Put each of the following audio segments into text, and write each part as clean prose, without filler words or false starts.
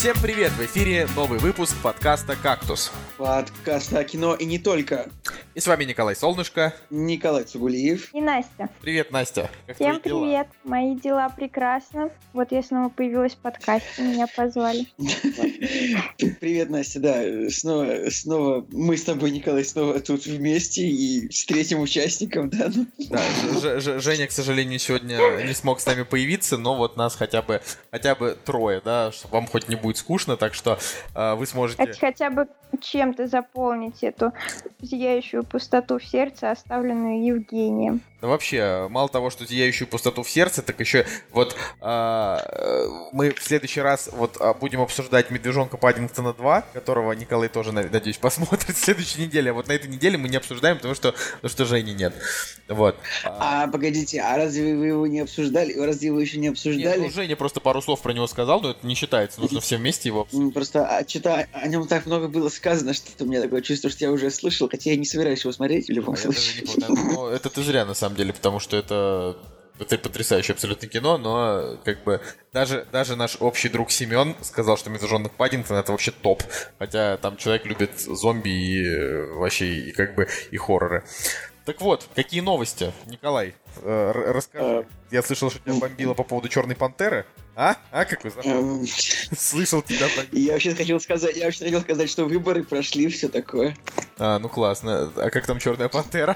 Всем привет! В эфире новый выпуск подкаста «Кактус». Подкаста о кино и не только. И с вами Николай Солнышко. Николай Цугулиев. И Настя. Привет, Настя. Как Всем твои дела? привет. Мои дела прекрасно. Вот я снова появилась в подкасте, меня позвали. Привет, Настя, да. Снова мы с тобой, Николай, снова тут вместе и с третьим участником, да? Да, Женя, к сожалению, сегодня не смог с нами появиться, но вот нас хотя бы трое, да, чтобы вам хоть не будет скучно, так что вы сможете... Хотя бы чем-то заполнить эту зияющую пустоту в сердце, оставленную Евгением. Да вообще, мало того, что зияющую пустоту в сердце, так еще вот мы в следующий раз вот будем обсуждать «Медвежонка Паддингтона 2», которого Николай тоже, надеюсь, посмотрит в следующей неделе. А вот на этой неделе мы не обсуждаем, потому что Жени нет. Вот. Погодите, а разве вы его не обсуждали? Разве вы еще не обсуждали? Нет, Женя просто пару слов про него сказал, но это не считается, нужно все вместе его обсудить. Просто читая о нем так много было сказано, что у меня такое чувство, что я уже слышал, хотя я не собираюсь его смотреть в любом случае. Я даже не помню. Это ты зря, на самом деле, потому что это потрясающее абсолютно кино, но как бы даже наш общий друг Семен сказал, что «Медвежонок Паддингтон» — это вообще топ. Хотя там человек любит зомби и вообще и как бы и хорроры. Так вот, какие новости, Николай? Расскажи. Я слышал, что тебя бомбило по поводу «Черной пантеры». Какой заход? Слышал тебя бомбило. Я вообще хотел сказать, что выборы прошли, все такое. Ну классно. А как там «Черная пантера»?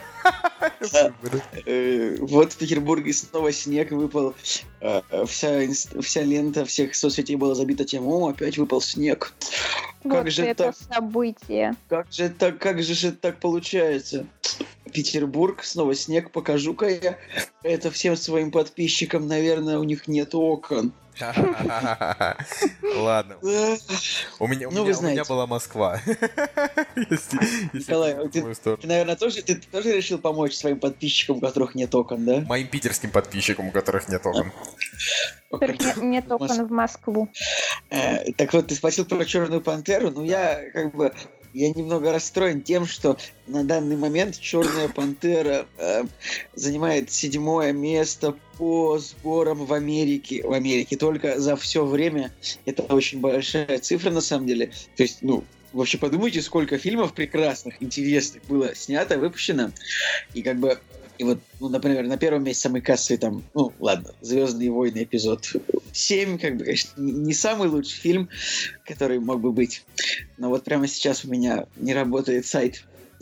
Вот в Петербурге снова снег выпал. Вся лента всех соцсетей была забита тем, опять выпал снег. Вот это событие. Как же так получается? Петербург, снова снег, покажу-ка я это всем своим подписчикам, наверное, у них нет окон. Ладно. У меня была Москва. Николай, ты, наверное, тоже решил помочь своим подписчикам, у которых нет окон, да? Моим питерским подписчикам, у которых нет окон. У которых нет окон в Москву. Так вот, ты спросил про «Черную пантеру», я немного расстроен тем, что на данный момент «Черная пантера» занимает 7-е место по сборам в Америке. Только за все время. Это очень большая цифра, на самом деле. То есть, вообще подумайте, сколько фильмов прекрасных, интересных было снято, выпущено. И вот, например, на первом месте самый кассовый там, «Звездные войны» эпизод 7, конечно, не самый лучший фильм, который мог бы быть. Но вот прямо сейчас у меня не работает сайт.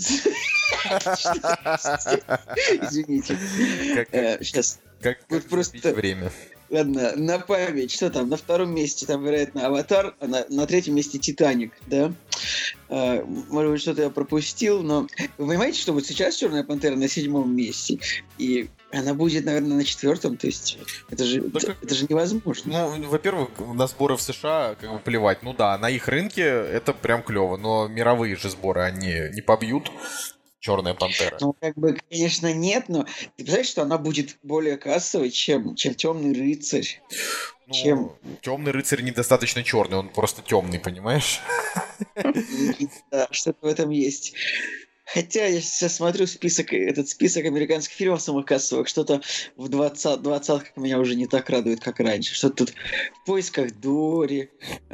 Извините. Сейчас. Как просто время. Ладно, на память. Что там? На втором месте там, вероятно, «Аватар», а на третьем месте «Титаник», да? Может быть, что-то я пропустил, но вы понимаете, что вот сейчас «Черная пантера» на 7-м месте, и она будет, наверное, на 4-м, то есть это же невозможно. Во-первых, на сборы в США как бы плевать. На их рынке это прям клево, но мировые же сборы они не побьют «Черная пантера». Конечно, нет, но ты представляешь, что она будет более кассовой, чем «Темный рыцарь». «Темный рыцарь» недостаточно черный, он просто темный, понимаешь? Да, что-то в этом есть. Хотя я сейчас смотрю список американских фильмов самых кассовых, что-то в 20-х меня уже не так радует, как раньше. Что-то тут «В поисках Дори»,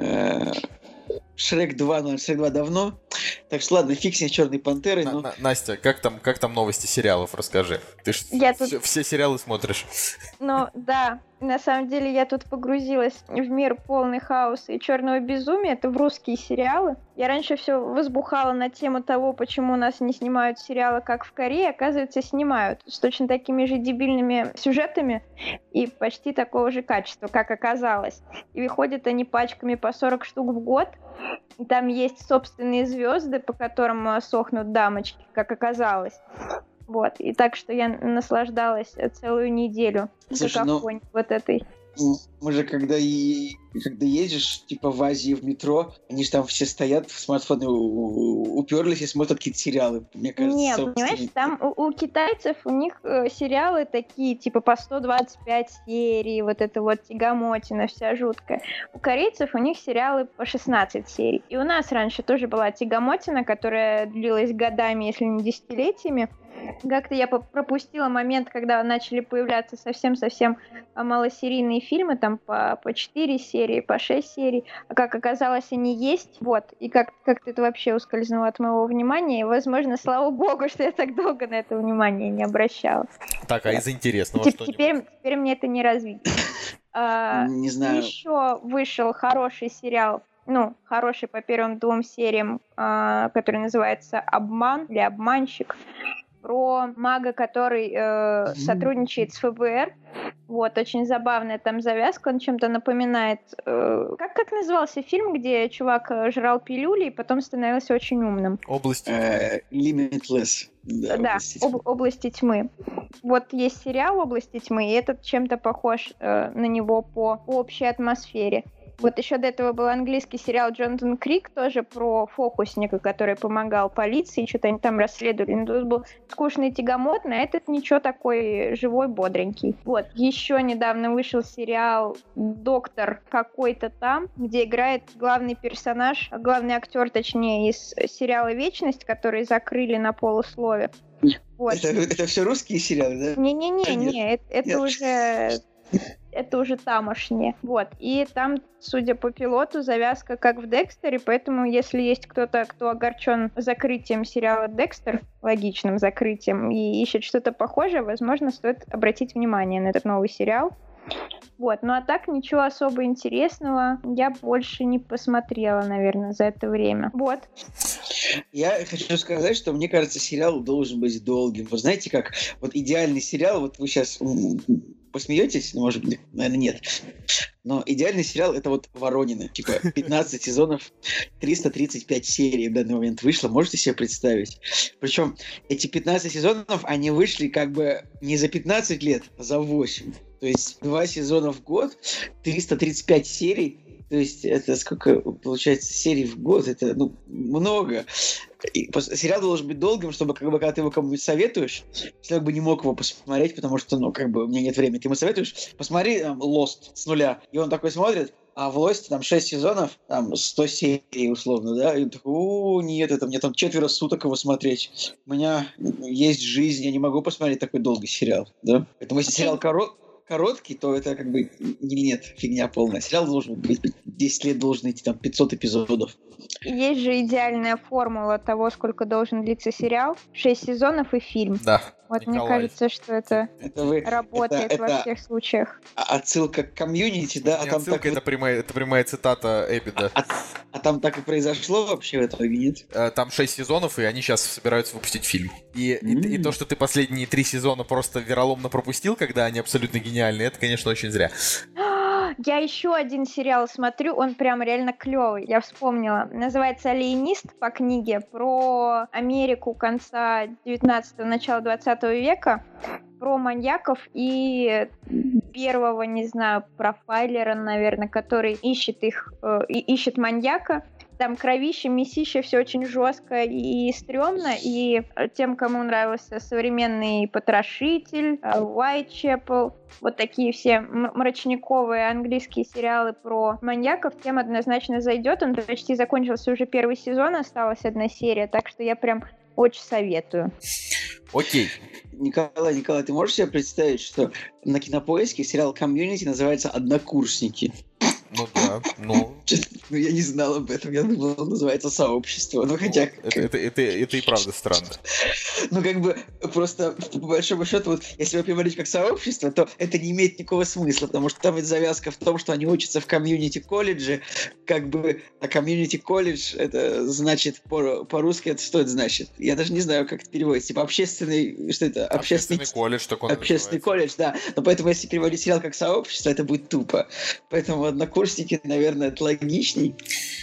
«Шрек 2», Шрек 2 давно. Так что ладно, фиг с ней «Черной пантерой». Настя, как там новости сериалов, расскажи. Ты ж все сериалы смотришь. Да, на самом деле я тут погрузилась в мир полный хаоса и черного безумия. Это в русские сериалы. Я раньше все возбухала на тему того, почему у нас не снимают сериалы, как в Корее. Оказывается, снимают с точно такими же дебильными сюжетами и почти такого же качества, как оказалось. И выходят они пачками по 40 штук в год. Там есть собственные звезды, по которым сохнут дамочки, как оказалось. Вот. И так что я наслаждалась целую неделю какофонией вот этой. Мы же, когда едешь, типа, в Азии в метро, они же там все стоят, в смартфоны уперлись и смотрят какие-то сериалы, мне кажется. Нет, понимаешь, там у китайцев, у них сериалы такие, типа, по 125 серий, вот это вот тягомотина вся жуткая. У корейцев у них сериалы по 16 серий. И у нас раньше тоже была тягомотина, которая длилась годами, если не десятилетиями. Как-то я пропустила момент, когда начали появляться совсем-совсем малосерийные фильмы, там по 4-7 серии, по 6 серий. А как оказалось, они есть. Вот. И как-то это вообще ускользнуло от моего внимания. И, возможно, слава богу, что я так долго на это внимание не обращала. Так, а из интересного что-нибудь? Теперь мне это не развить. Не знаю. Еще вышел хороший сериал, хороший по первым 2 сериям, который называется «Обман» или «Обманщик», про мага, который сотрудничает с ФБР. Вот, очень забавная там завязка, он чем-то напоминает... Как назывался фильм, где чувак жрал пилюли и потом становился очень умным? «Области Limitless. Да, «Области тьмы». Вот есть сериал «Области тьмы», и этот чем-то похож на него по общей атмосфере. Вот еще до этого был английский сериал «Джонатан Крик», тоже про фокусника, который помогал полиции, что-то они там расследовали. Но тут был скучный и тягомотный, а этот ничего, такой живой, бодренький. Вот. Еще недавно вышел сериал «Доктор какой-то там», где играет главный актер, точнее, из сериала «Вечность», который закрыли на полуслове. Вот. Это все русские сериалы, да? Не, это уже тамошнее. Вот. И там, судя по пилоту, завязка как в «Декстере», поэтому если есть кто-то, кто огорчен закрытием сериала «Декстер», логичным закрытием, и ищет что-то похожее, возможно, стоит обратить внимание на этот новый сериал. Вот. Ну а так ничего особо интересного я больше не посмотрела, наверное, за это время. Вот. Я хочу сказать, что мне кажется, сериал должен быть долгим. Вы знаете, как вот идеальный сериал, вот вы сейчас посмеетесь, может быть, наверное, нет. Но идеальный сериал — это вот «Воронины». Типа 15 сезонов, 335 серий в данный момент вышло. Можете себе представить? Причем эти 15 сезонов, они вышли как бы не за 15 лет, а за 8. То есть 2 сезона в год, 335 серий. То есть это сколько, получается, серий в год? Это, много. И сериал должен быть долгим, чтобы, когда ты его кому-нибудь советуешь, человек бы не мог его посмотреть, потому что, у меня нет времени. Ты ему советуешь, посмотри Lost с нуля. И он такой смотрит, а в Lost там 6 сезонов, там 100 серий условно, да? И он такой, нет, это мне там 4 суток его смотреть. У меня есть жизнь, я не могу посмотреть такой долгий сериал, да? Поэтому если сериал короткий, то это как бы нет, фигня полная. Сериал должен быть 10 лет, должен идти там 500 эпизодов. Есть же идеальная формула того, сколько должен длиться сериал. 6 сезонов и фильм. Да. Вот Николай. Мне кажется, что это работает во всех случаях. Отсылка к «Комьюнити», да? Не отсылка, это прямая цитата Эбида. А там так и произошло вообще в итоге, нет? Там 6 сезонов, и они сейчас собираются выпустить фильм. И то, что ты последние 3 сезона просто вероломно пропустил, когда они абсолютно гениальны, это, конечно, очень зря. Я еще один сериал смотрю, он прям реально клевый, я вспомнила. Называется «Алиенист» по книге про Америку конца 19-го, начала 20 века, про маньяков и первого, не знаю, профайлера, наверное, который ищет маньяка. Там кровище, мясище, все очень жестко и стрёмно. И тем, кому нравился современный «Потрошитель», «Уайтчепел», вот такие все мрачниковые английские сериалы про маньяков, тем однозначно зайдет. Он почти закончился уже 1 сезон, осталась 1 серия, так что я прям очень советую. Окей. Николай, ты можешь себе представить, что на Кинопоиске сериал «Комьюнити» называется «Однокурсники»? Ну да, я не знал об этом, я думал, он называется «Сообщество». Ну хотя... Это и правда странно. Просто по большому счету, вот, если вы говорите как «Сообщество», то это не имеет никакого смысла, потому что там ведь завязка в том, что они учатся в комьюнити-колледже, а комьюнити-колледж, это значит по-русски, это что это значит? Я даже не знаю, как это переводится. Типа общественный... Что это? Общественный колледж, так он Общественный колледж, да. Но поэтому, если переводить сериал как «Сообщество», это будет тупо. Поэтому «Однокурсники», наверное, это логичней.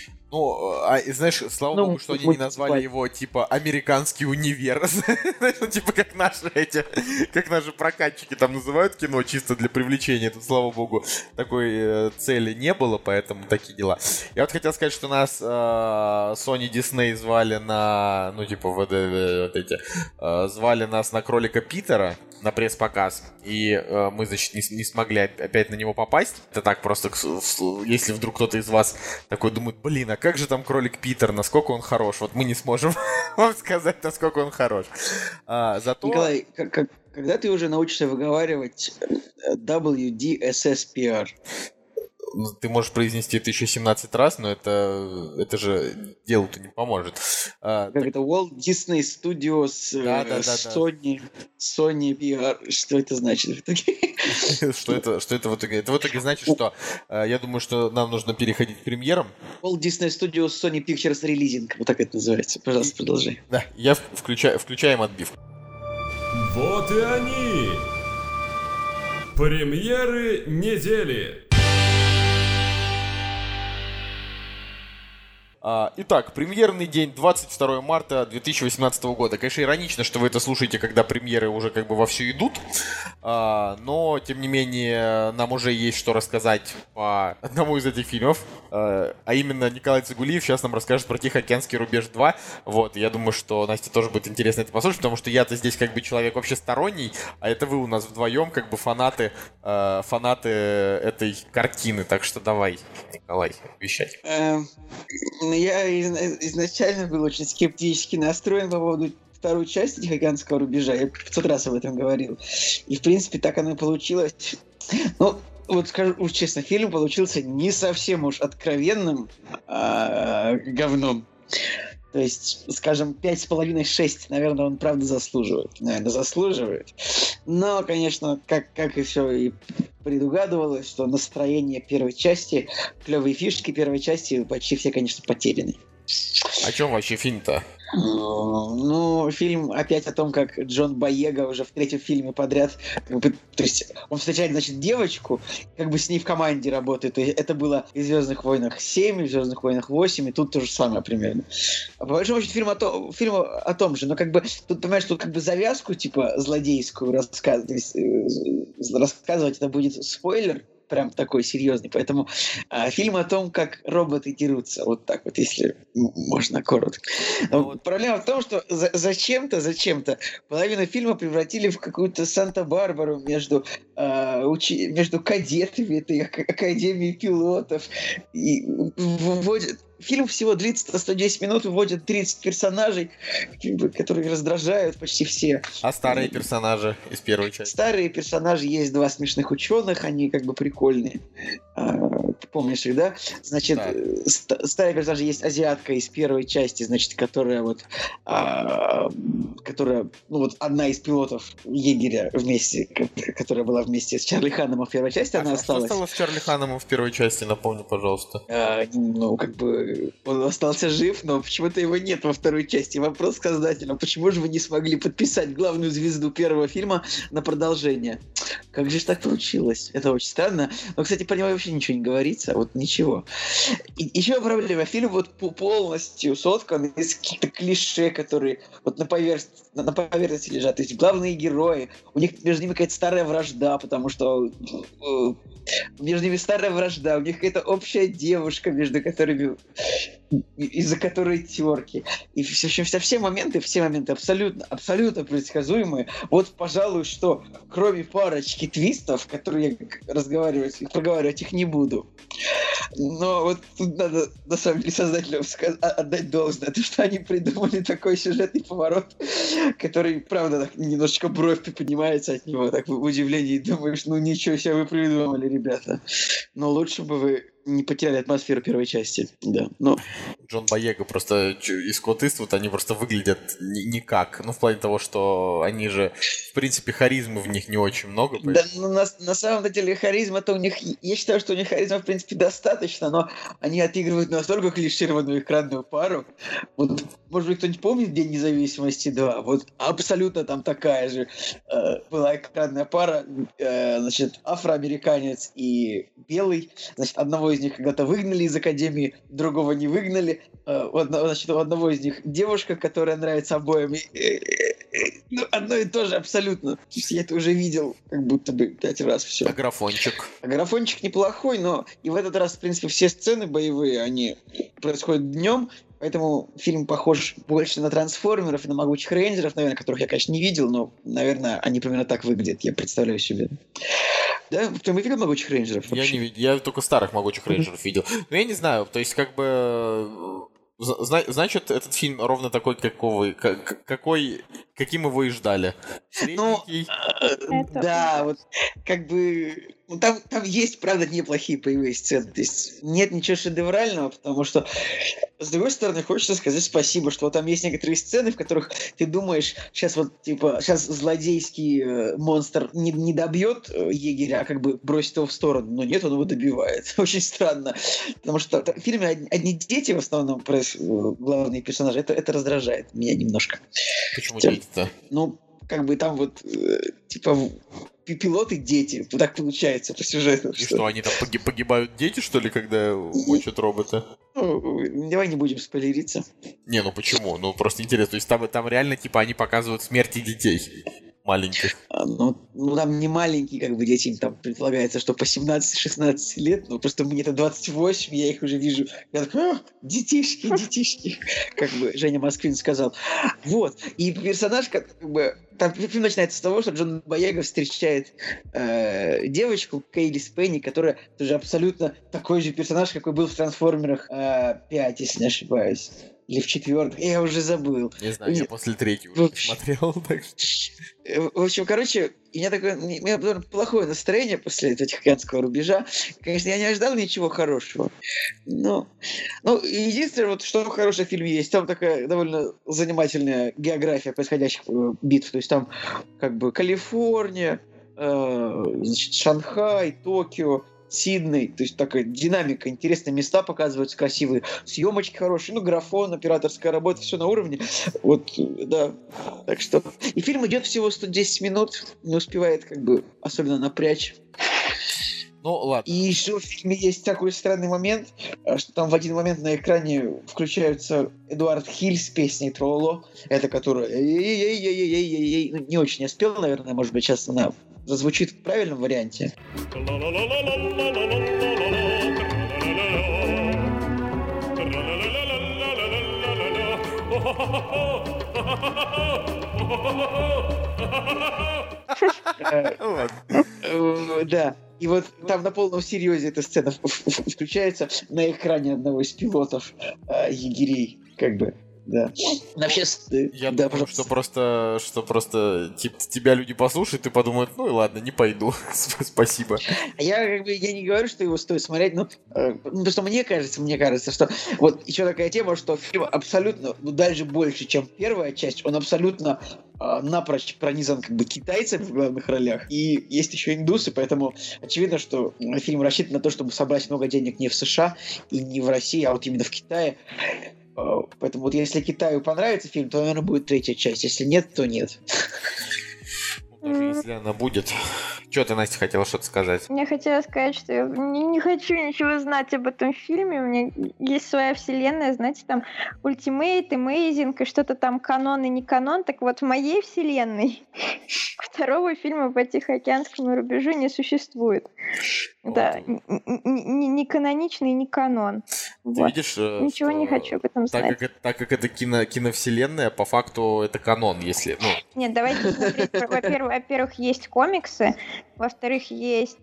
Знаешь, слава богу, что они не назвали его, типа, «Американский универ». Типа, как наши прокатчики там называют кино, чисто для привлечения. Тут, слава богу, такой цели не было, поэтому такие дела. Я вот хотел сказать, что нас Sony Disney звали на, звали нас на кролика Питера, на пресс-показ, и мы, значит, не смогли опять на него попасть. Это так просто, если вдруг кто-то из вас такой думает, блин, а как же там кролик Питер, насколько он хорош? Вот мы не сможем вам сказать, насколько он хорош. Зато... Николай, когда ты уже научишься выговаривать WDSSPR? ты можешь произнести это еще 17 раз, но это же делу-то не поможет. Как это? Walt Disney Studios, Sony VR. Что это значит в итоге? Что это в итоге? Это в итоге значит, что я думаю, что нам нужно переходить к премьерам. Walt Disney Studios Sony Pictures Releasing. Вот так это называется. Пожалуйста, продолжай. Да, я включаем отбивку. Вот и они! Премьеры недели! Итак, премьерный день 22 марта 2018 года. Конечно, иронично, что вы это слушаете, когда премьеры уже как бы вовсю идут, но, тем не менее, нам уже есть что рассказать по одному из этих фильмов, а именно Николай Цигулиев сейчас нам расскажет про «Тихоокеанский рубеж 2». Вот, я думаю, что Насте тоже будет интересно это послушать, потому что я-то здесь как бы человек вообще сторонний, а это вы у нас вдвоем как бы фанаты этой картины, так что давай, Николай, вещай. Я изначально был очень скептически настроен по поводу второй части Тихоокеанского рубежа. Я 500 раз об этом говорил. И, в принципе, так оно и получилось. Ну, вот скажу уж честно, фильм получился не совсем уж откровенным говном. То есть, скажем, 5,5-6, наверное, он правда заслуживает. Но, конечно, как и все и предугадывалось, что настроение первой части, клевые фишки первой части почти все, конечно, потеряны. О чем вообще фильм-то? Ну, фильм опять о том, как Джон Боега уже в третьем фильме подряд, то есть он встречает, значит, девочку, как бы с ней в команде работает. То есть это было и в «Звездных войнах 7», и в «Звездных войнах 8», и тут то же самое примерно. А по большому счету фильм о том же, но как бы тут, понимаешь, тут как бы завязку, типа, злодейскую рассказывать это будет спойлер, прям такой серьезный. Поэтому фильм о том, как роботы дерутся. Вот так вот, если можно коротко. Но проблема в том, что зачем-то половину фильма превратили в какую-то Санта-Барбару между кадетами этой академии пилотов. И вводят... Фильм всего длится 110 минут, вводят 30 персонажей, которые раздражают почти все. А старые персонажи из первой части? Старые персонажи, есть два смешных ученых, они как бы прикольные. Помнишь их, да? Значит, да. Старые персонажи, есть азиатка из первой части, значит, которая одна из пилотов егеря вместе, которая была вместе с Чарли Ханномом в первой части, она осталась. Что стало с Чарли Ханномом в первой части, напомни, пожалуйста. Он остался жив, но почему-то его нет во второй части. Вопрос к создателям: почему же вы не смогли подписать главную звезду первого фильма на продолжение? Как же так получилось? Это очень странно. Но, кстати, про него вообще ничего не говорится. Вот ничего. И еще проблема. Фильм вот полностью соткан из каких-то клише, которые вот на поверхности лежат. То есть главные герои, у них между ними какая-то старая вражда, потому что между ними старая вражда, у них какая-то общая девушка, из-за которой терки. И все моменты абсолютно предсказуемые. Вот, пожалуй, что кроме парочки твистов, которые я проговаривать их не буду. Но вот тут надо, на самом деле, создателям отдать должное, то, что они придумали такой сюжетный поворот, который, правда, так, немножечко бровь поднимается от него, так в удивлении, и думаешь, ну ничего себе вы придумали, ребята. Но лучше бы вы не потеряли атмосферу первой части, да. Но... Джон Боега просто и Скотт Иствуд, они просто выглядят никак. Ну, в плане того, что они же, в принципе, харизмы в них не очень много. Да, ну, на самом деле, харизма-то у них... Я считаю, что у них харизма, в принципе, достаточно, но они отыгрывают настолько клишированную экранную пару. Вот, может быть, кто-нибудь помнит «День независимости 2»? Вот абсолютно там такая же была экранная пара. Значит, афроамериканец и белый. Значит, одного из них когда-то выгнали из академии, другого не выгнали. Значит, у одного из них девушка, которая нравится обоим. Ну, одно и то же абсолютно. Я это уже видел как будто бы 5 раз все. А графончик? Графончик неплохой, но и в этот раз, в принципе, все сцены боевые, они происходят днем, поэтому фильм похож больше на трансформеров и на могучих рейнджеров, наверное, которых я, конечно, не видел, но, наверное, они примерно так выглядят, я представляю себе. Да? Ты мы видел могучих рейнджеров? Я не видел, я только старых могучих рейнджеров видел. Но я не знаю, то есть как бы... Значит, этот фильм ровно такой, какой каким его и ждали. Ну, Средненький. да, вот как бы... Ну, там есть, правда, неплохие боевые сцены. То есть нет ничего шедеврального, потому что, с другой стороны, хочется сказать спасибо, что вот там есть некоторые сцены, в которых ты думаешь, сейчас вот, типа, сейчас злодейский монстр не добьет егеря, а как бы бросит его в сторону. Но нет, он его добивает. Очень странно. Потому что в фильме одни дети, в основном, главные персонажи, это раздражает меня немножко. Почему дети-то? Ну, как бы там вот, типа, пилоты дети. Так получается по сюжету. И что, они там погибают дети, что ли, когда мочат робота? Ну, давай не будем спойлериться. Не, ну почему? Ну, просто интересно. То есть там реально, типа, они показывают смерти детей маленьких. Ну, там не маленькие, как бы, дети, им там предполагается, что по 17-16 лет, ну, просто мне-то 28, я их уже вижу. Я такой, детишки, как бы Женя Москвин сказал. Вот. И персонаж, как бы, там фильм начинается с того, что Джон Боега встречает девочку Кейли Спенни, которая тоже абсолютно такой же персонаж, какой был в «Трансформерах 5», если не ошибаюсь. Или в 4, я уже забыл. Не знаю, я после 3 уже смотрел. Так что... В общем, короче, у меня было плохое настроение после этого Тихоокеанского рубежа. Конечно, я не ожидал ничего хорошего. Но единственное, вот, что хорошее в фильме есть, там такая довольно занимательная география происходящих битв. То есть там как бы Калифорния, значит, Шанхай, Токио, Сидней, то есть такая динамика, интересные места показываются, красивые, съемочки хорошие, ну, графон, операторская работа, все на уровне. Вот, да. Так что... И фильм идет всего 110 минут, не успевает как бы особенно напрячь. Ну, ладно. И еще в фильме есть такой странный момент, что там в один момент на экране включаются Эдуард Хиль с песней «Тролло», это которая не очень я спел, наверное, может быть, сейчас она зазвучит в правильном варианте. Да. И вот там на полном серьезе эта сцена включается на экране одного из пилотов егерей, как бы. Да. Вообще, я думаю, что просто типа, тебя люди послушают и подумают, ну и ладно, не пойду. Спасибо. Я не говорю, что его стоит смотреть, но потому что мне кажется, что вот еще такая тема, что фильм абсолютно, даже больше, чем первая часть, он абсолютно напрочь пронизан как бы китайцами в главных ролях. И есть еще индусы, поэтому очевидно, что фильм рассчитан на то, чтобы собрать много денег не в США и не в России, а вот именно в Китае. Поэтому вот если Китаю понравится фильм, то, наверное, будет 3-я часть. Если нет, то нет. Даже если она будет. Что ты, Настя, хотела что-то сказать? Я хотела сказать, что я не хочу ничего знать об этом фильме. У меня есть своя вселенная, знаете, там Ultimate, Amazing, и что-то там канон и не канон. Так вот, в моей вселенной второго фильма по Тихоокеанскому рубежу не существует. Да, не каноничный, не канон. Ты видишь, ничего не хочу об этом знать. Так как это киновселенная, по факту это канон, если... Ну... Нет, давайте смотреть. Во-первых, есть комиксы, во-вторых, есть...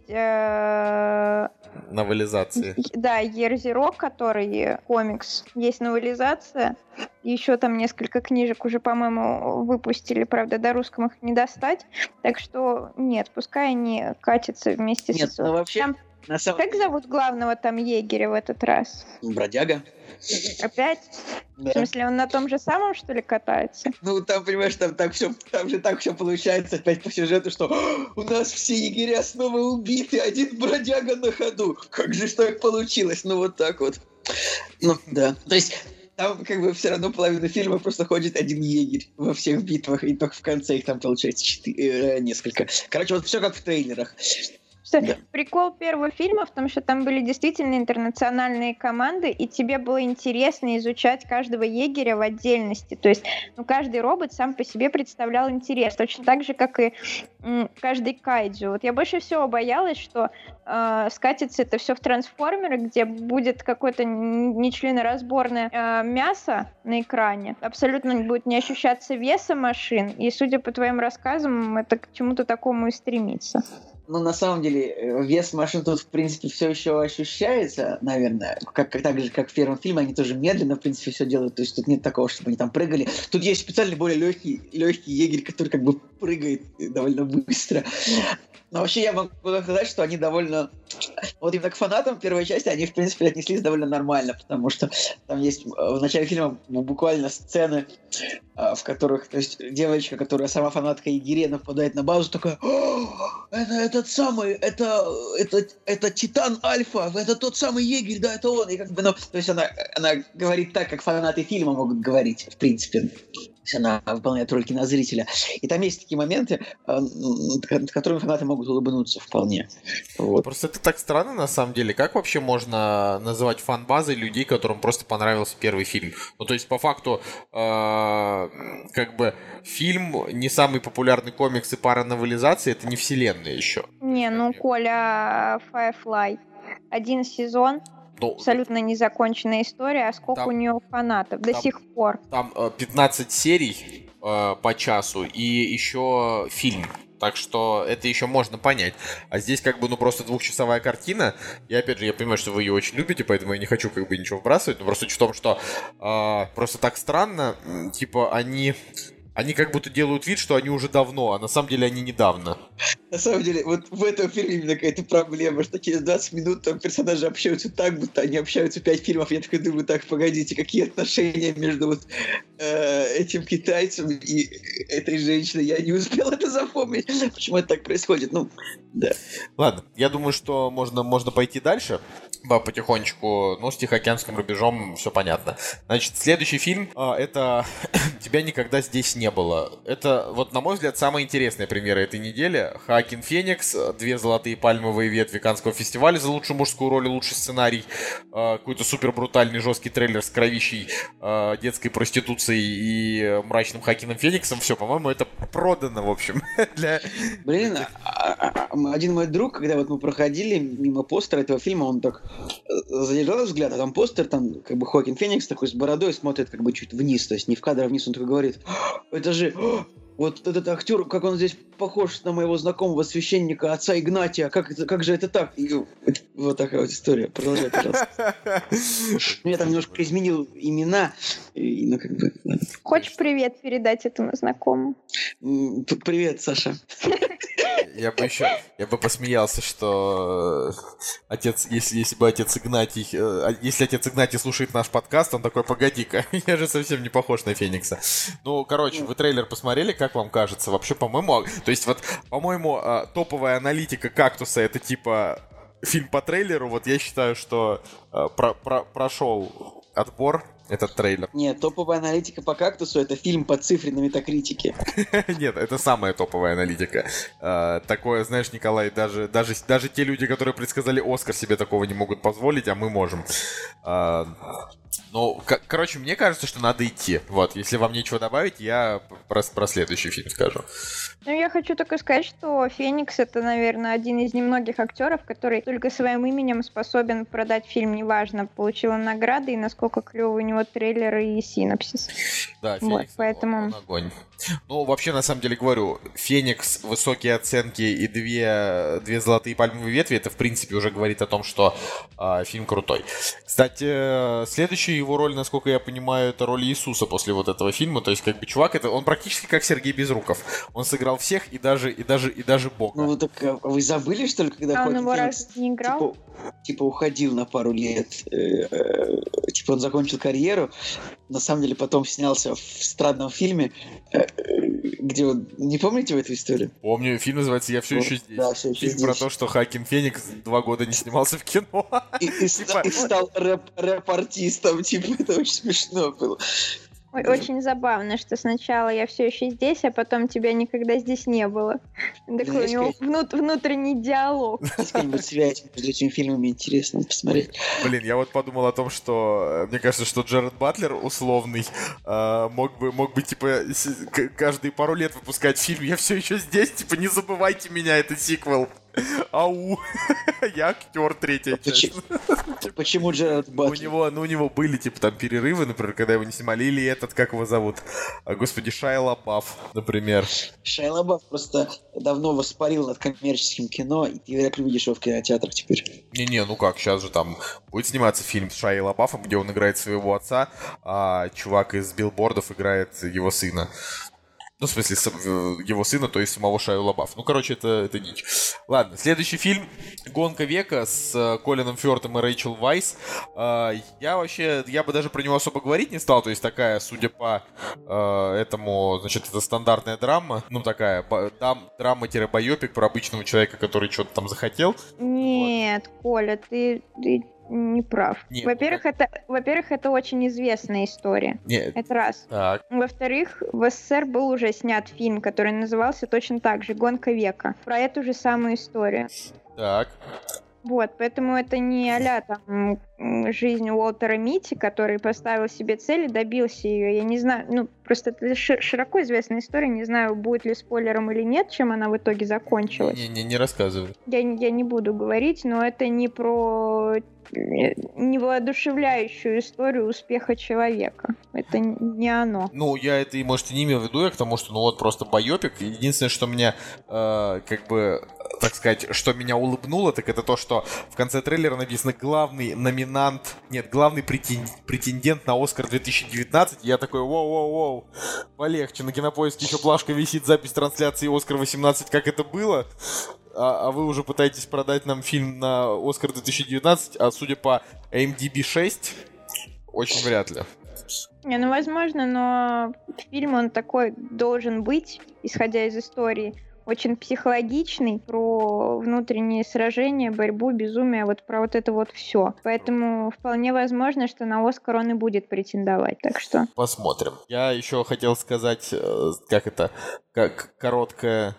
Новелизации. Да, Ерзерок, который комикс. Есть новелизация. Еще там несколько книжек уже, по-моему, выпустили. Правда, до русском их не достать. Так что нет, пускай они катятся вместе с... Нет, ну вообще... Там... Как зовут главного там егеря в этот раз? Бродяга. Опять? Да. В смысле, он на том же самом, что ли, катается? Ну, там, понимаешь, там же так все получается опять по сюжету, что у нас все егеря снова убиты, один бродяга на ходу. Как же так получилось? Ну, вот так вот. Ну, да. То есть... Там как бы все равно половину фильма просто ходит один егерь во всех битвах, и только в конце их там получается несколько. Короче, вот все как в трейлерах. Да. Прикол первого фильма в том, что там были действительно интернациональные команды, и тебе было интересно изучать каждого егеря в отдельности. То есть, каждый робот сам по себе представлял интерес. Точно так же, как и каждый кайдзю. Вот я больше всего боялась, что скатится это все в трансформеры, где будет какое-то нечленоразборное мясо на экране. Абсолютно будет не ощущаться веса машин. И, судя по твоим рассказам, это к чему-то такому и стремится. Ну, на самом деле, вес машин тут, в принципе, все еще ощущается, наверное. Так же, как в первом фильме, они тоже медленно, в принципе, все делают. То есть тут нет такого, чтобы они там прыгали. Тут есть специальный более легкий егерь, который как бы прыгает довольно быстро. Но вообще я могу сказать, что они довольно... Вот именно к фанатам первой части они, в принципе, отнеслись довольно нормально, потому что там есть в начале фильма буквально сцены, в которых, то есть, девочка, которая сама фанатка егерей, нападает на базу, такая: это этот самый, это Титан Альфа, это тот самый егерь, да, это он. И как бы, ну, то есть она говорит так, как фанаты фильма могут говорить, в принципе. То есть она выполняет роль кинозрителя. И там есть такие моменты, над которыми фанаты могут улыбнуться вполне. Вот. Просто это так странно, на самом деле. Как вообще можно называть фан-базой людей, которым просто понравился первый фильм? Ну, то есть, по факту, как бы, фильм, не самый популярный комикс и пара новелизаций, это не вселенная еще. Не, ну, Коля, Firefly. 1 сезон. Абсолютно незаконченная история, а сколько там, у нее фанатов до сих пор. Там 15 серий по часу и еще фильм. Так что это еще можно понять. А здесь как бы, ну, просто 2-часовая картина. И опять же, я понимаю, что вы ее очень любите, поэтому я не хочу как бы ничего вбрасывать. Но просто суть в том, что просто так странно, типа, они как будто делают вид, что они уже давно, а на самом деле они недавно. На самом деле, вот в этом фильме именно какая-то проблема, что через 20 минут там персонажи общаются так, будто они общаются 5 фильмов. Я такой думаю: так, погодите, какие отношения между вот этим китайцем и этой женщиной? Я не успел это запомнить. Почему это так происходит? Ну, да. Ладно, я думаю, что можно пойти дальше потихонечку. Ну, с Тихоокеанским рубежом все понятно. Значит, следующий фильм это «Тебя никогда здесь не было». Это, вот, на мой взгляд, самая интересная премьера этой недели. Хоакин Феникс, 2 золотые пальмовые ветви Каннского фестиваля за лучшую мужскую роль и лучший сценарий. Какой-то супер брутальный жесткий трейлер с кровищей, детской проституцией и мрачным Хоакином Фениксом. Все, по-моему, это продано, в общем. Блин, один мой друг, когда вот мы проходили мимо постера этого фильма, он так задержал взгляд, а там постер, там как бы Хоакин Феникс такой с бородой смотрит как бы чуть вниз, то есть не в кадр, а вниз. Он такой говорит: это же вот этот актер, как он здесь похож на моего знакомого священника отца Игнатия, как же это так? И вот такая вот история. Продолжай, пожалуйста. Я там немножко изменил имена, ну как бы... Хочешь привет передать этому знакомому? Привет, Саша. Я бы посмеялся, что если отец Игнатий слушает наш подкаст, он такой: погоди-ка, я же совсем не похож на Феникса. Ну, короче, вы трейлер посмотрели, как вам кажется? Вообще, по-моему, топовая аналитика «Кактуса» — это типа фильм по трейлеру. Вот я считаю, что прошел отбор этот трейлер. Нет, топовая аналитика по «Кактусу» — это фильм по цифре на Метакритике. Нет, это самая топовая аналитика. Такое, знаешь, Николай, даже те люди, которые предсказали «Оскар», себе такого не могут позволить, а мы можем. Ну, короче, мне кажется, что надо идти. Вот, если вам нечего добавить, я про следующий фильм скажу. Ну, я хочу только сказать, что Феникс — это, наверное, один из немногих актеров, который только своим именем способен продать фильм, неважно, получил он награды и насколько клёвый у него трейлеры и синопсис. Да, Феникс, вот, поэтому... он огонь. Ну, вообще, на самом деле, говорю, Феникс, высокие оценки и две золотые пальмовые ветви, это, в принципе, уже говорит о том, что фильм крутой. Кстати, следующая его роль, насколько я понимаю, это роль Иисуса после вот этого фильма. То есть, как бы, чувак, он практически как Сергей Безруков. Он сыграл всех и даже Бога. Ну, так вы забыли, что ли, когда он его раз не играл? Типа уходил на пару лет. Типа он закончил карьеру. На самом деле потом снялся в странном фильме, где он... Не помните вы эту историю? Помню, фильм называется «Я все еще здесь». Да, все еще фильм здесь. про то, что Хоакин Феникс 2 года не снимался в кино. И стал рэп-артистом. Типа это очень смешно было. Ой, очень забавно, что сначала я все еще здесь, а потом тебя никогда здесь не было. Такой у него внутренний диалог. Есть какая-нибудь связь между этими фильмами, интересно посмотреть. Блин, я вот подумал о том, что мне кажется, что Джеред Батлер условный мог бы типа каждые пару лет выпускать фильм «Я все еще здесь», типа «Не забывайте меня», это сиквел. Ау! Я актер, третья часть. Почему Джерард У Батлер? него были, типа, там перерывы, например, когда его не снимали, или этот, как его зовут? Господи, Шайа Лабаф, например. Шайа Лабаф просто давно воспарил над коммерческим кино, и ты вряд ли увидишь его в кинотеатрах теперь. Не-не, ну как, сейчас же там будет сниматься фильм с Шайей Лабафом, где он играет своего отца, а чувак из билбордов играет его сына. Ну, в смысле, его сына, то есть самого Шайю Лабаф. Ну, короче, это дичь. Ладно, следующий фильм «Гонка века» с Колином Фёртом и Рэйчел Вайс. Я бы даже про него особо говорить не стал. То есть такая, судя по этому, значит, это стандартная драма. Ну, такая драма-байопик про обычного человека, который что-то там захотел. Нет, Коля, ты не прав. Нет, во-первых, это очень известная история. Нет. Это раз. Так. Во-вторых, в СССР был уже снят фильм, который назывался точно так же «Гонка века». Про эту же самую историю. Так. Вот, поэтому это не а-ля там жизнь Уолтера Митти, который поставил себе цель и добился ее. Я не знаю, ну, просто это широко известная история, не знаю, будет ли спойлером или нет, чем она в итоге закончилась. Не рассказывай. Я не буду говорить, но это не про невоодушевляющую историю успеха человека. Это не оно. Ну, я это, может, и не имел в виду, я к тому, что, ну, вот просто байопик. Единственное, что меня, как бы, так сказать, что меня улыбнуло, так это то, что в конце трейлера написано главный претендент на Оскар 2019. Я такой, воу, полегче, на Кинопоиске еще плашка висит, запись трансляции Оскар 18, как это было. А вы уже пытаетесь продать нам фильм на Оскар 2019, а судя по IMDb 6, очень вряд ли. Не, ну, возможно, но фильм, он такой должен быть, исходя из истории, очень психологичный, про внутренние сражения, борьбу, безумие, вот про вот это вот все. Поэтому вполне возможно, что на Оскар он и будет претендовать, так что... Посмотрим. Я еще хотел сказать, как короткая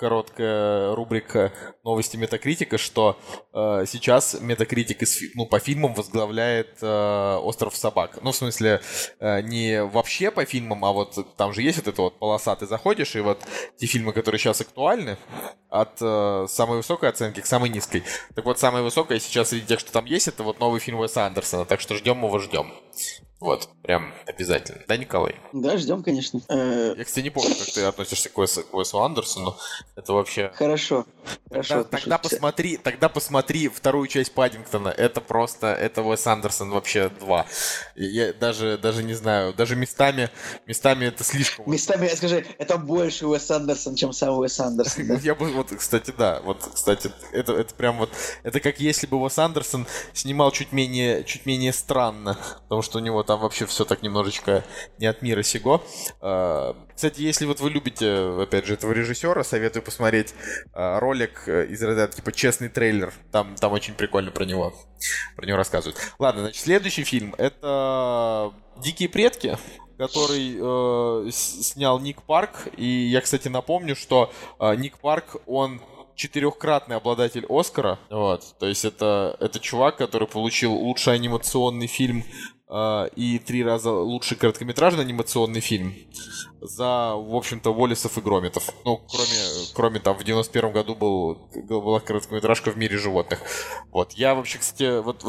рубрика новости Метакритика, что сейчас Метакритик по фильмам возглавляет «Остров собак». Ну, в смысле, не вообще по фильмам, а вот там же есть вот это вот полоса, ты заходишь, и вот те фильмы, которые сейчас актуальны, от самой высокой оценки к самой низкой. Так вот, самая высокая сейчас среди тех, что там есть, это вот новый фильм Уэса Андерсона, так что ждем его, ждем. Вот, прям обязательно. Да, Николай? Да, ждем, конечно. Я, кстати, не помню, как ты относишься к Уэсу Андерсону. Это вообще... Хорошо. Тогда посмотри вторую часть Паддингтона. Это Уэс Андерсон вообще 2. Я даже не знаю, даже местами это слишком. Местами, я скажу, это больше Уэс Андерсон, чем сам Уэс Андерсон. Да? Я бы, кстати, это прям вот, это как если бы Уэс Андерсон снимал чуть менее странно, потому что у него там вообще все так немножечко не от мира сего. Кстати, если вот вы любите, опять же, этого режиссера, советую посмотреть ролик из разряда типа «Честный трейлер». Там очень прикольно про него рассказывают. Ладно, значит, следующий фильм — это «Дикие предки», который снял Ник Парк. И я, кстати, напомню, что Ник Парк, он 4-кратный обладатель Оскара. Вот. То есть это чувак, который получил лучший анимационный фильм и 3 раза лучший короткометражный анимационный фильм за, в общем-то, Уоллесов и Громитов. Ну, кроме там, в 91-м году была короткометражка «В мире животных». Вот. Я вообще, кстати, вот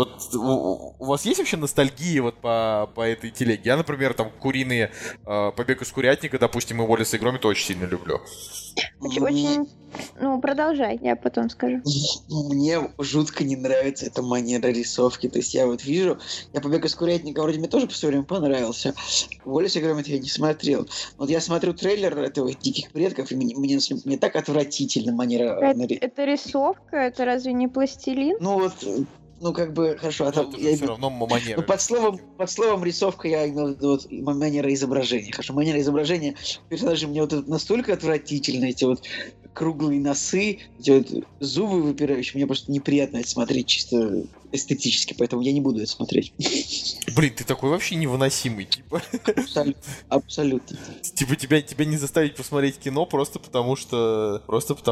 у вас есть вообще ностальгия вот по этой телеге? Я, например, там «Куриные», «Побег из курятника», допустим, и «Уоллеса и Громита» очень сильно люблю. Очень... Ну, продолжай, я потом скажу. Мне жутко не нравится эта манера рисовки. То есть я вот вижу, я «Побег из курятника» вроде мне тоже по свое время понравился. «Уоллес и Громит» я не смотрел. Вот я смотрю трейлер этого «Диких предков», и мне так отвратительно манера... Это рисовка? Это разве не пластилин? Ну вот... Ну, как бы, хорошо. Все равно манера. Ну, под словом рисовка я имел в виду вот манера изображения. Хорошо, манера изображения персонажей мне вот настолько отвратительно, эти вот круглые носы, эти вот зубы выпирающие. Мне просто неприятно это смотреть чисто эстетически, поэтому я не буду это смотреть. Блин, ты такой вообще невыносимый, типа. Абсолютно. Типа тебя не заставить посмотреть кино просто потому что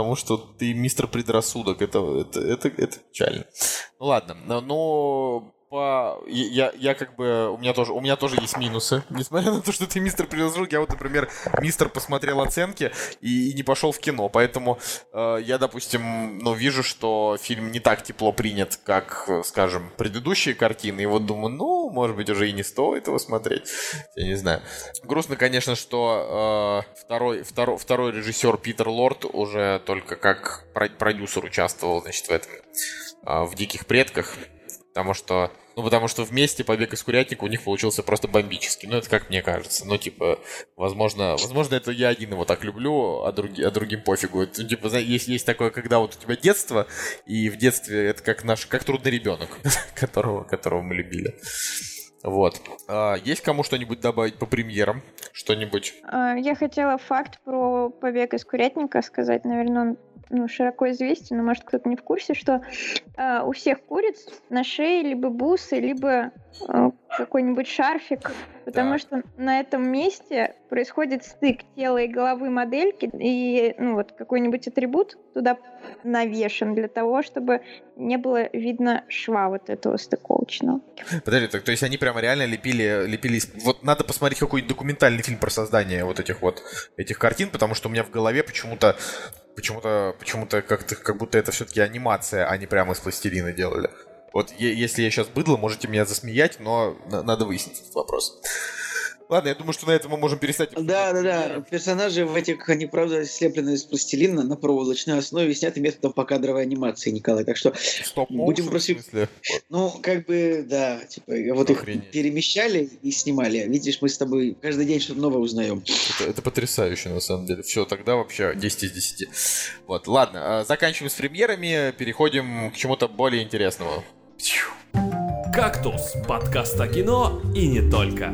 ты мистер предрассудок. Это печально. Ну ладно, но я как бы... У меня тоже есть минусы. Несмотря на то, что ты «Мистер» предложил, я вот, например, «Мистер» посмотрел оценки и не пошел в кино. Поэтому я, допустим, вижу, что фильм не так тепло принят, как, скажем, предыдущие картины. И вот думаю, может быть, уже и не стоит его смотреть. Я не знаю. Грустно, конечно, что второй режиссер Питер Лорд уже только как продюсер участвовал, значит, в этом, в «Диких предках». Потому что вместе «Побег из Курятника» у них получился просто бомбический. Это как мне кажется. Возможно, это я один его так люблю, а другим пофигу. Есть такое, когда вот у тебя детство, и в детстве это как трудный ребенок, которого мы любили. Вот. Есть кому что-нибудь добавить по премьерам? Что-нибудь? Я хотела факт про «Побег из Курятника» сказать. Наверное, он широко известен, но, может, кто-то не в курсе, что у всех куриц на шее либо бусы, либо какой-нибудь шарфик, потому что на этом месте происходит стык тела и головы модельки, и какой-нибудь атрибут туда навешен для того, чтобы не было видно шва вот этого стыковочного. Подожди, то есть они прямо реально лепили... Вот надо посмотреть какой-нибудь документальный фильм про создание вот этих картин, потому что у меня в голове почему-то как будто это все-таки анимация, а не прямо из пластилина делали. Вот если я сейчас быдло, можете меня засмеять, но надо выяснить этот вопрос. Ладно, я думаю, что на этом мы можем перестать. Да. Персонажи в этих, они, правда, слеплены из пластилина на проволочной основе, сняты методом покадровой анимации, Николай. Так что будем просто... их перемещали и снимали. Видишь, мы с тобой каждый день что-то новое узнаем. Это потрясающе, на самом деле. Все, тогда вообще 10 из 10. Вот, ладно, заканчиваем с премьерами, переходим к чему-то более интересному. «Кактус» — подкаст о кино и не только.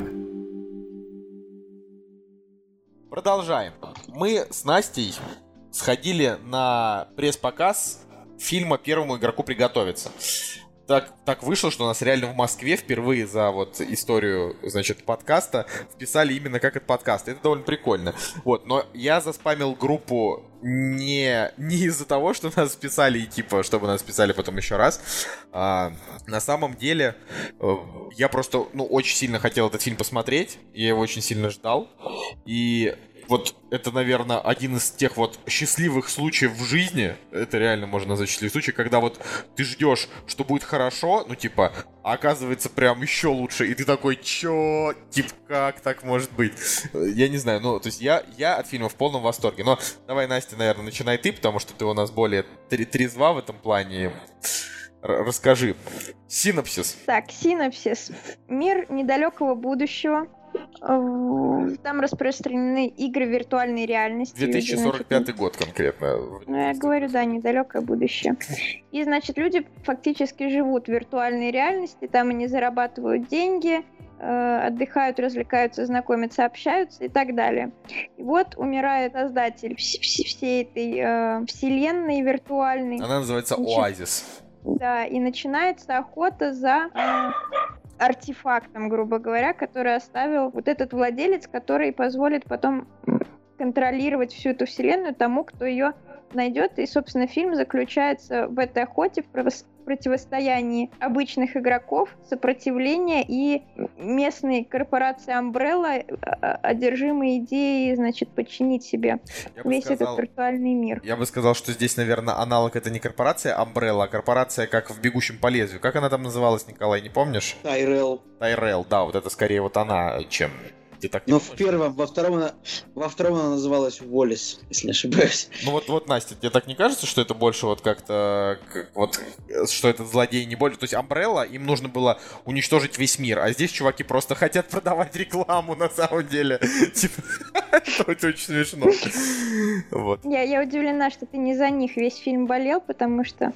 Продолжаем. Мы с Настей сходили на пресс-показ фильма «Первому игроку приготовиться». Так вышло, что у нас реально в Москве впервые за историю, значит, подкаста вписали именно как этот подкаст. Это довольно прикольно. Но я заспамил группу не из-за того, что нас списали и чтобы нас списали потом еще раз. На самом деле я просто, очень сильно хотел этот фильм посмотреть. Я его очень сильно ждал. И это, наверное, один из тех счастливых случаев в жизни. Это реально можно назвать счастливый случай, когда ты ждешь, что будет хорошо, а оказывается прям еще лучше, и ты такой, чё? Как так может быть? Я не знаю, то есть я от фильма в полном восторге. Но давай, Настя, наверное, начинай ты, потому что ты у нас более трезва в этом плане. Расскажи. Синопсис. Так, синопсис. Мир недалекого будущего. Там распространены игры виртуальной реальности. 2045 год конкретно. Я говорю, да, недалекое будущее. И, значит, люди фактически живут в виртуальной реальности, там они зарабатывают деньги, отдыхают, развлекаются, знакомятся, общаются и так далее. И умирает создатель всей этой вселенной виртуальной. Она называется Оазис. Да, и начинается охота за... артефактом, грубо говоря, который оставил этот владелец, который позволит потом контролировать всю эту вселенную тому, кто ее найдет. И, собственно, фильм заключается в этой охоте, в противостоянии обычных игроков, сопротивления и местной корпорации Umbrella, одержимой идеей, значит, подчинить себе этот виртуальный мир. Я бы сказал, что здесь, наверное, аналог это не корпорация Umbrella, а корпорация как в «Бегущем по лезвию». Как она там называлась, Николай, не помнишь? Тайрелл, да, это скорее она, чем... Но в первом, во втором она называлась Уоллес, если не ошибаюсь. Настя, тебе так не кажется, что это больше что этот злодей не больше... То есть Umbrella, им нужно было уничтожить весь мир, а здесь чуваки просто хотят продавать рекламу на самом деле. Это очень смешно. Я удивлена, что ты не за них весь фильм болел, потому что...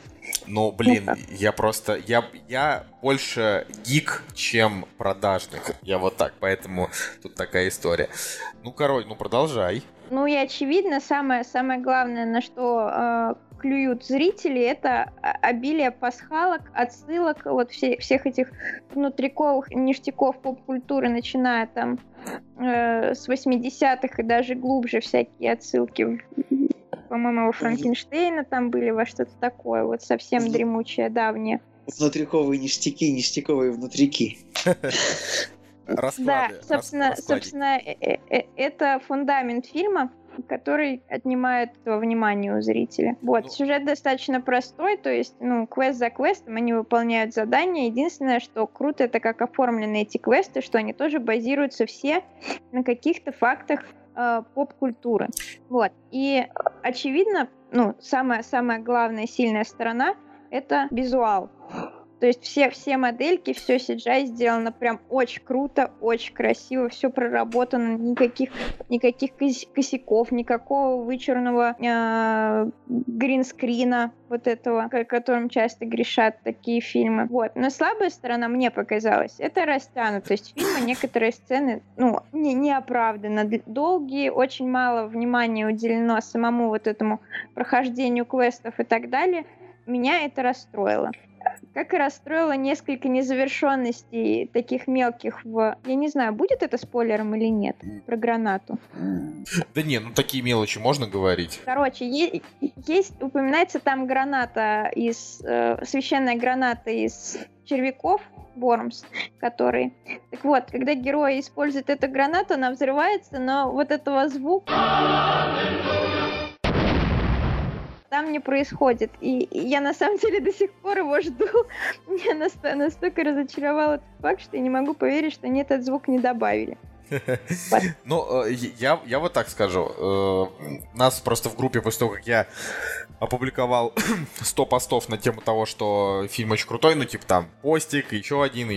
Я больше гик, чем продажник. Я так, поэтому тут такая история. Продолжай. И очевидно, самое главное, на что клюют зрители, это обилие пасхалок, отсылок, всех этих внутриковых ништяков поп-культуры, начиная там с 80-х и даже глубже всякие отсылки. По-моему, во Франкенштейна там были, во что-то такое, совсем дремучее, давнее. внутриковые ништяки, ништяковые внутрики. Да, собственно, это фундамент фильма, который отнимает внимание у зрителя. Вот, сюжет достаточно простой, то есть, квест за квестом, они выполняют задания. Единственное, что круто, это как оформлены эти квесты, что они тоже базируются все на каких-то фактах поп-культуры. Вот. И, очевидно, самая главная сильная сторона — это визуал. То есть все модельки, все CGI сделано прям очень круто, очень красиво, все проработано, никаких косяков, никакого вычурного гринскрина вот этого, которым часто грешат такие фильмы. Вот. Но слабая сторона, мне показалась, это растянутость фильма. Некоторые сцены, неоправданно долгие, очень мало внимания уделено самому вот этому прохождению квестов и так далее. Меня это расстроило. Как и расстроило несколько незавершенностей таких мелких Я не знаю, будет это спойлером или нет, про гранату. Да не, такие мелочи можно говорить. Короче, упоминается там граната священная граната из червяков, Вормс, который... Так вот, когда герой использует эту гранату, она взрывается, но вот этого звука... там не происходит. И я на самом деле до сих пор его жду. Меня настолько разочаровал этот факт, что я не могу поверить, что они этот звук не добавили. Я вот так скажу. Нас просто в группе, после того, как я опубликовал 100 постов на тему того, что фильм очень крутой, там постик, еще один.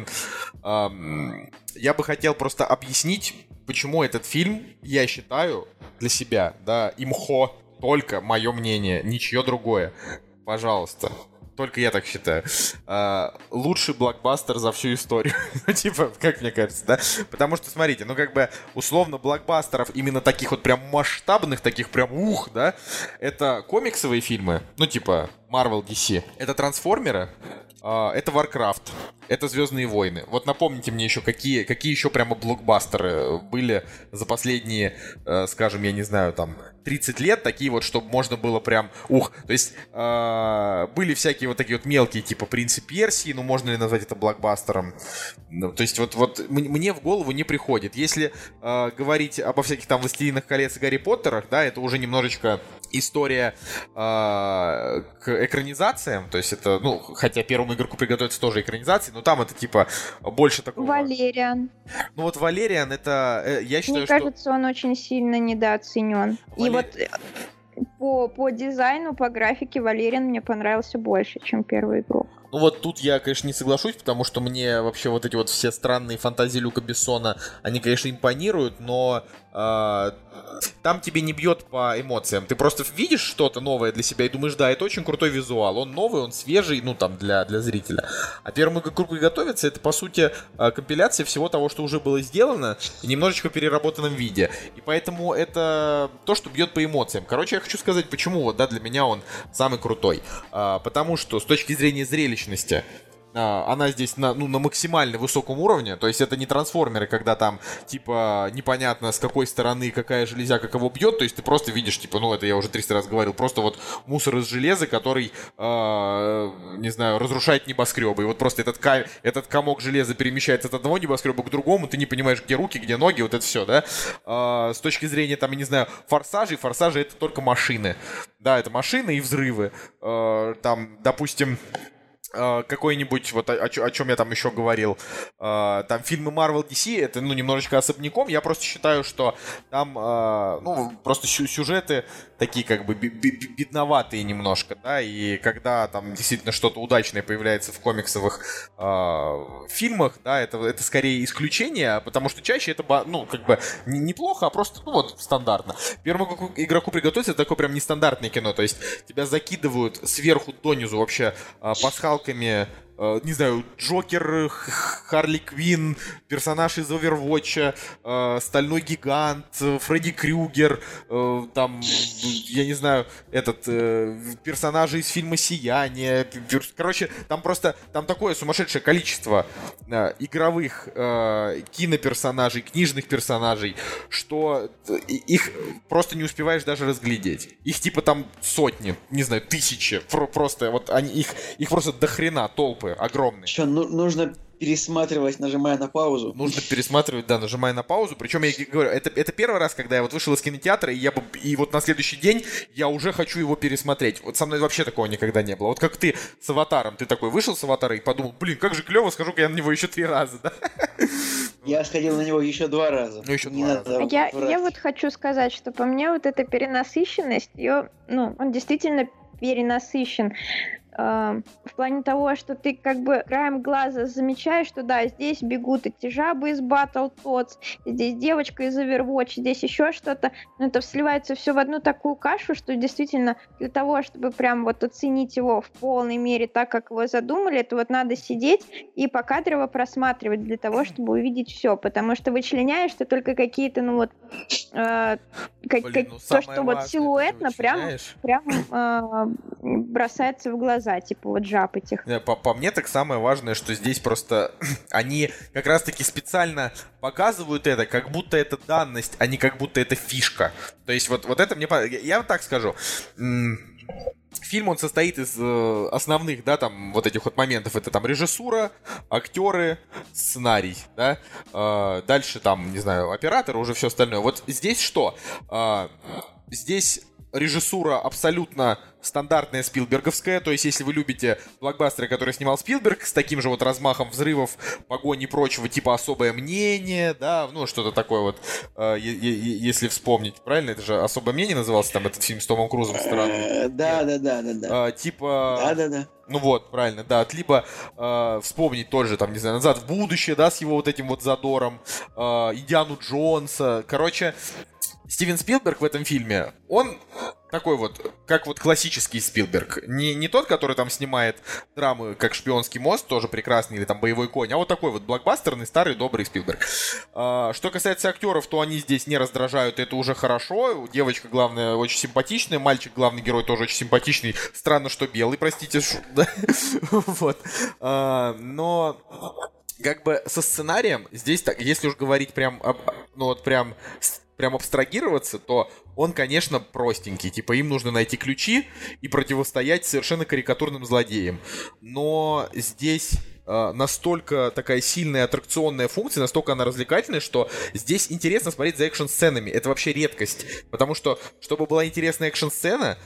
Я бы хотел просто объяснить, почему этот фильм, я считаю, для себя, да, имхо, только мое мнение, ничье другое. Пожалуйста. Только я так считаю. Лучший блокбастер за всю историю. Как мне кажется, да? Потому что, смотрите, условно блокбастеров именно таких вот прям масштабных, таких прям да? Это комиксовые фильмы, Marvel, DC. Это Трансформеры, это Warcraft, это Звездные войны. Вот напомните мне еще, какие еще прямо блокбастеры были за последние, скажем, я не знаю, 30 лет, такие вот, чтобы можно было прям, то есть были всякие вот такие вот мелкие, типа «Принц и Персии», можно ли назвать это блокбастером? То есть вот мне в голову не приходит. Если говорить обо всяких «Властелинах колец» и «Гарри Поттерах», да, это уже немножечко история к экранизациям, то есть это, хотя «Первому игроку приготовиться» тоже экранизации, но там это больше такого... Валериан. Валериан, это, я считаю, Мне кажется, он очень сильно недооценен. И вот по дизайну, по графике Валериан мне понравился больше, чем «Первый игрок». Тут я, конечно, не соглашусь, потому что мне вообще вот эти вот все странные фантазии Люка Бессона, они, конечно, импонируют, но там тебе не бьет по эмоциям. Ты просто видишь что-то новое для себя и думаешь, да, это очень крутой визуал. Он новый, он свежий, для зрителя. А «Первому игроку приготовиться» — это, по сути, компиляция всего того, что уже было сделано, в немножечко переработанном виде. И поэтому это то, что бьет по эмоциям. Короче, я хочу сказать, почему для меня он самый крутой. Потому что с точки зрения зрелищности она здесь на максимально высоком уровне. То есть это не трансформеры, когда там, непонятно с какой стороны какая железяка кого бьет. То есть ты просто видишь, это я уже 300 раз говорил, просто вот мусор из железа, который, не знаю, разрушает небоскребы. И вот просто этот комок железа перемещается от одного небоскреба к другому, ты не понимаешь, где руки, где ноги, вот это все, да. С точки зрения, я не знаю, форсажи это только машины. Да, это машины и взрывы. Допустим, какой-нибудь, о чем я там еще говорил, там фильмы Marvel, DC, это, немножечко особняком. Я просто считаю, что там, просто сюжеты такие, бедноватые немножко, да, и когда там действительно что-то удачное появляется в комиксовых фильмах, да, это скорее исключение, потому что чаще это, неплохо, а просто, стандартно. «Первому игроку приготовиться» — это такое прям нестандартное кино, то есть тебя закидывают сверху донизу вообще пасхалками не знаю, Джокер, Харли Квинн, персонаж из Овервотча, Стальной Гигант, Фредди Крюгер, там, я не знаю, персонажи из фильма «Сияние». Короче, там такое сумасшедшее количество игровых киноперсонажей, книжных персонажей, что их просто не успеваешь даже разглядеть. Их типа там сотни, не знаю, тысячи. Просто вот их просто до хрена толпы огромные. Что, нужно пересматривать, нажимая на паузу. Нужно пересматривать, да, нажимая на паузу. Причем я говорю, это первый раз, когда я вот вышел из кинотеатра, и вот на следующий день я уже хочу его пересмотреть. Вот со мной вообще такого никогда не было. Вот как ты с «Аватаром», ты такой вышел с «Аватара» и подумал, блин, как же клево, схожу-ка я на него еще 3 раза, да? Я сходил на него еще 2 раза. Ну, еще 2 раза. Я вот хочу сказать, что по мне вот эта перенасыщенность, он действительно перенасыщен. В плане того, что ты как бы краем глаза замечаешь, что да, здесь бегут эти жабы из Battletoads, здесь девочка из Overwatch, здесь еще что-то, но это сливается все в одну такую кашу, что действительно для того, чтобы прям вот оценить его в полной мере так, как его задумали, это вот надо сидеть и покадрово просматривать для того, чтобы увидеть все, потому что вычленяешь ты только какие-то, то, что вот силуэтно прям бросается в глаза. Типа вот жаб этих. По мне так самое важное, что здесь просто они как раз-таки специально показывают это, как будто это данность, а не как будто это фишка. То есть вот это мне... Я вот так скажу. Фильм, он состоит из основных, да, там, вот этих вот моментов. Это там режиссура, актеры, сценарий, да. Дальше там, не знаю, оператор, уже все остальное. Вот здесь что? Здесь режиссура абсолютно стандартная спилберговская, то есть если вы любите блокбастеры, которые снимал Спилберг, с таким же вот размахом взрывов, погони и прочего, типа «Особое мнение», да, что-то такое вот, если вспомнить, правильно? Это же «Особое мнение» назывался, там, этот фильм с Томом Крузом странным. Да. Типа... Да. Ну вот, правильно, да, либо вспомнить тот же, там, не знаю, «Назад в будущее», да, с его вот этим вот задором, Индиану Джонса, короче... Стивен Спилберг в этом фильме, он такой вот, как вот классический Спилберг. Не тот, который там снимает драмы, как «Шпионский мост», тоже прекрасный, или там «Боевой конь», а вот такой вот блокбастерный, старый, добрый Спилберг. Что касается актеров, то они здесь не раздражают, это уже хорошо. Девочка, главное, очень симпатичная, мальчик, главный герой, тоже очень симпатичный. Странно, что белый, простите. Вот. Но... Как бы со сценарием здесь, так, если уж говорить прям абстрагироваться, то он, конечно, простенький. Типа им нужно найти ключи и противостоять совершенно карикатурным злодеям. Но здесь настолько такая сильная аттракционная функция, настолько она развлекательная, что здесь интересно смотреть за экшн-сценами. Это вообще редкость. Потому что, чтобы была интересная экшн-сцена,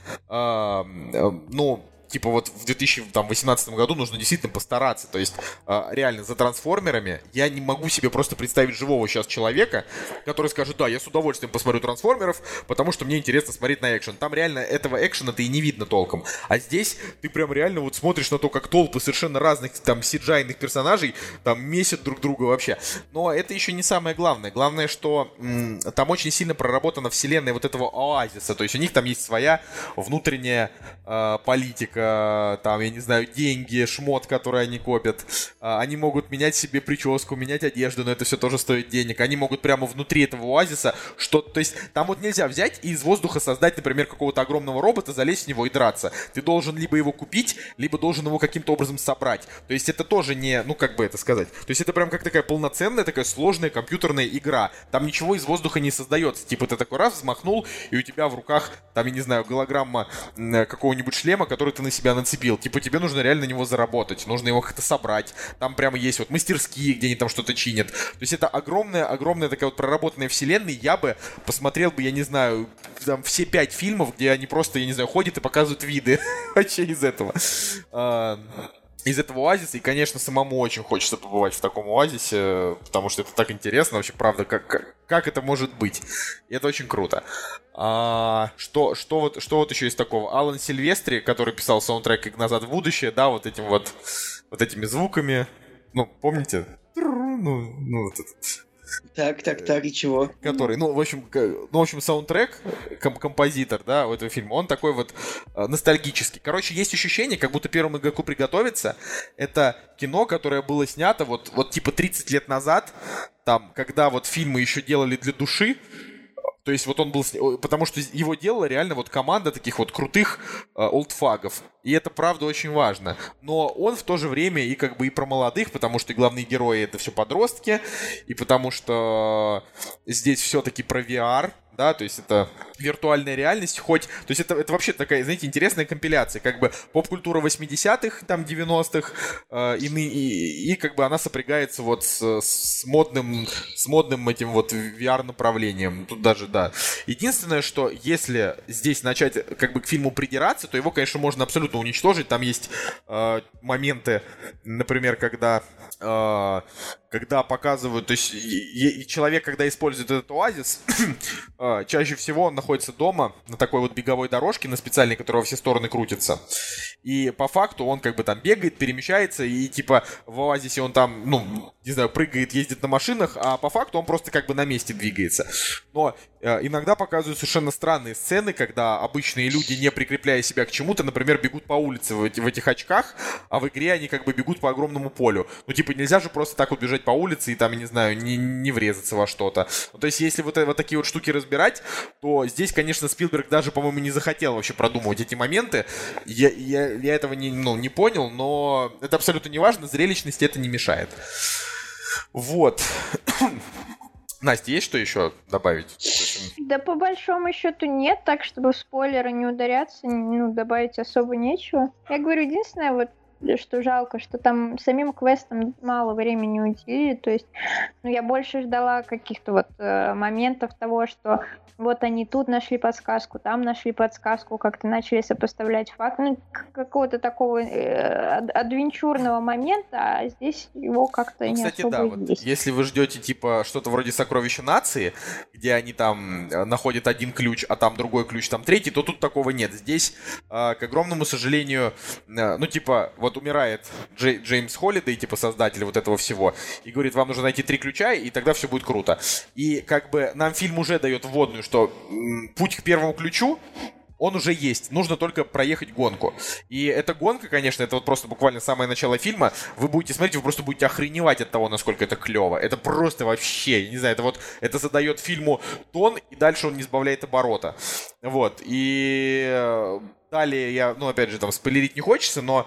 типа вот в 2018 году нужно действительно постараться. То есть реально за «Трансформерами» я не могу себе просто представить живого сейчас человека, который скажет: да, я с удовольствием посмотрю «Трансформеров», потому что мне интересно смотреть на экшен. Там реально этого экшена-то и не видно толком. А здесь ты прям реально вот смотришь на то, как толпы совершенно разных там CGI-ных персонажей там месят друг друга вообще. Но это еще не самое главное. Главное, что там очень сильно проработана вселенная вот этого оазиса. То есть у них там есть своя внутренняя политика, там, я не знаю, деньги, шмот, который они копят. Они могут менять себе прическу, менять одежду, но это все тоже стоит денег. Они могут прямо внутри этого оазиса то есть там вот нельзя взять и из воздуха создать, например, какого-то огромного робота, залезть в него и драться. Ты должен либо его купить, либо должен его каким-то образом собрать. То есть это тоже не, как бы это сказать, то есть это прям как такая полноценная, такая сложная компьютерная игра. Там ничего из воздуха не создается. Типа ты такой раз взмахнул, и у тебя в руках, там, я не знаю, голограмма какого-нибудь шлема, который ты на себя нацепил. Типа тебе нужно реально на него заработать, нужно его как-то собрать. Там прямо есть вот мастерские, где они там что-то чинят. То есть это огромная такая вот проработанная вселенная. Я бы посмотрел бы, я не знаю, там все 5 фильмов, где они просто, я не знаю, ходят и показывают виды вообще из этого оазиса. И, конечно, самому очень хочется побывать в таком оазисе, потому что это так интересно вообще, правда, как это может быть. И это очень круто. Что вот еще из такого? Алан Сильвестри, который писал саундтрек «Назад в будущее», да, вот этими звуками. Помните? Вот этот. Так, и чего? Который, в общем, саундтрек, композитор, да, у этого фильма, он такой вот ностальгический. Короче, есть ощущение, как будто первому игроку приготовиться. Это кино, которое было снято вот типа 30 лет назад, там, когда вот фильмы еще делали для души. То есть вот он был... Потому что его делала реально вот команда таких вот крутых олдфагов. И это, правда, очень важно. Но он в то же время и как бы и про молодых, потому что главные герои — это все подростки, и потому что здесь все-таки про VR, да, то есть это виртуальная реальность, то есть это вообще такая, знаете, интересная компиляция, как бы поп-культура 80-х, там, 90-х, и как бы она сопрягается вот с модным этим вот VR-направлением, тут даже, да. Единственное, что если здесь начать как бы к фильму придираться, то его, конечно, можно абсолютно уничтожить, там есть моменты, например, когда показывают, то есть и человек, когда использует этот оазис, чаще всего он находится дома на такой вот беговой дорожке, на специальной, которая во все стороны крутится. И по факту он как бы там бегает, перемещается, и типа в оазисе он там, не знаю, прыгает, ездит на машинах, а по факту он просто как бы на месте двигается. Но иногда показывают совершенно странные сцены, когда обычные люди, не прикрепляя себя к чему-то, например, бегут по улице в этих очках, а в игре они как бы бегут по огромному полю. Типа нельзя же просто так вот бежать по улице и там, не знаю, не врезаться во что-то. То есть если вот такие вот штуки разбирать, то здесь, конечно, Спилберг даже, по-моему, не захотел вообще продумывать эти моменты. Я этого не понял, но это абсолютно не важно, зрелищности это не мешает. Вот. Настя, есть что еще добавить? Да по большому счету нет, так чтобы в спойлеры не ударяться, добавить особо нечего. Я говорю, единственное, вот что жалко, что там самим квестам мало времени уделили, то есть, я больше ждала каких-то вот моментов того, что вот они тут нашли подсказку, там нашли подсказку, как-то начали сопоставлять факты, какого-то такого адвенчурного момента, а здесь его как-то не кстати, особо да, вот есть. если вы ждете типа что-то вроде «Сокровища нации», где они там находят один ключ, а там другой ключ, там третий, то тут такого нет. Здесь, к огромному сожалению, вот умирает Джеймс Холлидей, типа создатель вот этого всего, и говорит, вам нужно найти 3 ключа, и тогда все будет круто. И как бы нам фильм уже дает вводную, что путь к первому ключу, он уже есть, нужно только проехать гонку. И эта гонка, конечно, это вот просто буквально самое начало фильма, вы будете смотреть, вы просто будете охреневать от того, насколько это клево. Это просто вообще, не знаю, это задает фильму тон, и дальше он не сбавляет оборота. Вот, и далее я, опять же, там спойлерить не хочется, но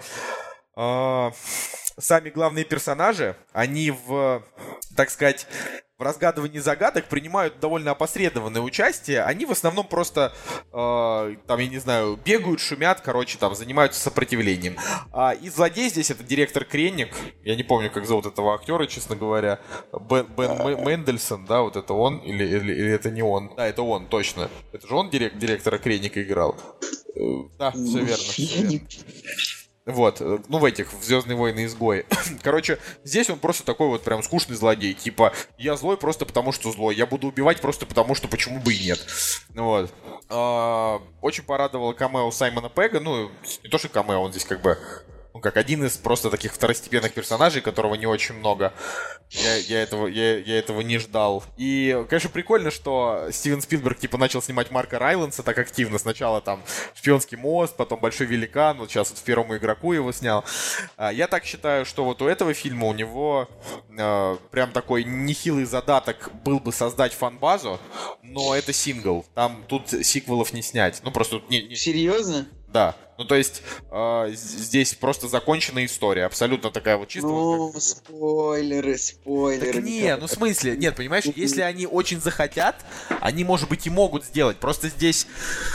сами главные персонажи, они так сказать, в разгадывании загадок принимают довольно опосредованное участие. Они в основном просто, там, я не знаю, бегают, шумят, там, занимаются сопротивлением. И злодей здесь это директор Кренник. Я не помню, как зовут этого актера, честно говоря. Бен Мендельсон, да, вот это он? Или это не он? Да, это он, точно. Это же он директора Кренника играл. Да, все верно. Вот, в «Звездные войны. Изгои». Короче, здесь он просто такой вот прям скучный злодей. Типа, я злой просто потому, что злой. Я буду убивать просто потому, что почему бы и нет. Вот. Очень порадовало камео Саймона Пегга. Не то, что камео, он здесь как бы... как один из просто таких второстепенных персонажей, которого не очень много. Я этого не ждал. И, конечно, прикольно, что Стивен Спилберг типа начал снимать Марка Райландса так активно. Сначала там «Шпионский мост», потом «Большой великан», вот сейчас вот в «Первому игроку» его снял. Я так считаю, что вот у этого фильма у него прям такой нехилый задаток был бы создать фан-базу, но это сингл. Тут сиквелов не снять. Просто тут не... Серьезно? Да. То есть здесь просто законченная история. Абсолютно такая вот чистая. Спойлеры. Так не, в смысле? Нет, понимаешь, если они очень захотят, они, может быть, и могут сделать. Просто здесь...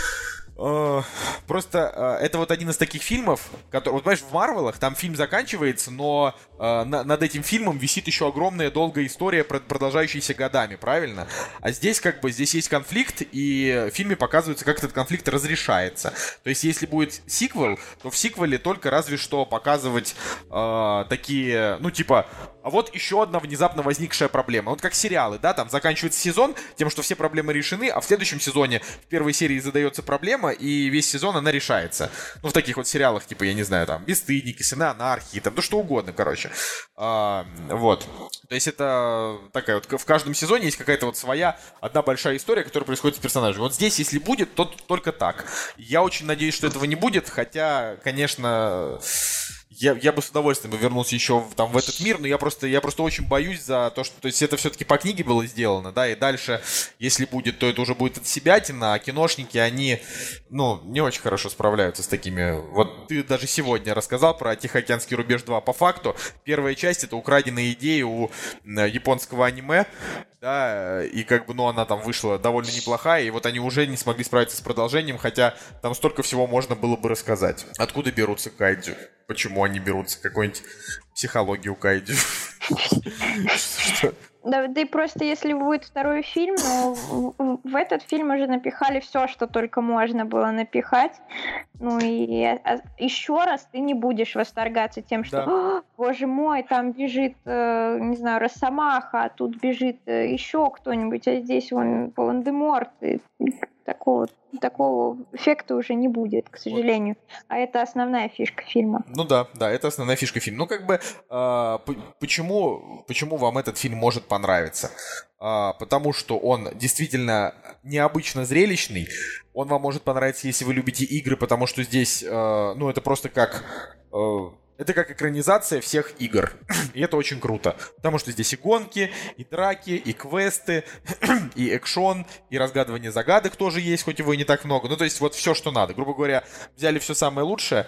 это вот один из таких фильмов, который, вот понимаешь, в Марвелах там фильм заканчивается, но над этим фильмом висит еще огромная долгая история, продолжающаяся годами, правильно? А здесь здесь есть конфликт, и в фильме показывается, как этот конфликт разрешается. То есть, если будет сиквел, то в сиквеле только разве что показывать такие, а вот еще одна внезапно возникшая проблема. Вот как сериалы, да, там заканчивается сезон тем, что все проблемы решены, а в следующем сезоне в первой серии задается проблема, проблема, и весь сезон она решается. Ну, в таких вот сериалах, типа, я не знаю, там, «Бесстыдники», «Сыны анархии», там, ну, что угодно, короче. Вот. То есть это такая вот, в каждом сезоне есть какая-то вот своя, одна большая история, которая происходит с персонажем. Вот здесь, если будет, то только так. Я очень надеюсь, что этого не будет, хотя, конечно... Я бы с удовольствием вернулся еще там в этот мир, но я просто очень боюсь за то, что... То есть это все-таки по книге было сделано, да, и дальше, если будет, то это уже будет от себятина, а киношники, они, ну, не очень хорошо справляются с такими... Вот ты даже сегодня рассказал про «Тихоокеанский рубеж 2». По факту, первая часть — это украденные идеи у японского аниме, да, и как бы, ну, она там вышла довольно неплохая, и вот они уже не смогли справиться с продолжением, хотя там столько всего можно было бы рассказать. Откуда берутся кайдзю? Почему они берутся? Какой-нибудь психологию кайдзю? Да и просто если будет второй фильм, ну, в этот фильм уже напихали все, что только можно было напихать. Ну и еще раз ты не будешь восторгаться тем, что, да. Боже мой, там бежит, не знаю, Росомаха, а тут бежит еще кто-нибудь, а здесь вон Волан-де-Морт. Такого эффекта уже не будет, к сожалению. А это основная фишка фильма. Ну да, это основная фишка фильма. Ну как бы, почему вам этот фильм может понравиться? Потому что он действительно необычно зрелищный. Он вам может понравиться, если вы любите игры, потому что здесь, ну это просто как... Это как экранизация всех игр. И это очень круто. Потому что здесь и гонки, и драки, и квесты, и экшон, и разгадывание загадок тоже есть, хоть его и не так много. Ну, то есть вот все, что надо. Грубо говоря, взяли все самое лучшее.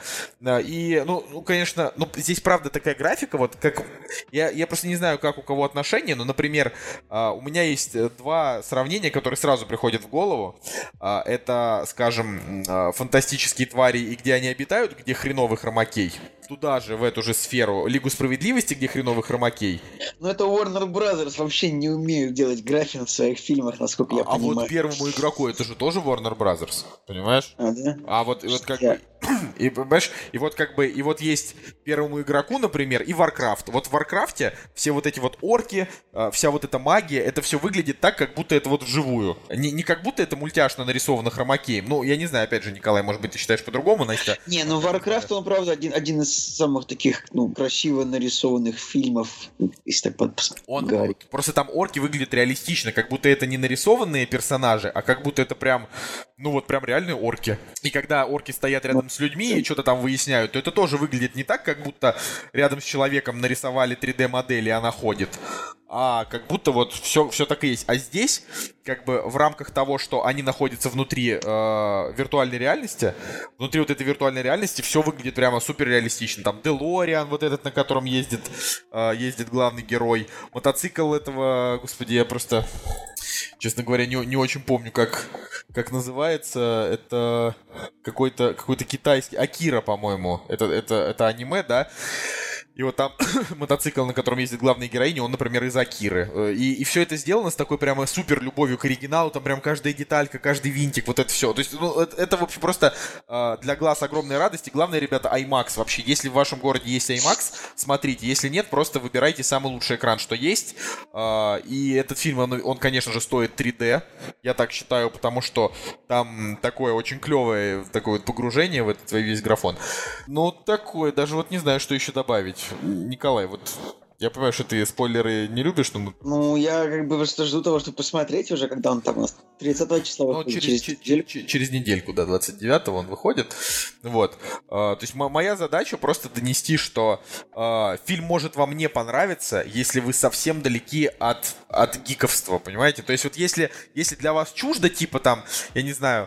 И, ну конечно, ну, здесь правда такая графика, вот как... Я просто не знаю, как у кого отношения, но, например, у меня есть два сравнения, которые сразу приходят в голову. Это, скажем, «Фантастические твари» и «Где они обитают», где хреновый хромакей. Туда же, в эту же сферу, «Лигу справедливости», где хреновый хромакей. Ну это Warner Brothers вообще не умеют делать график в своих фильмах, насколько я понимаю. А вот «Первому игроку» это же тоже Warner Brothers, понимаешь? Да? А вот как бы... И, понимаешь, и вот как бы, и вот есть «Первому игроку», например, и Warcraft. Вот в Warcraft'е все вот эти вот орки, вся вот эта магия, это все выглядит так, как будто это вот вживую. Не как будто это мультяшно нарисовано хромакеем. Ну, я не знаю, опять же, Николай, может быть, ты считаешь по-другому, Настя? Не, ну Warcraft, он, правда, один из самых таких, ну, красиво нарисованных фильмов, если так говорить. Просто там орки выглядят реалистично, как будто это не нарисованные персонажи, а как будто это прям, ну вот прям реальные орки. И когда орки стоят рядом с людьми и что-то там выясняют, то это тоже выглядит не так, как будто рядом с человеком нарисовали 3D-модель, и она ходит, а как будто вот все так и есть. А здесь, как бы в рамках того, что они находятся внутри виртуальной реальности, внутри вот этой виртуальной реальности все выглядит прямо супер реалистично. Там Делориан, вот этот, на котором ездит главный герой. Мотоцикл этого, господи, я просто, честно говоря, не очень помню, как называется. Это какой-то китайский... Акира, по-моему. Это аниме, да? И вот там мотоцикл, на котором ездит главная героиня, он, например, из Акиры. И все это сделано с такой прямо супер любовью к оригиналу. Там прям каждая деталька, каждый винтик, вот это все. То есть, ну, это вообще просто для глаз огромной радости. Главное, ребята, IMAX вообще. Если в вашем городе есть IMAX, смотрите. Если нет, просто выбирайте самый лучший экран, что есть. И этот фильм, он, конечно же, стоит 3D. Я так считаю, потому что там такое очень клевое такое вот погружение в этот весь графон. Ну, такое, даже вот не знаю, что еще добавить. Николай, вот я понимаю, что ты спойлеры не любишь, но... Ну, я как бы просто жду того, чтобы посмотреть уже, когда он там у нас 30 числа выходит. Через недельку, да, 29-го он выходит. Вот. То есть моя задача просто донести, что фильм может вам не понравиться, если вы совсем далеки от гиковства, понимаете? То есть вот если для вас чуждо, типа там, я не знаю...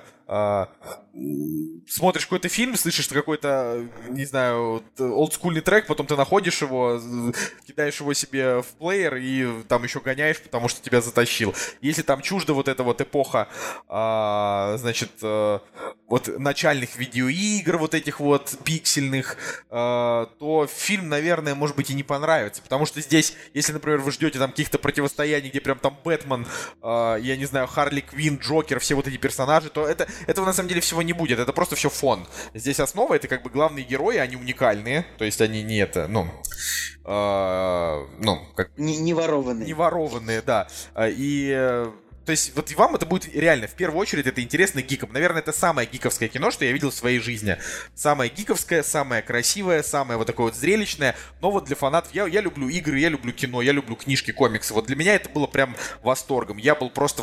смотришь какой-то фильм, слышишь какой-то, не знаю, олдскульный трек, потом ты находишь его, кидаешь его себе в плеер и там еще гоняешь, потому что тебя затащил. Если там чуждо вот эта вот эпоха, значит, вот начальных видеоигр, вот этих вот пиксельных, то фильм, наверное, может быть и не понравится. Потому что здесь, если, например, вы ждете там каких-то противостояний, где прям там Бэтмен, я не знаю, Харли Квинн, Джокер, все вот эти персонажи, то этого на самом деле всего не будет. Это просто все фон. Здесь основа — это как бы главные герои, они уникальные. То есть они не это, как... Не ворованные. Не ворованные, да. И... То есть вот вам это будет реально, в первую очередь, это интересно гикам. Наверное, это самое гиковское кино, что я видел в своей жизни. Самое гиковское, самое красивое, самое вот такое вот зрелищное. Но вот для фанатов, я люблю игры, я люблю кино, я люблю книжки, комиксы. Вот для меня это было прям восторгом. Я был просто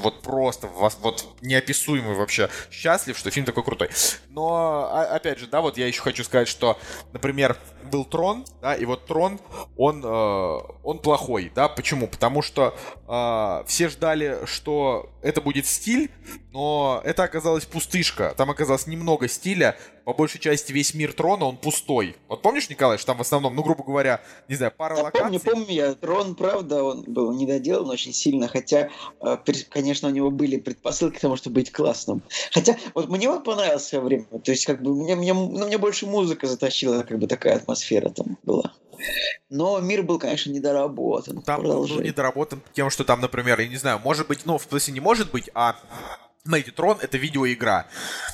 неописуемый вообще счастлив, что фильм такой крутой. Но, опять же, да, вот я еще хочу сказать, что, например, был Трон, да, и вот Трон, он плохой, да, почему? Потому что все ждали, что это будет стиль, но это оказалась пустышка. Там оказалось немного стиля. По большей части весь мир Трона, он пустой. Вот помнишь, Николай, что там в основном, ну, грубо говоря, не знаю, пара локаций? Помню я. Трон, правда, он был недоделан очень сильно, хотя, конечно, у него были предпосылки к тому, чтобы быть классным. Хотя, вот мне он понравился в свое время. То есть, как бы, мне больше музыка затащила, как бы, такая атмосфера там была. Но мир был, конечно, недоработан. Там был недоработан тем, что там, например, я не знаю, может быть, ну, в смысле, не может быть, а, знаете, Трон — это видеоигра.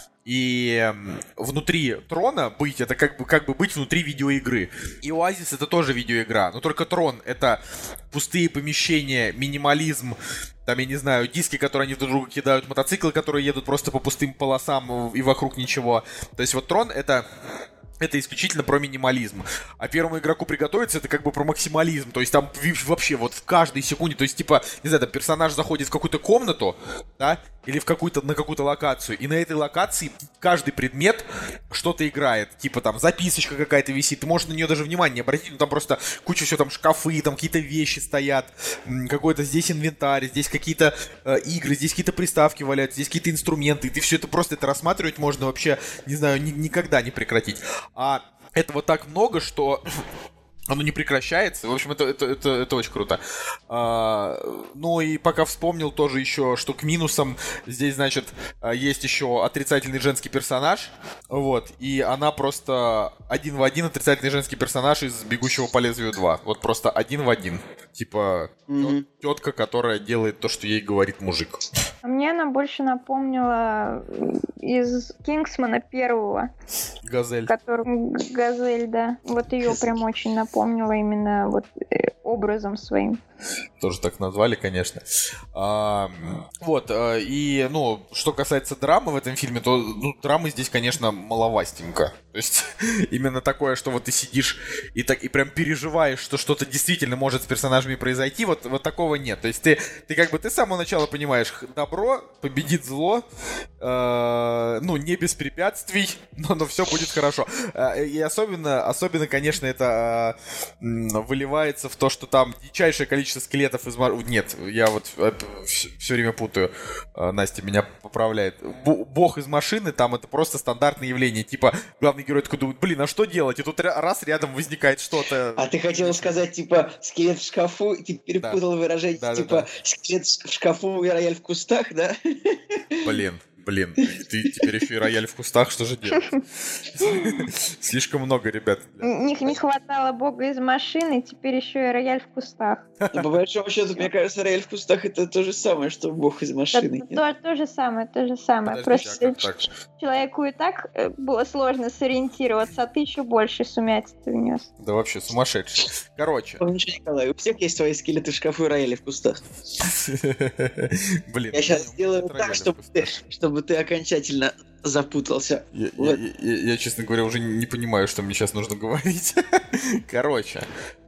И внутри Трона быть, это как бы быть внутри видеоигры. И Оазис — это тоже видеоигра. Но только Трон — это пустые помещения, минимализм, там, я не знаю, диски, которые они друг друга кидают, мотоциклы, которые едут просто по пустым полосам и вокруг ничего. То есть вот Трон — это исключительно про минимализм. А первому игроку приготовиться — это как бы про максимализм. То есть там вообще вот в каждой секунде, то есть типа, не знаю, там персонаж заходит в какую-то комнату, да, или на какую-то локацию, и на этой локации каждый предмет что-то играет. Типа там записочка какая-то висит, ты можешь на нее даже внимания не обратить, но там просто куча всего, там шкафы, там какие-то вещи стоят, какой-то здесь инвентарь, здесь какие-то игры, здесь какие-то приставки валяются, здесь какие-то инструменты, и ты все это просто рассматривать можно вообще, не знаю, никогда не прекратить. А это вот так много, что оно не прекращается. В общем, это очень круто. Ну и пока вспомнил тоже еще, что к минусам здесь, значит, есть еще отрицательный женский персонаж. Вот. И она просто один в один отрицательный женский персонаж из «Бегущего по лезвию 2». Вот просто один в один. Типа тетка, которая делает то, что ей говорит мужик. Мне она больше напомнила из «Кингсмана» первого. Газель. Газель, да. Вот ее прям очень напомнила именно вот образом своим. Тоже так назвали, конечно. Вот, и, ну, что касается драмы в этом фильме, то драмы здесь, конечно, маловастенько. То есть именно такое, что вот ты сидишь и прям переживаешь, что что-то действительно может с персонажами произойти, вот такого нет. То есть ты как бы, ты с самого начала понимаешь, добро победит зло, ну, не без препятствий, но все будет хорошо. И особенно, конечно, это выливается в то, что там дичайшее количество скелетов из... Нет, я вот все время путаю. Настя меня поправляет. Бог из машины, там это просто стандартное явление. Типа, главный герой такой думает, блин, а что делать? И тут раз рядом возникает что-то... А ты хотел сказать, типа, скелет в шкафу, и ты перепутал выражение, типа, скелет в шкафу и рояль в кустах, да? Блин, ты теперь еще и рояль в кустах, что же делать? Слишком много, ребят. Не хватало бога из машины, теперь еще и рояль в кустах. Но по большому счету, мне кажется, рояль в кустах — это то же самое, что бог из машины. То же самое. Просто человеку и так было сложно сориентироваться, а ты еще больше сумятицы внес. Да вообще, сумасшедший. Короче. Помнишь, Николай, у всех есть свои скелеты в шкафу и рояли в кустах. Блин. Я сейчас сделаю так, чтобы ты окончательно запутался. Я, честно говоря, уже не понимаю, что мне сейчас нужно говорить. Короче,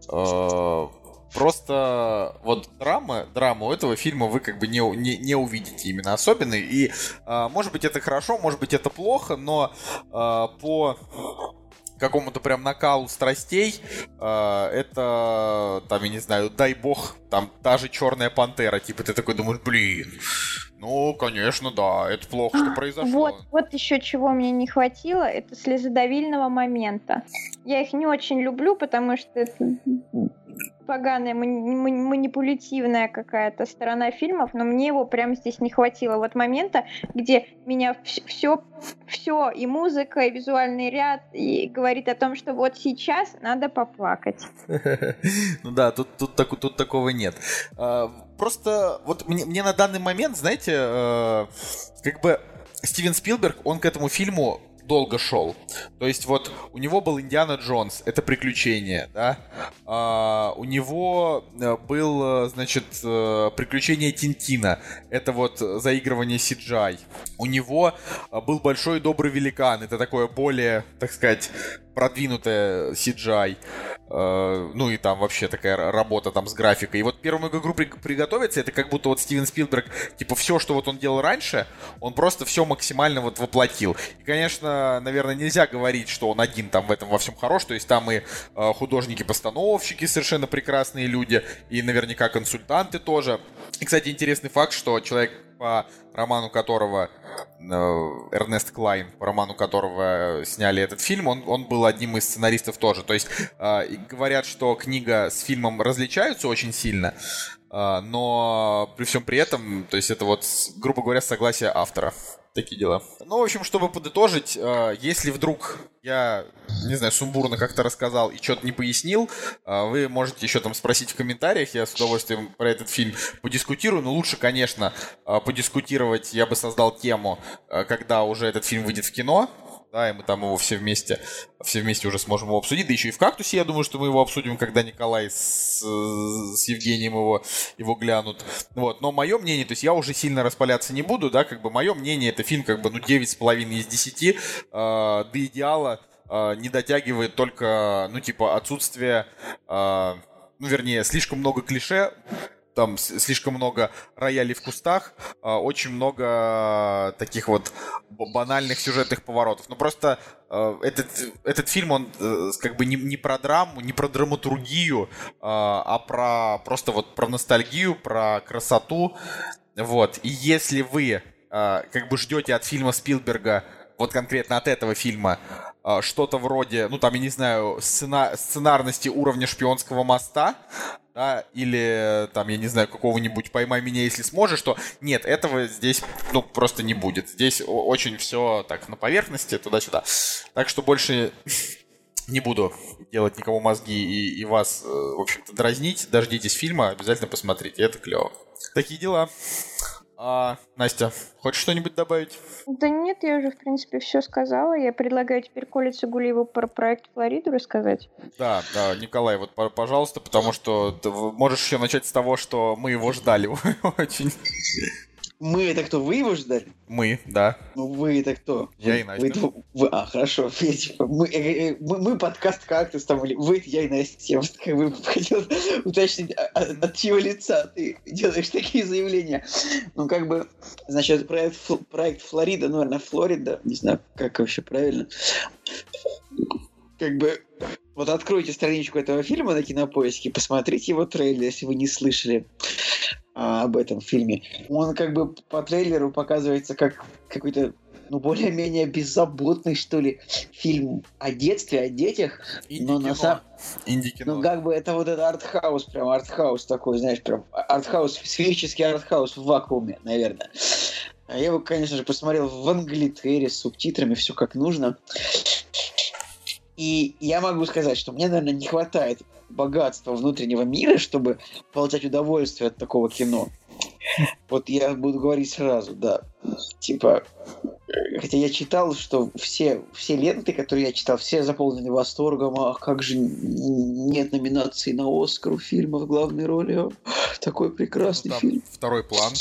просто вот драму этого фильма вы как бы не увидите именно особенной. И, может быть, это хорошо, может быть, это плохо, но по какому-то прям накалу страстей это, там, я не знаю, дай бог, там, та же «Черная пантера». Типа ты такой думаешь, блин, ну, конечно, да, это плохо, что произошло. Вот еще чего мне не хватило, это слезодавильного момента. Я их не очень люблю, потому что это поганая, манипулятивная какая-то сторона фильмов, но мне его прямо здесь не хватило. Вот момента, где меня все и музыка, и визуальный ряд, и говорит о том, что вот сейчас надо поплакать. Ну да, тут такого нет. Просто вот мне на данный момент, знаете, как бы Стивен Спилберг, он к этому фильму долго шел. То есть вот у него был Индиана Джонс, это приключение, да. У него был, значит, приключение Тинтина, это вот заигрывание CGI. У него был Большой и добрый великан, это такое более, так сказать, продвинутое CGI. Ну и там вообще такая работа там с графикой. И вот первому игру приготовиться, это как будто вот Стивен Спилберг, типа все, что вот он делал раньше, он просто все максимально вот воплотил. И, конечно, наверное, нельзя говорить, что он один там в этом во всем хорош. То есть там и художники-постановщики совершенно прекрасные люди, и наверняка консультанты тоже. И, кстати, интересный факт, что человек, по роману которого Эрнест Клайн, по роману которого сняли этот фильм, он был одним из сценаристов тоже. То есть говорят, что книга с фильмом различаются очень сильно, но при всем при этом, то есть это вот, грубо говоря, согласие автора. Такие дела. Ну, в общем, чтобы подытожить, если вдруг я, не знаю, сумбурно как-то рассказал и что-то не пояснил, вы можете еще там спросить в комментариях, я с удовольствием про этот фильм подискутирую, но лучше, конечно, подискутировать я бы создал тему, когда уже этот фильм выйдет в кино, да, и мы там его все вместе уже сможем его обсудить, да еще и в «Кактусе», я думаю, что мы его обсудим, когда Николай с Евгением его глянут, вот, но мое мнение, то есть я уже сильно распаляться не буду, да, как бы мое мнение, это фильм как бы, 9,5 из 10, до идеала не дотягивает только, отсутствие, вернее, слишком много клише, там слишком много роялей в кустах, очень много таких вот банальных сюжетных поворотов. Но просто этот фильм, он как бы не про драму, не про драматургию, а про ностальгию, про красоту. Вот. И если вы как бы ждете от фильма Спилберга, вот конкретно от этого фильма, что-то вроде, я не знаю, сценарности уровня «Шпионского моста», да, или там, я не знаю, какого-нибудь «Поймай меня, если сможешь», то нет, этого здесь, просто не будет. Здесь очень все так на поверхности, туда-сюда. Так что больше не буду делать никому мозги и вас, в общем-то, дразнить. Дождитесь фильма, обязательно посмотрите, это клево. Такие дела. Настя, хочешь что-нибудь добавить? Да нет, я уже, в принципе, все сказала. Я предлагаю теперь Коле Цигулиеву про проект «Флориду» рассказать. Да, Николай, вот, пожалуйста, потому что ты можешь еще начать с того, что мы его ждали очень. Мы это кто? Вы его ждали? Мы, да. Ну вы это кто? Я и Настя. Хорошо. Мы подкаст «Кактус» там, или вы, я и Настя. Я вот как бы хотел уточнить, от чьего лица ты делаешь такие заявления. Значит, проект «Флорида», наверное, «Флорида», не знаю, как вообще правильно. Вот откройте страничку этого фильма на Кинопоиске, посмотрите его трейлер, если вы не слышали об этом фильме. Он по трейлеру показывается как какой-то, более-менее беззаботный, что ли, фильм о детстве, о детях. Инди-кино. Это вот это артхаус, прям артхаус такой, знаешь, прям артхаус, сферический артхаус в вакууме, наверное. Я его, конечно же, посмотрел в англитере с субтитрами, все как нужно. И я могу сказать, что мне, наверное, не хватает богатства внутреннего мира, чтобы получать удовольствие от такого кино. Вот я буду говорить сразу, да. Хотя я читал, что все ленты, которые я читал, все заполнены восторгом. А как же нет номинации на «Оскар» у фильма в главной роли? Такой прекрасный фильм. Второй план.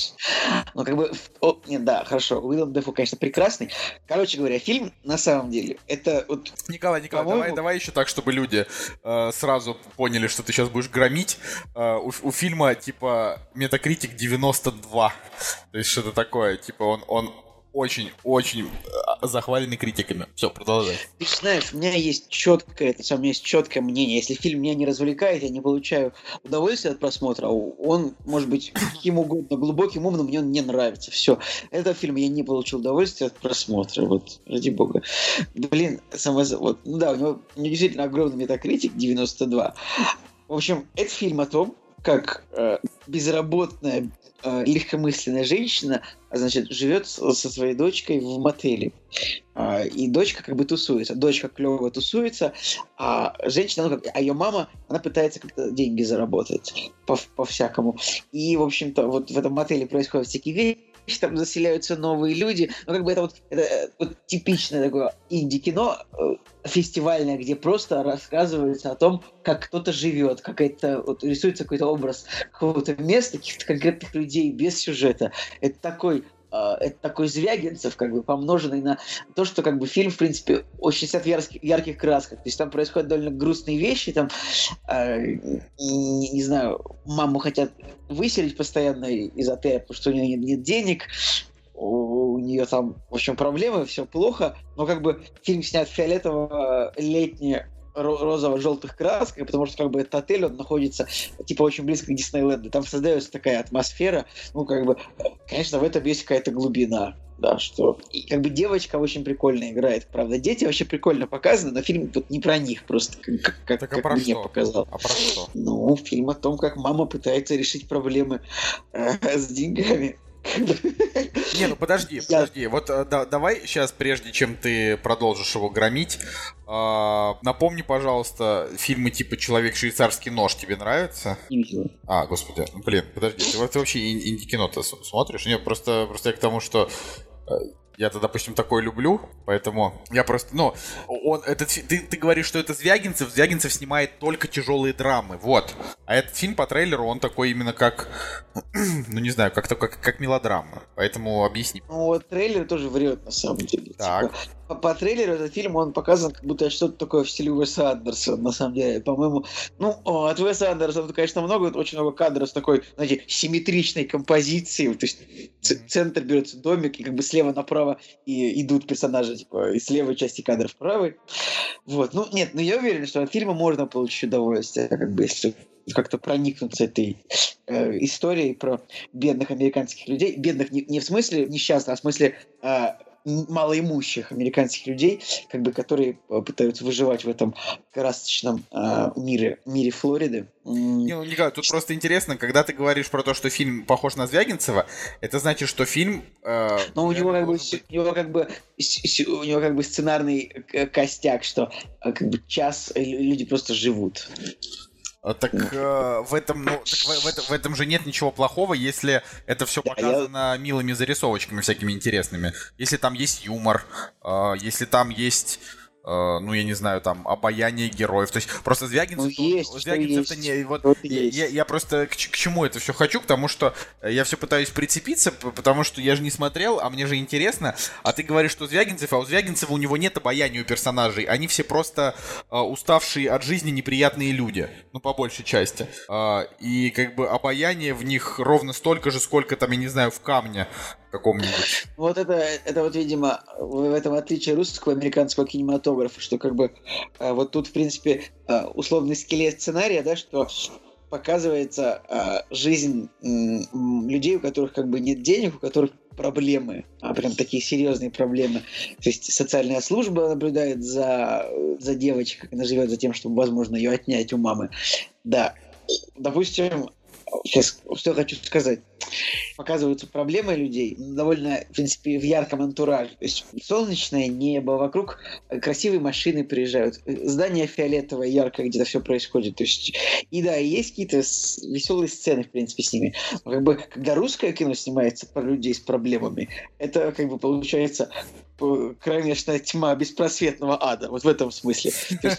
Да, хорошо. Уиллем Дефо, конечно, прекрасный. Короче говоря, фильм, на самом деле, это вот... Николай, давай еще так, чтобы люди сразу поняли, что ты сейчас будешь громить. У фильма, Metacritic 92. То есть что-то такое. Он очень-очень захваленный критиками. Все, продолжай. Ты знаешь, у меня есть четкое мнение. Если фильм меня не развлекает, я не получаю удовольствия от просмотра, он может быть каким угодно глубоким, умным, мне он не нравится. Все. Этого фильма я не получил удовольствия от просмотра. Вот, ради бога. У него действительно огромный метакритик, 92. В общем, это фильм о том, как безработная легкомысленная женщина, живет со своей дочкой в мотеле. И дочка тусуется. Дочка клево тусуется, а женщина, ее мама, она пытается как-то деньги заработать по-всякому. И, в общем-то, вот в этом мотеле происходят всякие там заселяются новые люди. Ну, как бы это вот типичное такое инди-кино фестивальное, где просто рассказывается о том, как кто-то живет, как это вот рисуется какой-то образ какого-то места, каких-то конкретных людей без сюжета. Это такой Звягинцев, как бы помноженный на то, что как бы фильм, в принципе, очень снят в ярких красках. То есть там происходят довольно грустные вещи, там, не знаю, маму хотят выселить постоянно из отеля, потому что у нее нет денег, у нее там, в общем, проблемы, все плохо, но как бы фильм снят фиолетово-летний розово-желтых красках, потому что как бы этот отель, он находится типа очень близко к Диснейленду. Там создается такая атмосфера, ну как бы, конечно, в этом есть какая-то глубина, да, что и, как бы девочка очень прикольно играет, правда. Дети вообще прикольно показаны, но фильм тут не про них, просто как мне показал. А про что? Ну, фильм о том, как мама пытается решить проблемы с деньгами. Не, ну подожди. Вот давай сейчас, прежде чем ты продолжишь его громить, напомни, пожалуйста, фильмы типа «Человек швейцарский нож» тебе нравятся? Не видел. А, господи, блин, подожди, ты вообще инди-кино-то смотришь? Нет, просто я к тому, что я-то, допустим, такое люблю, поэтому я просто, ты говоришь, что это Звягинцев снимает только тяжелые драмы, вот. А этот фильм по трейлеру, он такой именно как, ну не знаю, как мелодрама, поэтому объясни. Ну вот трейлер тоже врет, на самом деле. Так. Типа, по трейлеру этот фильм, он показан как будто что-то такое в стиле Уэса Андерсона, на самом деле, по-моему. Ну, от Уэса Андерсона, конечно, очень много кадров с такой, знаете, симметричной композицией, то есть центр берется домик, и как бы слева направо и идут персонажи, типа, из левой части кадра в правой. Вот, я уверен, что от фильма можно получить удовольствие, как бы, если как-то проникнуться этой историей про бедных американских людей. Бедных не в смысле несчастных, а в смысле малоимущих американских людей, как бы, которые пытаются выживать в этом красочном мире Флориды. Николай, тут просто интересно, когда ты говоришь про то, что фильм похож на Звягинцева, это значит, что фильм... Но у него как бы сценарный костяк, что как бы час люди просто живут. Так в этом же нет ничего плохого, если это все показано милыми зарисовочками всякими интересными. Если там есть юмор, если там есть, я не знаю, там обаяние героев. То есть просто Звягинцев-то не... Вот я просто к чему это все хочу, потому что я все пытаюсь прицепиться, потому что я же не смотрел, а мне же интересно. А ты говоришь, что Звягинцев, а у Звягинцева у него нет обаяния у персонажей. Они все просто уставшие от жизни неприятные люди. Ну, по большей части. И как бы обаяние в них ровно столько же, сколько там, я не знаю, в камне каком-нибудь. Вот это вот, видимо, в этом отличие русского и американского кинематографа, что как бы вот тут, в принципе, условный скелет сценария, да, что показывается жизнь людей, у которых как бы нет денег, у которых проблемы, прям такие серьезные проблемы. То есть социальная служба наблюдает за девочкой, как она живет, за тем, чтобы, возможно, ее отнять у мамы. Да, допустим, сейчас что хочу сказать. Показываются проблемы людей довольно, в принципе, в ярком антураже. То есть солнечное небо, вокруг красивые машины приезжают, здание фиолетовое, яркое, где-то все происходит. То есть, и есть какие-то веселые сцены, в принципе, с ними. Но как бы, когда русское кино снимается про людей с проблемами, это как бы получается кромешная тьма беспросветного ада. Вот в этом смысле.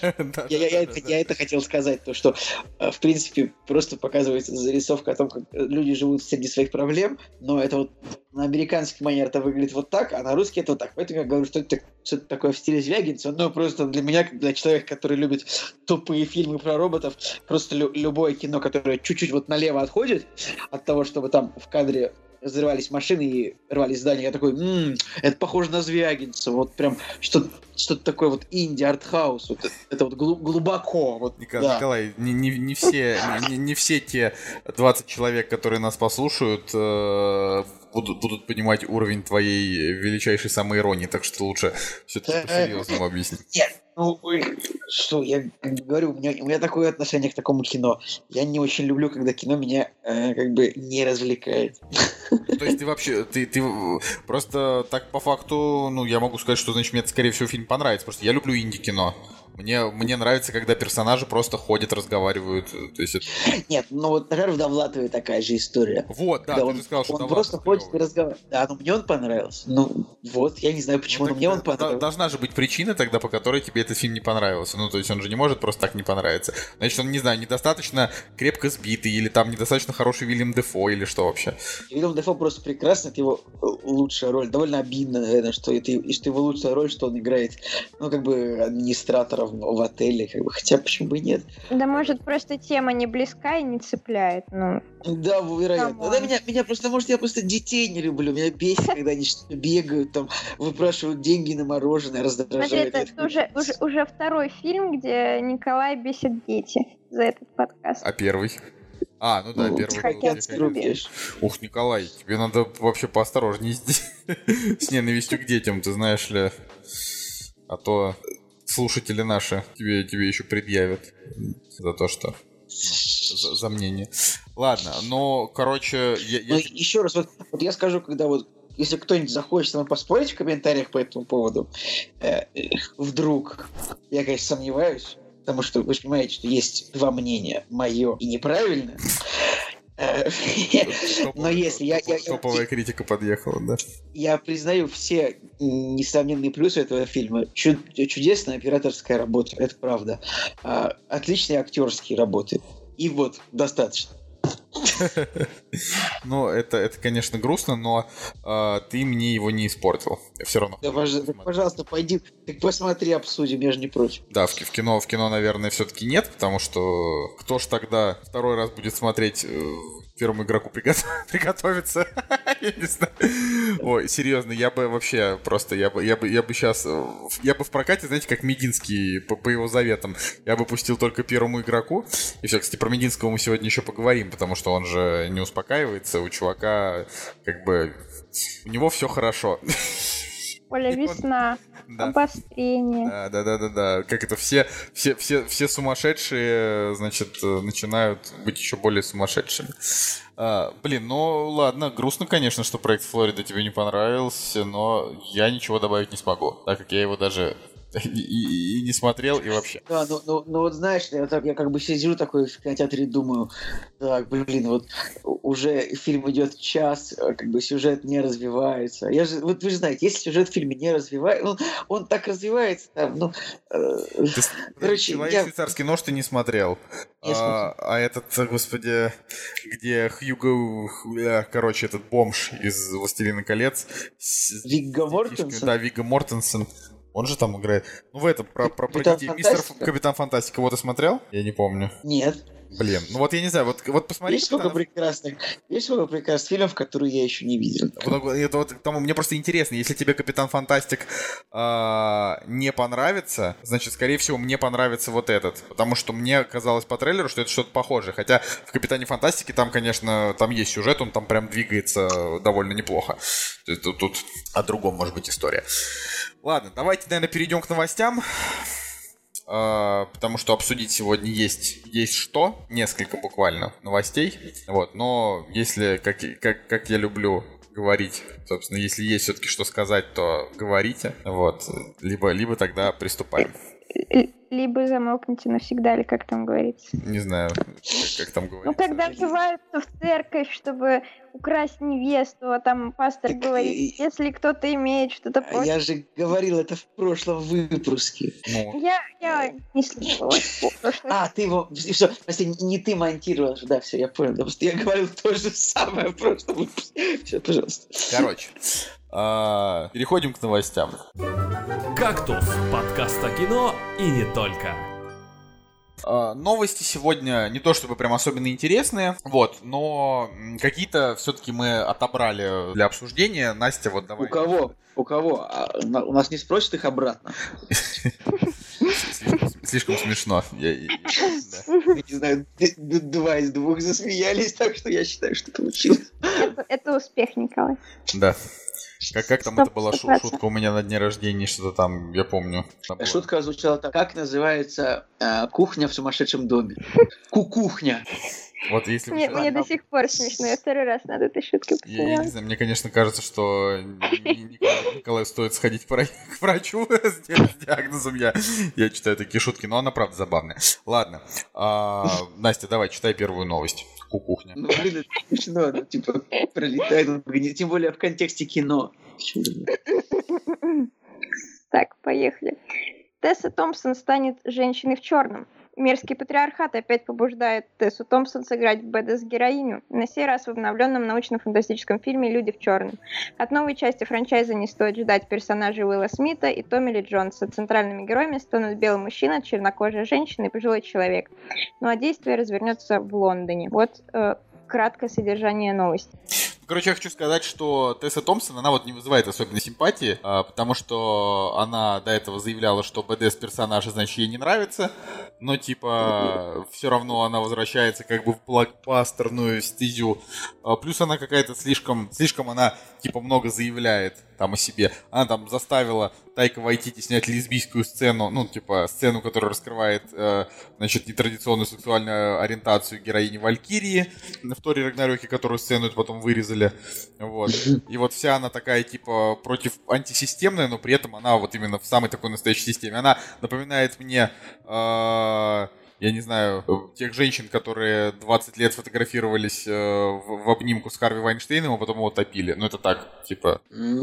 Я это хотел сказать, то что, в принципе, просто показывается зарисовка о том, как люди живут среди своих проблем, но это вот на американский манер это выглядит вот так, а на русский это вот так. Поэтому я говорю, что это что-то такое в стиле Звягинцева, но просто для меня, как для человека, который любит тупые фильмы про роботов, просто любое кино, которое чуть-чуть вот налево отходит от того, чтобы там в кадре взрывались машины и рвались здания, я такой, это похоже на Звягинцева, вот прям что-то такое вот инди-артхаус, вот это вот глубоко. Вот, Николай, не все те 20 человек, которые нас послушают, будут понимать уровень твоей величайшей самоиронии, так что лучше все-таки по-серьезному объяснить. Нет, я говорю, у меня такое отношение к такому кино. Я не очень люблю, когда кино меня как бы не развлекает. То есть ты вообще, ты просто так по факту, ну, я могу сказать, что, значит, мне, скорее всего, фильм понравится, потому что я люблю инди-кино. Мне нравится, когда персонажи просто ходят, разговаривают. То есть это... Нет, ну вот, например, в Довлатове такая же история. Вот, да, когда ты же сказал, что он Довлатов просто ходит и клёвый. разговаривает. Да, но мне он понравился. Ну, вот, я не знаю, почему, Ну, но мне он понравился. Должна же быть причина тогда, по которой тебе этот фильм не понравился. Ну, то есть он же не может просто так не понравиться. Значит, он, не знаю, недостаточно крепко сбитый, или там недостаточно хороший Вильям Дефо, или что вообще? Вильям Дефо просто прекрасный, это его лучшая роль. Довольно обидно, наверное, что это его лучшая роль, что он играет, ну, как бы, администратора в отеле, как бы, хотя почему бы и нет. Да, может, просто тема не близка и не цепляет, ну. Да, вероятно. Камон. Да, меня просто, может, я просто детей не люблю. Меня бесит, когда они что-то бегают, там, выпрашивают деньги на мороженое, Смотри, раздражает. это уже второй фильм, где Николай бесит дети за этот подкаст. А первый? А, ну да, Ну, первый. Тихоокеанский рубеж. Ух, Николай, тебе надо вообще поосторожнее с ненавистью к детям, ты знаешь ли. А то слушатели наши тебе еще предъявят за то, что... За мнение. Ладно, но, короче... Ну, еще раз, вот я скажу, когда вот если кто-нибудь захочет со мной поспорить в комментариях по этому поводу, вдруг, я, конечно, сомневаюсь, потому что вы же понимаете, что есть два мнения, мое и неправильное. Но если Топовая критика подъехала, да? Я признаю все несомненные плюсы этого фильма. Чудесная операторская работа, это правда. Отличные актерские работы. И вот, достаточно. Ну, это, конечно, грустно, но ты мне его не испортил. Я все равно. Да, пожалуйста, пойди, посмотри, обсудим, я же не против. Да, в кино, наверное, все-таки нет, потому что кто ж тогда второй раз будет смотреть первому игроку приготовиться? Я не знаю. Ой, серьезно, я бы вообще просто, я бы сейчас, я бы в прокате, знаете, как Мединский по его заветам, я бы пустил только первому игроку. И все, кстати, про Мединского мы сегодня еще поговорим, потому что он же не успокаивается, у чувака как бы, у него все хорошо. Оля, весна, Да. обострение. Да. Как это все сумасшедшие, значит, начинают быть еще более сумасшедшими. Блин, ну ладно, грустно, конечно, что проект Флорида тебе не понравился, но я ничего добавить не смогу, так как я его даже и не смотрел, и вообще. Да, ну вот знаешь, я как бы сижу такой в кинотеатре и думаю, так, блин, вот уже фильм идет час, как бы сюжет не развивается. Вот вы же знаете, если сюжет в фильме не развивается, он так развивается, там, короче, «Швейцарский нож» ты не смотрел. Не смотрел. А этот, господи, где Хьюго, короче, этот бомж из «Властелина колец». Вигго Мортенсен? Да, Вигго Мортенсен. Он же там играет. Ну, в этом, про Капитан детей. Фантастика? Капитан Фантастика. Вот ты смотрел? Я не помню. Нет. Блин, ну вот я не знаю, вот посмотри. Есть сколько прекрасных фильмов, которые я еще не видел. Мне просто интересно, если тебе Капитан Фантастик не понравится, значит, скорее всего, мне понравится вот этот. Потому что мне казалось по трейлеру, что это что-то похожее. Хотя в Капитане Фантастике там, конечно, там есть сюжет, он там прям двигается довольно неплохо. То есть тут о другом может быть история. Ладно, давайте, наверное, перейдем к новостям. Потому что обсудить сегодня есть что, несколько буквально новостей, вот, но если, как я люблю говорить, собственно, если есть все-таки что сказать, то говорите, вот, либо тогда приступаем. Либо замолкните навсегда, или как там говорится. Не знаю, как там говорится. Ну, когда врываются в церковь, чтобы украсть невесту, а там пастор говорит, если кто-то имеет что-то против... Я же говорил это в прошлом выпуске. Ну. Я не слышала. Ты его... Все, прости, не ты монтировал. Да, все, я понял. Потому что я говорил то же самое в прошлом выпуске. Все, пожалуйста. Короче, переходим к новостям. «Кактус» — подкаст о кино и не только. Новости сегодня не то чтобы прям особенно интересные, вот, но какие-то все-таки мы отобрали для обсуждения. Настя, вот давай. У кого? У нас не спросят их обратно. Слишком смешно. Не знаю, 2 из 2 засмеялись, так что я считаю, что получилось. Это успех, Николай. Да. Как там это была шутка у меня на дне рождения, что-то там, я помню. Шутка звучала так. Как называется кухня в сумасшедшем доме? Кухня. Вот если Мне до сих пор смешно, я второй раз над этой шуткой Я не знаю, мне, конечно, кажется, что Николаю стоит сходить к врачу с диагнозом. Я читаю такие шутки, но она правда забавная. Ладно. Настя, давай, читай первую новость. Кукухня. Ну, блин, это смешно, ну, типа, пролетает, тем более в контексте кино. Так, поехали. Тесса Томпсон станет женщиной в черном. Мерзкий патриархат опять побуждает Тессу Томпсон сыграть БДС-героиню, на сей раз в обновленном научно-фантастическом фильме «Люди в черном». От новой части франчайза не стоит ждать персонажей Уилла Смита и Томми Ли Джонса. Центральными героями станут белый мужчина, чернокожая женщина и пожилой человек. Ну а действие развернется в Лондоне. Вот краткое содержание новости. Короче, я хочу сказать, что Тесса Томпсон, она вот не вызывает особенной симпатии, потому что она до этого заявляла, что БДС-персонажи, значит, ей не нравится, но, типа, все равно она возвращается как бы в блокбастерную стезю. Плюс она какая-то слишком она, типа, много заявляет там о себе. Она там заставила Тайка Вайтити снять лесбийскую сцену, ну, типа, сцену, которая раскрывает, значит, нетрадиционную сексуальную ориентацию героини Валькирии в Торе Рагнарёке, которую сцену потом вырезали. Вот. И вот вся она такая, типа, против антисистемная, но при этом она вот именно в самой такой настоящей системе. Она напоминает мне, я не знаю, тех женщин, которые 20 лет фотографировались в обнимку с Харви Вайнштейном, а потом его топили. Ну, это так, типа...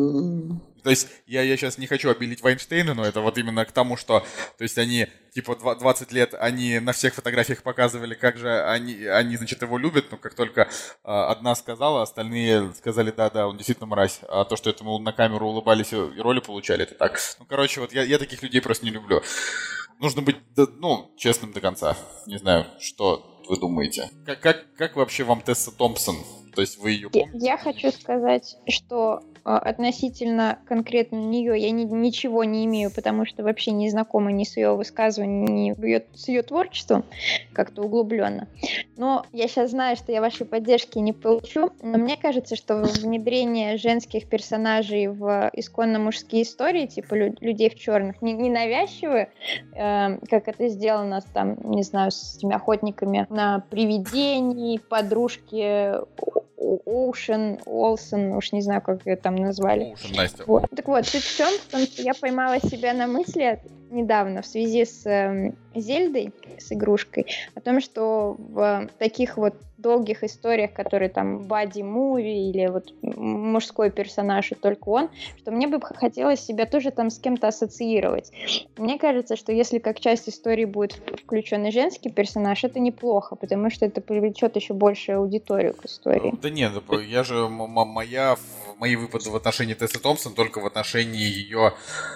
То есть я сейчас не хочу обелить Вайнштейна, но это вот именно к тому, что... То есть они, типа, 20 лет, они на всех фотографиях показывали, как же они значит, его любят, но как только одна сказала, остальные сказали, да, он действительно мразь. А то, что этому на камеру улыбались и роли получали, это так. Ну, короче, вот я таких людей просто не люблю. Нужно быть, ну, честным до конца. Не знаю, что вы думаете. Как вообще вам Тесса Томпсон? То есть вы ее помните? Я хочу сказать, что относительно конкретно нее я ничего не имею, потому что вообще не знакома ни с ее высказыванием, ни с ее творчеством как-то углубленно. Но я сейчас знаю, что я вашей поддержки не получу, но мне кажется, что внедрение женских персонажей в исконно мужские истории, типа людей в черных, не навязчивые, как это сделано там, не знаю, с этими охотниками на привидений, подружки Оушен, Олсен, уж не знаю, как ее там назвали. Оушен, Настя. Вот. Так вот, суть в том, что я поймала себя на мысли недавно в связи с Зельдой, с игрушкой, о том, что в таких вот долгих историях, которые там бади-муви или вот мужской персонаж и только он, что мне бы хотелось себя тоже там с кем-то ассоциировать. Мне кажется, что если как часть истории будет включен и женский персонаж, это неплохо, потому что это привлечет еще большую аудиторию к истории. Да нет, я же мои выпады в отношении Тессы Томпсон только в отношении ее,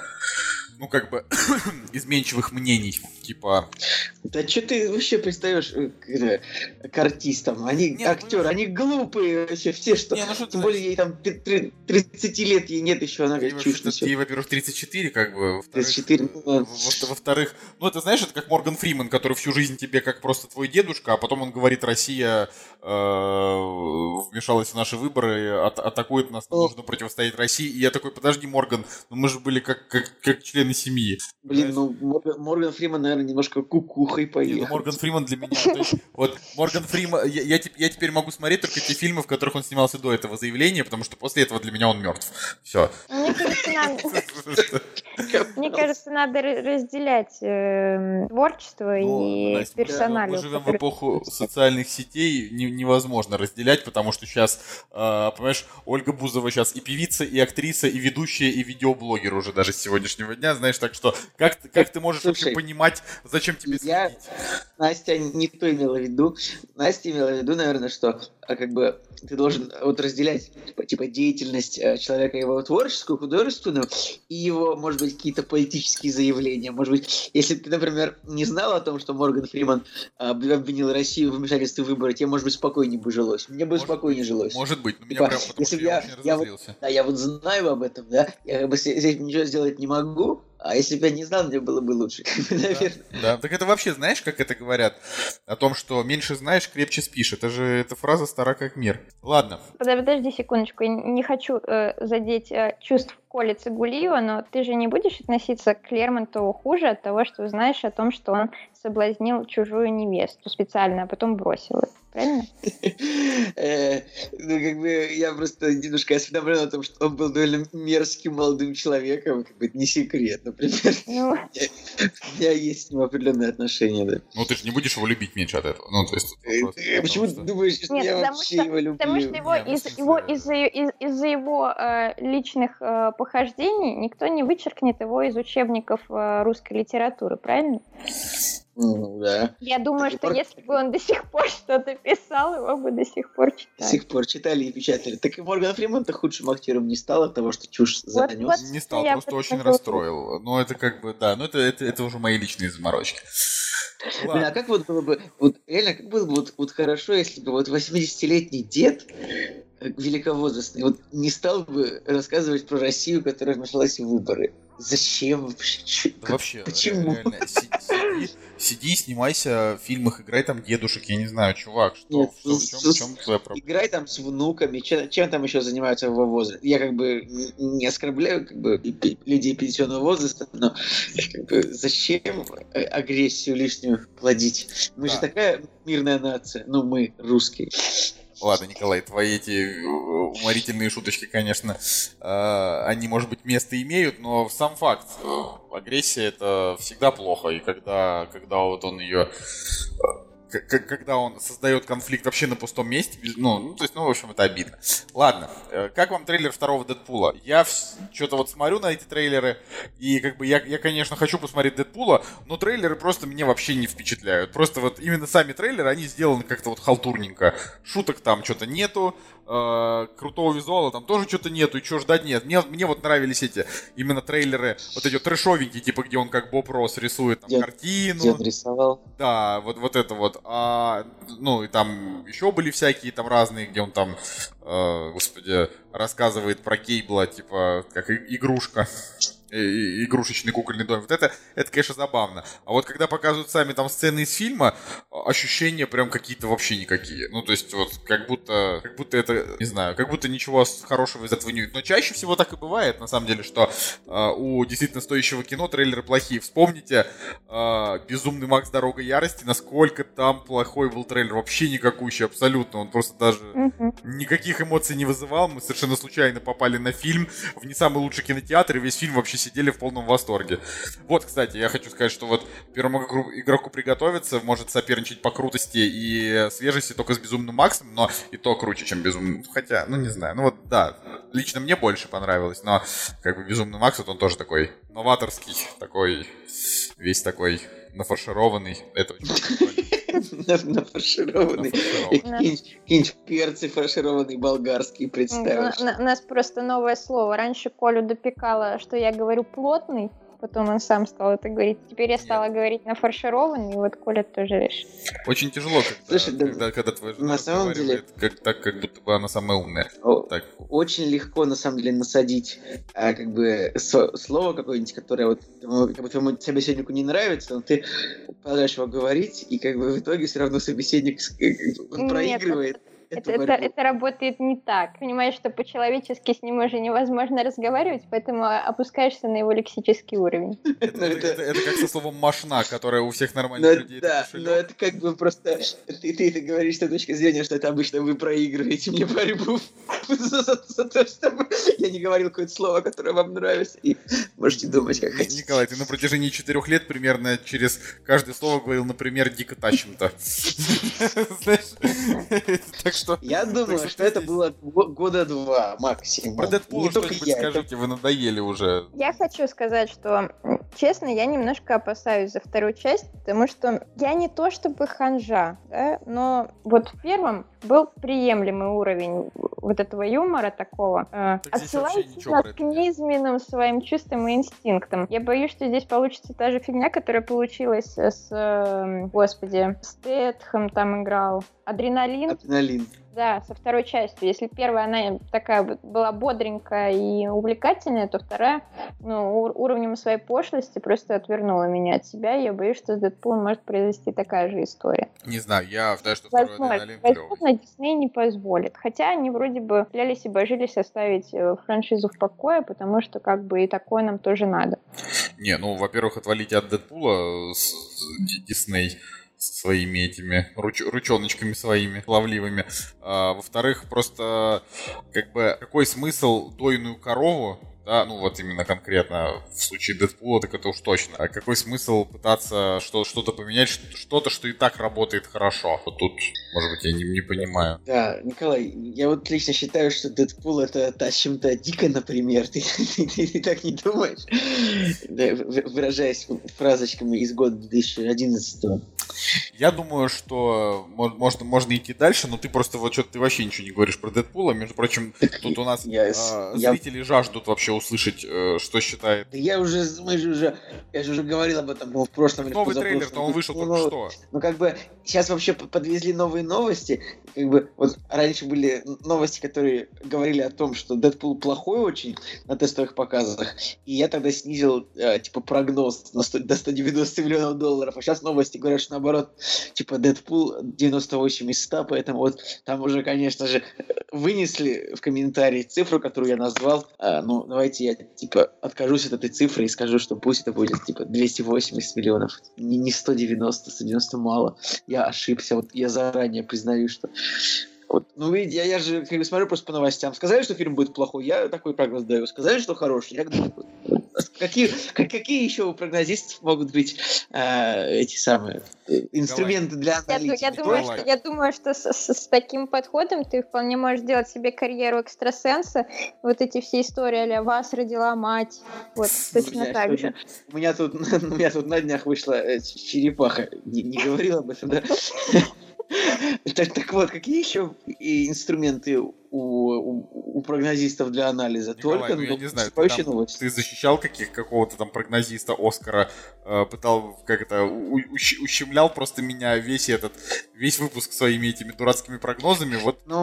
ну, как бы, изменчивых мнений, типа... Да что ты вообще пристаешь к артистам? Они актеры, они глупые вообще, все, что... Тем более ей там 30 лет, ей нет еще, она говорит, чушь несет. Ей, во-первых, 34, как бы, 34, во-вторых, ну, это, знаешь, это как Морган Фриман, который всю жизнь тебе как просто твой дедушка, а потом он говорит, Россия вмешалась в наши выборы, атакует нас, нужно противостоять России. И я такой, подожди, Морган, ну мы же были как члены семьи. Блин, ну Морган Фриман, наверное, немножко кукухой поехал. Морган Фриман для меня, то есть, вот Морган Фриман, я теперь могу смотреть только те фильмы, в которых он снимался до этого заявления, потому что после этого для меня он мертв. Все. Мне кажется, надо разделять творчество и персонали. Мы живем в эпоху социальных сетей, невозможно разделять, потому что сейчас, понимаешь, Ольга Бузова сейчас и певица, и актриса, и ведущая, и видеоблогер уже даже с сегодняшнего дня, знаешь, так что как ты можешь вообще понимать, зачем тебе следить? Настя не то имела в виду. Настя имела в виду, наверное, что как бы ты должен вот разделять типа деятельность человека, его творческую, художественную, и его, может быть, какие-то политические заявления. Может быть, если ты, например, не знал о том, что Морган Фриман обвинил Россию в вмешательстве в выборы, тебе, может быть, спокойнее бы жилось. Мне бы спокойнее жилось. Может быть, но меня прям потому что я очень разозлился. Я вот знаю об этом, да, я как бы здесь ничего сделать не могу, а если бы я не знал, мне было бы лучше, наверное. Да, так это вообще, знаешь, как это говорят? О том, что меньше знаешь, крепче спишь. Эта фраза стара как мир. Ладно. Подожди секундочку, я не хочу задеть чувств Коля Цигулиева, но ты же не будешь относиться к Лермонтову хуже от того, что узнаешь о том, что он соблазнил чужую невесту специально, а потом бросил ее. Правильно? Ну, как бы я просто немножко осведомлен о том, что он был довольно мерзким молодым человеком, как бы это не секрет, например. У меня есть с ним определенные отношения, да. Ну, ты же не будешь его любить меньше от этого. Ну, то есть... Почему ты думаешь, что я вообще его люблю? Потому что из-за его личных похождений никто не вычеркнет его из учебников русской литературы, правильно? Да. Я думаю, что если бы он до сих пор что-то писал, его бы до сих пор читали. До сих пор читали и печатали. Так и Морган Фриман-то худшим актером не стал от того, что чушь занес. Не стал, просто очень расстроил. Но это как бы, да, но это уже мои личные заморочки. Блин, а как вот было бы, вот реально, как было бы вот хорошо, если бы вот 80-летний дед великовозрастный вот не стал бы рассказывать про Россию, которая вмешалась в выборы. Зачем вообще? Да вообще, почему? Реально, сиди, снимайся в фильмах, играй там дедушек, я не знаю, чувак, Нет, в чем твоя проблема? Играй там с внуками, чем там еще занимаются в его возрасте? Я как бы не оскорбляю как бы людей пенсионного возраста, но как бы зачем агрессию лишнюю плодить? Мы же такая мирная нация, ну мы русские. Ладно, Николай, твои эти уморительные шуточки, конечно, они, может быть, место имеют, но сам факт, агрессия — это всегда плохо, и когда вот он ее... Когда он создает конфликт вообще на пустом месте, в общем, это обидно. Ладно, как вам трейлер второго Дэдпула? Я что-то вот смотрю на эти трейлеры, и как бы я, конечно, хочу посмотреть Дэдпула, но трейлеры просто меня вообще не впечатляют. Просто вот именно сами трейлеры, они сделаны как-то вот халтурненько. Шуток там что-то нету, крутого визуала там тоже что-то нету, и что ждать нет. Мне вот нравились эти именно трейлеры, вот эти вот трэшовенькие, типа, где он как Боб Росс рисует там картину. Где он рисовал. Да, вот это вот. И там еще были всякие там разные, где он там, рассказывает про Кейбла, типа, как игрушка. Игрушечный кукольный дом. Вот это, конечно, забавно. А вот когда показывают сами там сцены из фильма, ощущения прям какие-то вообще никакие. Ну, то есть, вот, как будто это, не знаю, как будто ничего хорошего из этого не будет. Но чаще всего так и бывает, на самом деле, что у действительно стоящего кино трейлеры плохие. Вспомните «Безумный Макс. Дорога ярости», насколько там плохой был трейлер. Вообще никакущий, абсолютно. Он просто даже никаких эмоций не вызывал. Мы совершенно случайно попали на фильм в не самый лучший кинотеатр, и весь фильм вообще сидели в полном восторге. Вот, кстати, я хочу сказать, что вот первому игроку приготовиться может соперничать по крутости и свежести только с Безумным Максом, но и то круче, чем Безумный. Хотя, не знаю. Ну вот, да, лично мне больше понравилось, но как бы Безумный Макс, вот он тоже такой новаторский, такой, весь такой нафаршированный. Это очень прикольно. Нафаршированный. Какие-нибудь перцы фаршированные болгарские представишь. У нас просто новое слово. Раньше Колю допекало, что я говорю плотный, потом он сам стал это говорить. Теперь я стала говорить нафаршированный, и вот Коля тоже решил. Очень тяжело, когда твоя жена разговаривает как будто бы она самая умная. Очень легко, на самом деле, насадить как бы слово какое-нибудь, которое вот как бы твоему собеседнику не нравится, но ты продолжаешь его говорить, и как бы в итоге все равно собеседник он проигрывает. Это работает не так. Понимаешь, что по-человечески с ним уже невозможно разговаривать, поэтому опускаешься на его лексический уровень. Это как со словом «машна», которое у всех нормальных людей. Да, но это как бы просто... Ты говоришь с той точки зрения, что это обычно вы проигрываете мне борьбу за то, чтобы я не говорил какое-то слово, которое вам нравится, и можете думать, как хотите. Николай, ты на протяжении 4 лет примерно через каждое слово говорил, например, «дико тащим-то». Знаешь, я думаю, что это было года 2 максимум. Про Дэдпула что-нибудь скажите, вы надоели уже. Я хочу сказать, что, честно, я немножко опасаюсь за вторую часть, потому что я не то чтобы ханжа, да, но вот в первом был приемлемый уровень вот этого юмора такого, отсылающийся к низменным своим чувствам и инстинктам. Я боюсь, что здесь получится та же фигня, которая получилась с, Стэтхэм там играл. Адреналин. Да, со второй частью. Если первая, она такая была бодренькая и увлекательная, то вторая, уровнем своей пошлости просто отвернула меня от себя. И я боюсь, что с Дэдпулом может произойти такая же история. Не знаю, я считаю, что второй адреналин возможно, Дисней не позволит. Хотя они вроде бы клялись и божились оставить франшизу в покое, потому что как бы и такое нам тоже надо. Не, во-первых, отвалите от Дэдпула Дисней со своими этими ручоночками своими плавливыми. Во-вторых, просто какой смысл дойную корову, да, именно конкретно в случае Дэдпула, так это уж точно. А какой смысл пытаться что-то поменять, что-то, что и так работает хорошо? Вот тут, может быть, я не понимаю. Да, Николай, я вот лично считаю, что Дэдпул это та чем-то дико, например. Ты так не думаешь? Да, выражаясь фразочками из года 2011. Я думаю, что можно идти дальше, но ты просто ты вообще ничего не говоришь про Дэдпула. Между прочим, тут у нас зрители жаждут вообще услышать, что считает. Да я же уже говорил об этом в прошлом или новый трейлер-то он вышел только что. Сейчас вообще подвезли новые новости. Вот раньше были новости, которые говорили о том, что Дэдпул плохой очень на тестовых показах. И я тогда снизил прогноз до $190 миллионов. А сейчас новости говорят, что наоборот, Дэдпул 98 из 100, поэтому вот там уже, конечно же, вынесли в комментарии цифру, которую я назвал. Давайте я, откажусь от этой цифры и скажу, что пусть это будет, 280 миллионов. Не 190, 190 мало. Я ошибся, вот я заранее признаю, что... видите, я же смотрю просто по новостям. Сказали, что фильм будет плохой, я такой прогноз даю. Сказали, что хороший, я говорю, какие еще у прогнозистов могут быть эти самые инструменты для аналитики? Я думаю, что с таким подходом ты вполне можешь сделать себе карьеру экстрасенса. Вот эти все истории а-ля «Вас родила мать». Вот, точно так же. У меня тут на днях вышла черепаха. Не говорил об этом, да? Так вот, какие еще инструменты у прогнозистов для анализа? Николай, только я не знаю, ты защищал какого-то там прогнозиста Оскара, пытал, ущемлял просто меня весь выпуск своими этими дурацкими прогнозами.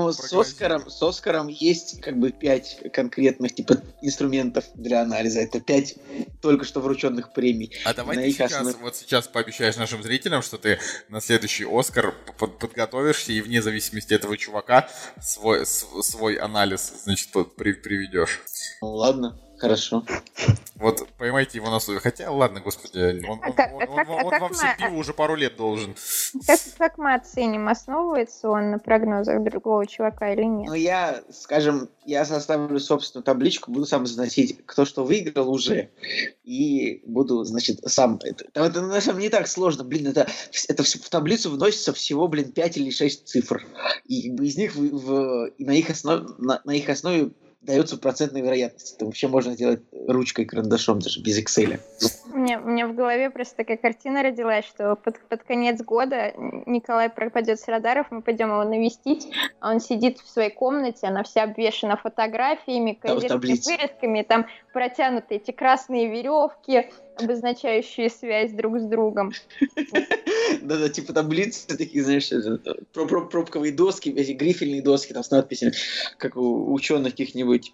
С Оскаром есть 5 конкретных конкретных для анализа. Это 5 только что врученных премий. А давай ты сейчас пообещаешь нашим зрителям, что ты на следующий Оскар подготовишься и вне зависимости от этого чувака свой анализ, приведешь. Ладно, хорошо. Вот поймайте его на слове. Хотя, ладно, господи, он вам все пиво уже пару лет должен. Как мы оценим, основывается он на прогнозах другого чувака или нет? Я составлю собственную табличку, буду сам заносить, кто что выиграл уже, и буду, сам... Это на самом деле не так сложно, это в таблицу вносится всего, 5 или 6 цифр, и из них на их основе дается процентная вероятность. Это вообще можно сделать ручкой, карандашом, даже без Excel. У меня в голове просто такая картина родилась, что под конец года Николай пропадет с радаров, мы пойдем его навестить, а он сидит в своей комнате, она вся обвешана фотографиями, вырезками, там протянуты эти красные веревки, обозначающие связь друг с другом. Да, таблицы такие, знаешь, пробковые доски, эти грифельные доски там с надписями, как у ученых каких-нибудь,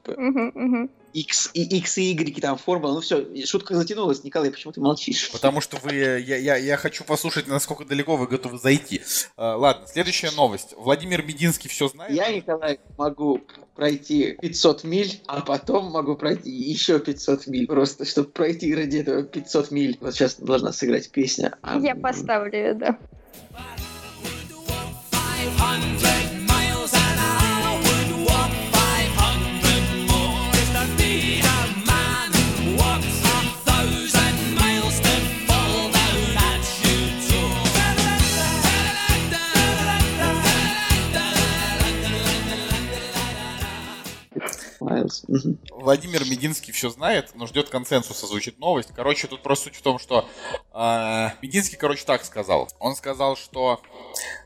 X и Y, там формула. Все, шутка затянулась. Николай, почему ты молчишь? Потому что я хочу послушать, насколько далеко вы готовы зайти. Ладно, следующая новость. Владимир Мединский все знает? Я, Николай, могу пройти 500 миль, а потом могу пройти еще 500 миль. Просто, чтобы пройти ради этого 500 миль. Вот сейчас должна сыграть песня. Я поставлю ее, да. Владимир Мединский все знает, но ждет консенсуса, звучит новость. Короче, тут просто суть в том, что Мединский, так сказал. Он сказал, что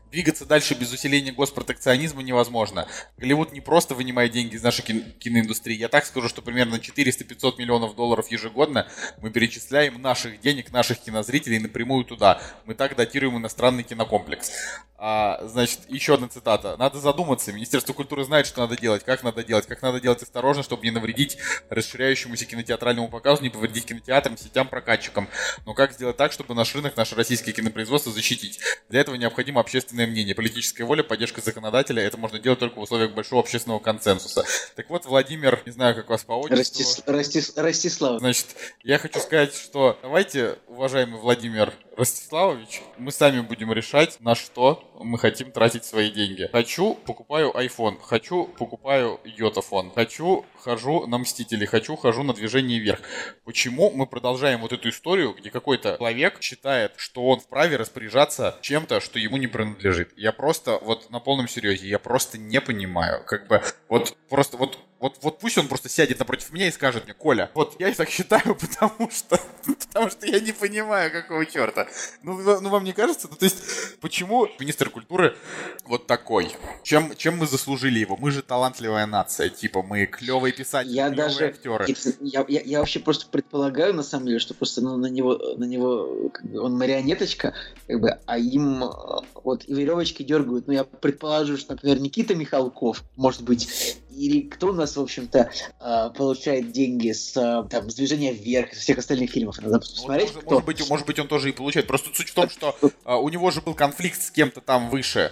двигаться дальше без усиления госпротекционизма невозможно. Голливуд не просто вынимает деньги из нашей киноиндустрии. Я так скажу, что примерно 400-500 миллионов долларов ежегодно мы перечисляем наших денег, наших кинозрителей напрямую туда. Мы так датируем иностранный кинокомплекс. Значит, еще одна цитата. Надо задуматься. Министерство культуры знает, что надо делать, как надо делать осторожно, чтобы не навредить расширяющемуся кинотеатральному показу, не повредить кинотеатрам, сетям, прокатчикам. Но как сделать так, чтобы наш рынок, наше российское кинопроизводство защитить? Для этого необходимо общественное мнение, политическая воля, поддержка законодателя. Это можно делать только в условиях большого общественного консенсуса. Так вот, Владимир, не знаю, как вас по отчеству. Ростислав. Значит, я хочу сказать, что давайте, уважаемый Владимир Ростиславович, мы сами будем решать, на что мы хотим тратить свои деньги. Хочу, покупаю iPhone. Хочу, покупаю йотафон. Хочу, хожу на Мстители. Хочу, хожу на Движение вверх. Почему мы продолжаем вот эту историю, где какой-то человек считает, что он вправе распоряжаться чем-то, что ему не принадлежит? Я просто, вот на полном серьезе, я просто не понимаю. Как бы, вот просто, вот пусть он просто сядет напротив меня и скажет мне: Коля, вот я так считаю, потому что я не понимаю, какого черта. Ну вам не кажется? Ну, то есть, почему министр культуры вот такой? Чем мы заслужили его? Мы же талантливая нация, типа, мы клевые писатели, клевые актеры. Я вообще просто предполагаю, на самом деле, что просто на него как бы, он марионеточка, как бы, а им вот и веревочки дергают. Ну, я предположу, что, например, Никита Михалков, может быть, или кто у нас, в общем-то, получает деньги с «Движения вверх», со всех остальных фильмов. Надо посмотреть, может быть, он тоже и получает. Просто суть в том, что у него же был конфликт с кем-то там выше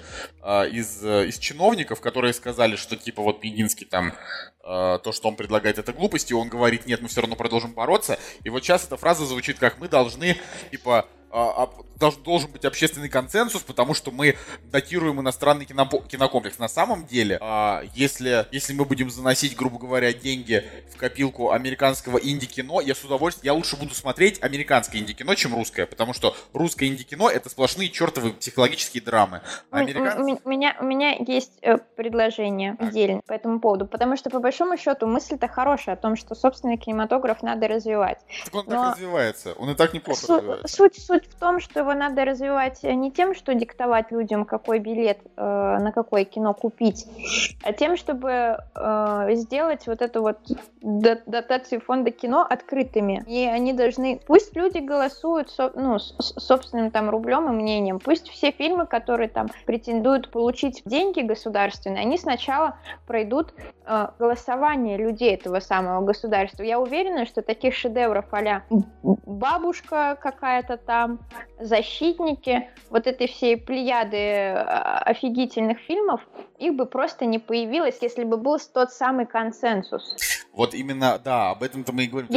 из чиновников, которые сказали, что типа вот Мединский там то, что он предлагает, это глупости, и он говорит: нет, мы все равно продолжим бороться. И вот сейчас эта фраза звучит как: мы должны, типа, должен быть общественный консенсус, потому что мы датируем иностранный кинокомплекс. На самом деле, если мы будем заносить, грубо говоря, деньги в копилку американского инди-кино, я лучше буду смотреть американское инди-кино, чем русское, потому что русское инди-кино — это сплошные чертовы психологические драмы. У меня есть предложение отдельно по этому поводу, потому что, по большому счету, мысль-то хорошая о том, что собственный кинематограф надо развивать. Так он так развивается, он и так неплохо развивается. Суть в том, что его надо развивать не тем, что диктовать людям, какой билет на какое кино купить, а тем, чтобы сделать вот эту вот дотацию фонда кино открытыми. И они должны... Пусть люди голосуют собственным там рублем и мнением. Пусть все фильмы, которые там претендуют получить деньги государственные, они сначала пройдут голосование людей этого самого государства. Я уверена, что таких шедевров а-ля «Бабушка» какая-то там, «Защитники», вот этой всей плеяды офигительных фильмов, их бы просто не появилось, если бы был тот самый консенсус. Вот именно, да, об этом-то мы и говорим.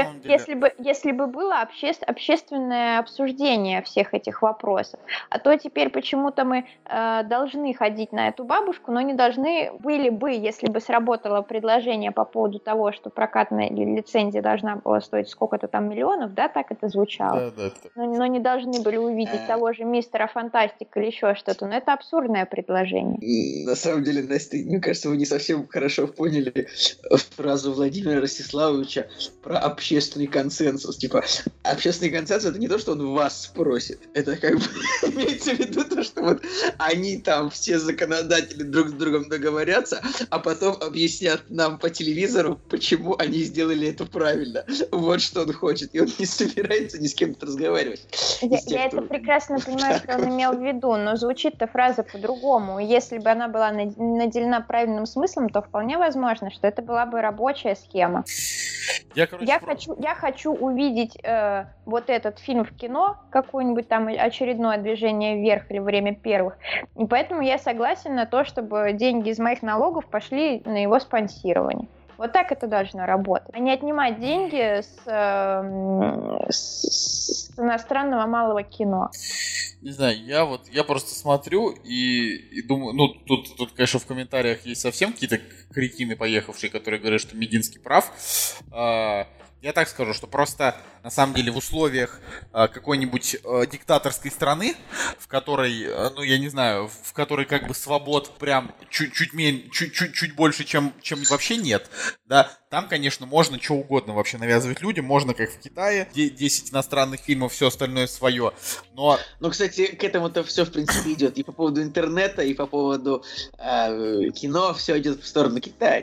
Если бы было общественное обсуждение всех этих вопросов. А то теперь почему-то мы должны ходить на эту «Бабушку», но не должны были бы, если бы сработало предложение по поводу того, что прокатная лицензия должна была стоить сколько-то там миллионов, да, так это звучало. Да. Но не должны были увидеть того же мистера Фантастика или еще что-то. Но это абсурдное предложение. На самом деле, Настя, мне кажется, вы не совсем хорошо поняли фразу Владимира Ростиславовича про общественный консенсус. Типа, общественный консенсус — это не то, что он вас спросит. Это как бы имеется в виду то, что вот они там, все законодатели, друг с другом договорятся, а потом объяснят нам по телевизору, почему они сделали это правильно. Вот что он хочет. И он не собирается ни с кем разговаривать. Я это прекрасно понимаю, что он имел в виду, но звучит-то фраза по-другому. Если бы она была наделена правильным смыслом, то вполне возможно, что это была бы рабочая схема. Я хочу увидеть вот этот фильм в кино, какое-нибудь там очередное «Движение вверх» или «Время первых». И поэтому я согласен на то, чтобы деньги из моих налогов пошли на его спонсирование. Вот так это должно работать. А не отнимать деньги с иностранного малого кино. Не знаю, я просто смотрю и думаю, ну, тут, конечно, в комментариях есть совсем какие-то кретины поехавшие, которые говорят, что Мединский прав. Я так скажу, что просто, на самом деле, в условиях какой-нибудь диктаторской страны, в которой, ну, я не знаю, в которой как бы свобод прям чуть больше, чем вообще нет, да, там, конечно, можно что угодно вообще навязывать людям, можно, как в Китае, 10 иностранных фильмов, все остальное свое, но... Ну, кстати, к этому-то все, в принципе, идет. И по поводу интернета, и по поводу кино, все идет в сторону Китая.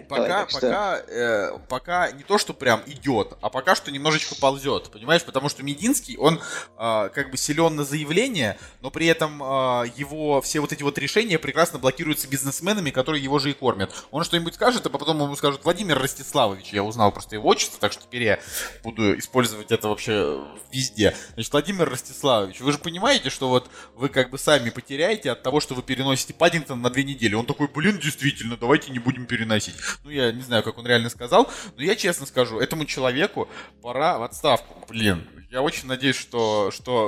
Пока не то, что прям идет, а пока что немножечко ползет, понимаешь? Потому что Мединский, он как бы силен на заявление, но при этом его все вот эти вот решения прекрасно блокируются бизнесменами, которые его же и кормят. Он что-нибудь скажет, а потом ему скажут: Владимир Ростиславович, я узнал просто его отчество, так что теперь я буду использовать это вообще везде. Значит, Владимир Ростиславович, вы же понимаете, что вот вы как бы сами потеряете от того, что вы переносите Паддингтона на 2 недели. Он такой: блин, действительно, давайте не будем переносить. Ну, я не знаю, как он реально сказал, но я честно скажу, этому человеку пора в отставку. Блин, я очень надеюсь, что,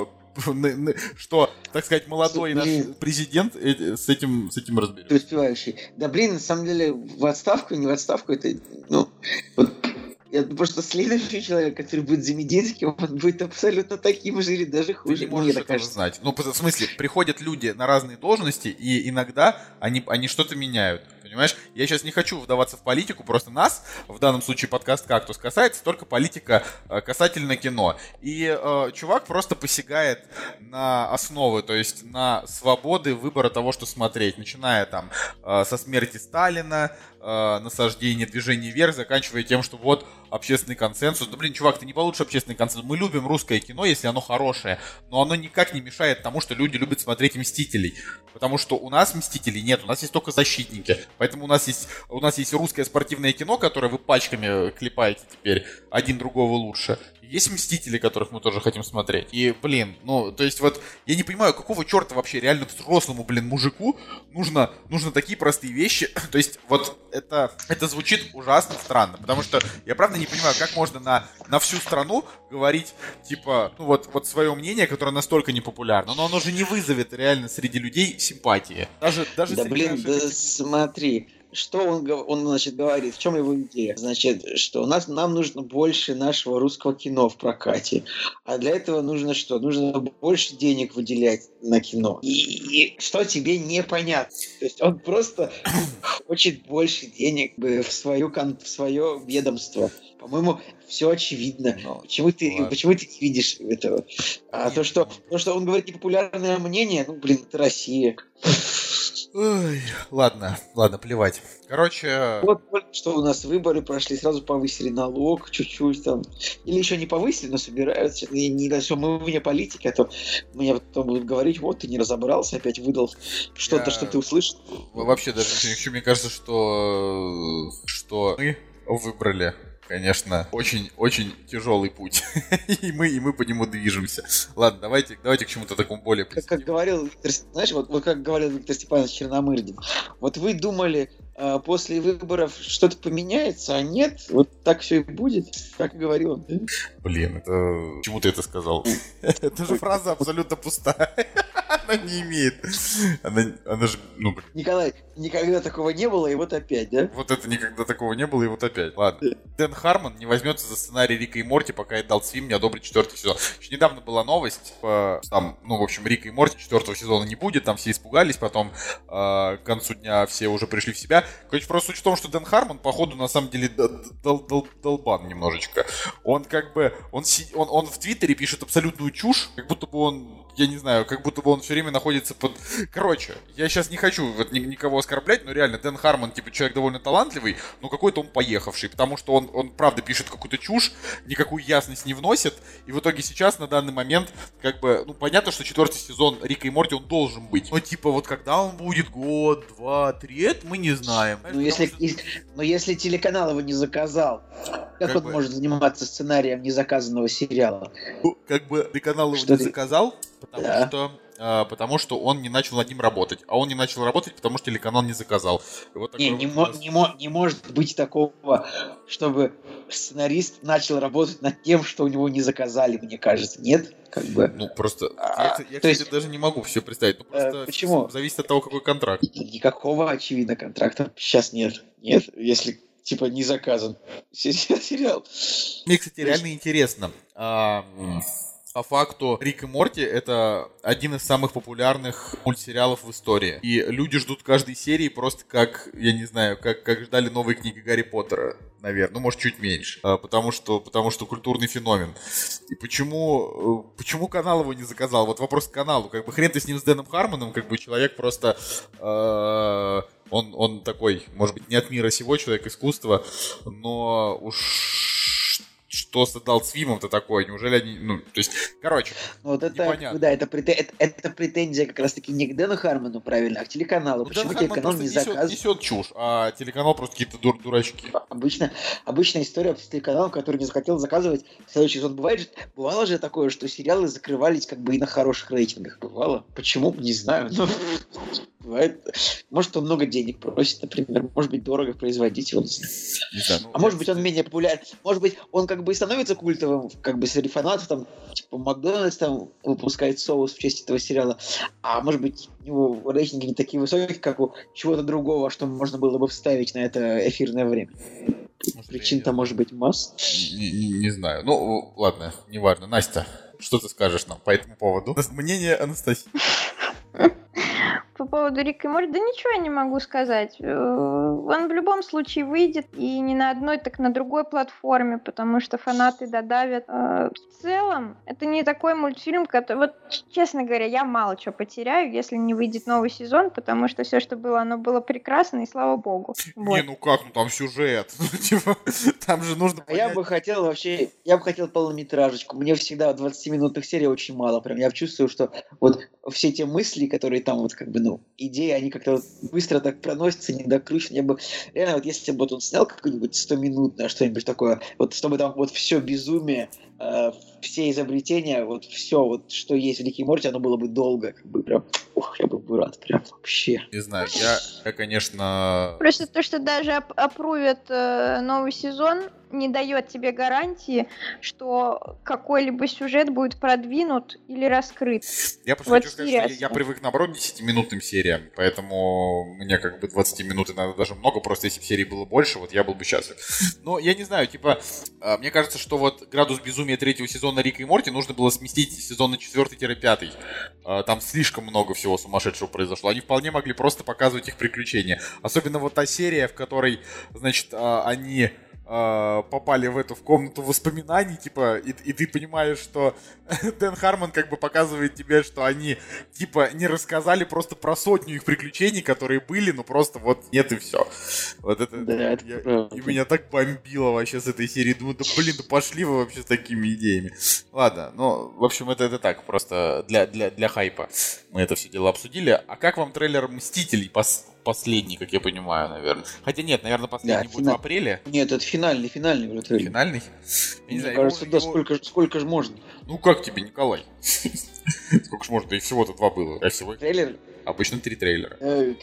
так сказать, молодой наш президент с этим разберется. Ты успевающий. Да, блин, на самом деле, в отставку, не в отставку, это, ну, вот, я просто следующий человек, который будет за Мединским, он будет абсолютно таким же или даже хуже. Ты не можешь этого знать. Ну, в смысле, приходят люди на разные должности, и иногда они что-то меняют. Понимаешь? Я сейчас не хочу вдаваться в политику, просто нас, в данном случае подкаст «Кактус», касается только политика касательно кино. И чувак просто посягает на основы, то есть на свободы выбора того, что смотреть. Начиная там со смерти Сталина, насаждение движения вверх, заканчивая тем, что вот общественный консенсус. Да блин, чувак, ты не получишь общественный консенсус. Мы любим русское кино, если оно хорошее, но оно никак не мешает тому, что люди любят смотреть «Мстителей». Потому что у нас «Мстителей» нет, у нас есть только «Защитники». Поэтому у нас есть русское спортивное кино, которое вы пачками клепаете теперь, один другого лучше. Есть «Мстители», которых мы тоже хотим смотреть. И, блин, ну, то есть вот, я не понимаю, какого черта вообще реально взрослому, блин, мужику нужно такие простые вещи. То есть вот это звучит ужасно странно, потому что я правда не понимаю, как можно на всю страну говорить, типа, ну вот свое мнение, которое настолько непопулярно, но оно же не вызовет реально среди людей симпатии. Даже да, среди блин, да смотри. Что он, значит, говорит? В чем его идея? Значит, что нам нужно больше нашего русского кино в прокате. А для этого нужно что? Нужно больше денег выделять на кино. И что тебе непонятно? То есть он просто хочет больше денег в свое ведомство. По-моему, все очевидно. Почему ты не видишь этого? А то, что он говорит непопулярное мнение, ну, блин, это Россия. Ой, ладно, плевать. Короче... Вот что у нас выборы прошли, сразу повысили налог чуть-чуть там. Или еще не повысили, но собираются. Все, мы вне политики, а то мне потом будут говорить: вот ты не разобрался, опять выдал что-то, что ты услышал. Вообще даже мне кажется, что мы выбрали, конечно, очень тяжелый путь. и мы по нему движемся. Ладно, давайте к чему-то такому более позитивному. Как говорил Виктор, знаешь, вот как говорил Виктор Степанович Черномырдин, вот вы думали, после выборов что-то поменяется, а нет, вот так все и будет, как и говорил он. Блин, это... Почему ты это сказал? Это же фраза абсолютно пустая. Она не имеет. Она же, ну, блин. Николай, никогда такого не было, и вот опять, да? Вот это никогда такого не было, и вот опять. Ладно. Дэн Хармон не возьмется за сценарий Рика и Морти, пока Adult Swim не одобрит 4-й сезон. Еще недавно была новость, там, ну, в общем, Рика и Морти 4-го сезона не будет, там все испугались, потом к концу дня все уже пришли в себя. Короче, просто суть в том, что Дэн Хармон, походу, на самом деле, долбан немножечко. Он как бы, он в Твиттере пишет абсолютную чушь, как будто бы он, я не знаю, как будто бы он все время находится под... Короче, я сейчас не хочу вот никого оскорблять, но реально, Дэн Хармон, типа, человек довольно талантливый, но какой-то он поехавший, потому что он правда пишет какую-то чушь, никакую ясность не вносит, и в итоге сейчас, на данный момент, как бы, ну, понятно, что 4-й сезон Рика и Морти, он должен быть, но, типа, вот когда он будет, год, 2, 3, это мы не знаем. Но если телеканал его не заказал, как он может заниматься сценарием незаказанного сериала? Ну, как бы телеканал его не заказал, потому что он не начал над ним работать. А он не начал работать, потому что телеканал не заказал. Вот не может быть такого, чтобы сценарист начал работать над тем, что у него не заказали, мне кажется. Нет? Как бы. Ну, просто... Я кстати, даже не могу все представить. Ну, просто почему? Зависит от того, какой контракт. Никакого, очевидно, контракта сейчас нет. Нет, если типа, не заказан сериал. Мне, кстати, реально интересно. По факту, Рик и Морти — это один из самых популярных мультсериалов в истории. И люди ждут каждой серии просто как, я не знаю, как ждали новые книги Гарри Поттера, наверное. Ну, может, чуть меньше. Потому что культурный феномен. И почему канал его не заказал? Вот вопрос к каналу. Как бы хрен ты с ним, с Дэном Хармоном, как бы человек просто... Он такой, может быть, не от мира сего, человек искусства, но уж... Что с Adult Swim-то такое? Неужели они... Ну, то есть, короче, вот это, непонятно. Да, это претензия как раз-таки не к Дэну Хармону, правильно, а к телеканалу. Ну, почему Дэн телеканал Хармон не просто заказывает? несет чушь, а телеканал просто какие-то дурачки. Обычная история с телеканалом, который не захотел заказывать следующий сезон. Бывало же такое, что сериалы закрывались как бы и на хороших рейтингах. Бывало. Почему? Не знаю. Но бывает. Может, он много денег просит, например. Может быть, дорого производить его. Не знаю, ну, а может быть, он менее популярен. Может быть, он как бы и становится культовым, как бы среди фанатов, там, типа, Макдональдс там выпускает соус в честь этого сериала. А может быть, у него рейтинги не такие высокие, как у чего-то другого, что можно было бы вставить на это эфирное время. Причин-то может быть масса. Не знаю. Ну, ладно, неважно. Настя, что ты скажешь нам по этому поводу? Мнение Анастасии. По поводу Рика и Морти, да ничего я не могу сказать. Он в любом случае выйдет, и не на одной, так на другой платформе, потому что фанаты додавят. В целом, это не такой мультфильм, который... Вот, честно говоря, я мало чего потеряю, если не выйдет новый сезон, потому что все, что было, оно было прекрасно, и слава богу. Вот. Не, ну как, ну там сюжет. Там же нужно понять. Я бы хотел полнометражечку. Мне всегда 20-минутных серий очень мало. Прям я чувствую, что вот все те мысли, которые там вот как бы, ну, идеи, они как-то вот быстро так проносятся, недокручены. Я бы реально, вот если бы вот он снял какой-нибудь 100-минутное, что-нибудь такое, вот чтобы там вот все безумие, все изобретения, вот все, вот что есть в Рике и Морти, оно было бы долго, как бы прям, я был бы рад, прям вообще. Не знаю, я конечно... Просто то, что даже опрувят новый сезон, не дает тебе гарантии, что какой-либо сюжет будет продвинут или раскрыт. Я просто хочу сказать, что я привык, наоборот, к 10-минутным сериям, поэтому мне как бы 20 минут иногда даже много, просто если бы серий было больше, вот я был бы счастлив. Но я не знаю, типа, мне кажется, что вот градус безумия третьего сезона Рика и Морти нужно было сместить с сезона 4-5. Там слишком много всего сумасшедшего произошло. Они вполне могли просто показывать их приключения. Особенно вот та серия, в которой, значит, они... попали в комнату воспоминаний, типа, и ты понимаешь, что Дэн Хармон как бы показывает тебе, что они, типа, не рассказали просто про 100 их приключений, которые были, ну просто вот нет и все. Вот это... Да, и меня так бомбило вообще с этой серии. Думаю, да блин, да пошли вы вообще с такими идеями. Ладно, ну, в общем, это так, просто для хайпа мы это все дело обсудили. А как вам трейлер «Мстителей»? Последний, как я понимаю, наверное. Хотя нет, наверное, последний будет в апреле. Нет, это финальный уже трейлер. Финальный? Мне кажется, да, сколько же можно. Ну как тебе, Николай? Сколько же можно? Да и всего-то 2 было. А всего... Трейлер? Обычно 3 трейлера.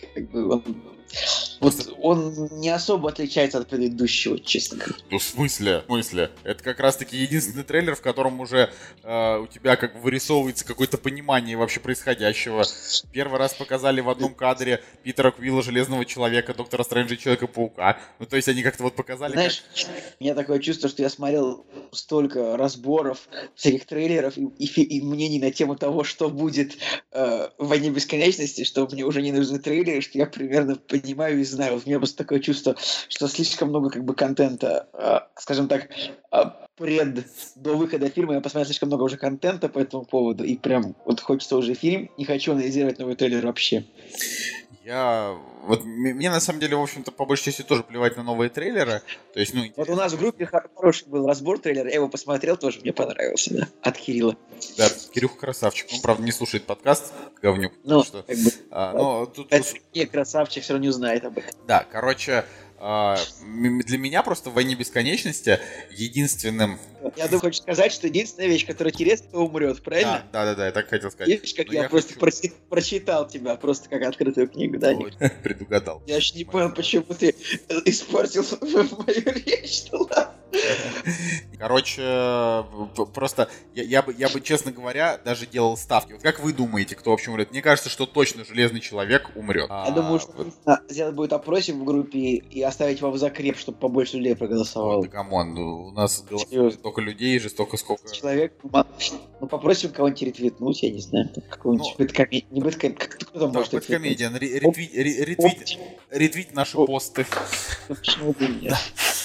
Он не особо отличается от предыдущего, честно говоря. Ну, в смысле? Это как раз-таки единственный трейлер, в котором уже у тебя как бы вырисовывается какое-то понимание вообще происходящего. Первый раз показали в одном кадре Питера Квилла, Железного Человека, Доктора Стрэнджа и Человека-паука. Ну, то есть они как-то вот показали... Знаешь, у меня такое чувство, что я смотрел столько разборов, всяких трейлеров и мнений на тему того, что будет в «Войне бесконечности», что мне уже не нужны трейлеры, что я примерно понимаю и знаю. У меня просто такое чувство, что слишком много как бы контента, скажем так, до выхода фильма я посмотрел слишком много уже контента по этому поводу, и прям вот хочется уже фильм, не хочу анализировать новый трейлер вообще. Мне на самом деле, в общем-то, по большей части тоже плевать на новые трейлеры. То есть, ну, вот у нас в группе хороший был разбор трейлера, я его посмотрел, тоже мне понравился, да, от Кирилла. Да, Кирюха красавчик. Он, правда, не слушает подкаст, говнюк. Ну, что, как бы, это не красавчик, все равно не узнает об этом. Да, короче, для меня просто в «Войне бесконечности» единственным... Я думаю, хочу сказать, что единственная вещь, которая интересна, кто умрет, правильно? Да, я так хотел сказать. Видишь, как я просто прочитал тебя, просто как открытую книгу, да? Предугадал. Я еще не понял, почему ты испортил мою речь. Короче, просто я бы, честно говоря, даже делал ставки. Вот как вы думаете, кто вообще умрет? Мне кажется, что точно Железный Человек умрет. Я думаю, что сделать будет опросик в группе и оставить вам закреп, чтобы побольше людей проголосовало. Да камон, у нас голосует столько людей же, столько сколько... Человек, ну попросим кого-нибудь ретвитнуть, я не знаю, какого-нибудь бэткомедиан, не бэткомедиан, кто там может бэткомедиан, ретвит наши посты. Почему бы нет?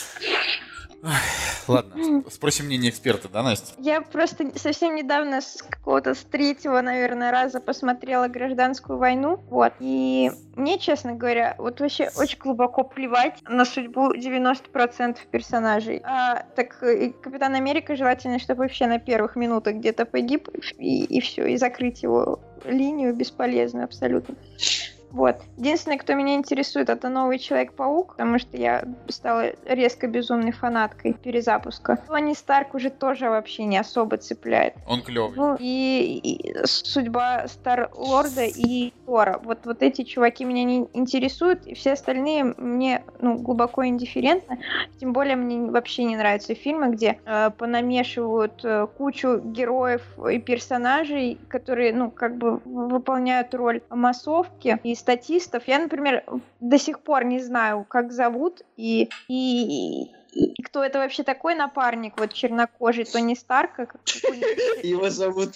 Ладно, спросим мнение эксперта, да, Настя? Я просто совсем недавно с третьего, наверное, раза посмотрела «Гражданскую войну», вот, и мне, честно говоря, вот вообще очень глубоко плевать на судьбу 90% персонажей. Так и Капитан Америка желательно, чтобы вообще на первых минутах где-то погиб, и все, и закрыть его линию бесполезную абсолютно. Вот. Единственное, кто меня интересует, это новый Человек-паук, потому что я стала резко безумной фанаткой перезапуска. Тони Старк уже тоже вообще не особо цепляет. Он клевый. Ну, и судьба Стар-Лорда и Тора. Вот эти чуваки меня не интересуют, и все остальные мне глубоко индифферентны. Тем более мне вообще не нравятся фильмы, где понамешивают кучу героев и персонажей, которые, выполняют роль массовки и статистов. Я, например, до сих пор не знаю, как зовут и кто это вообще такой напарник, вот чернокожий Тони Старка. Его зовут...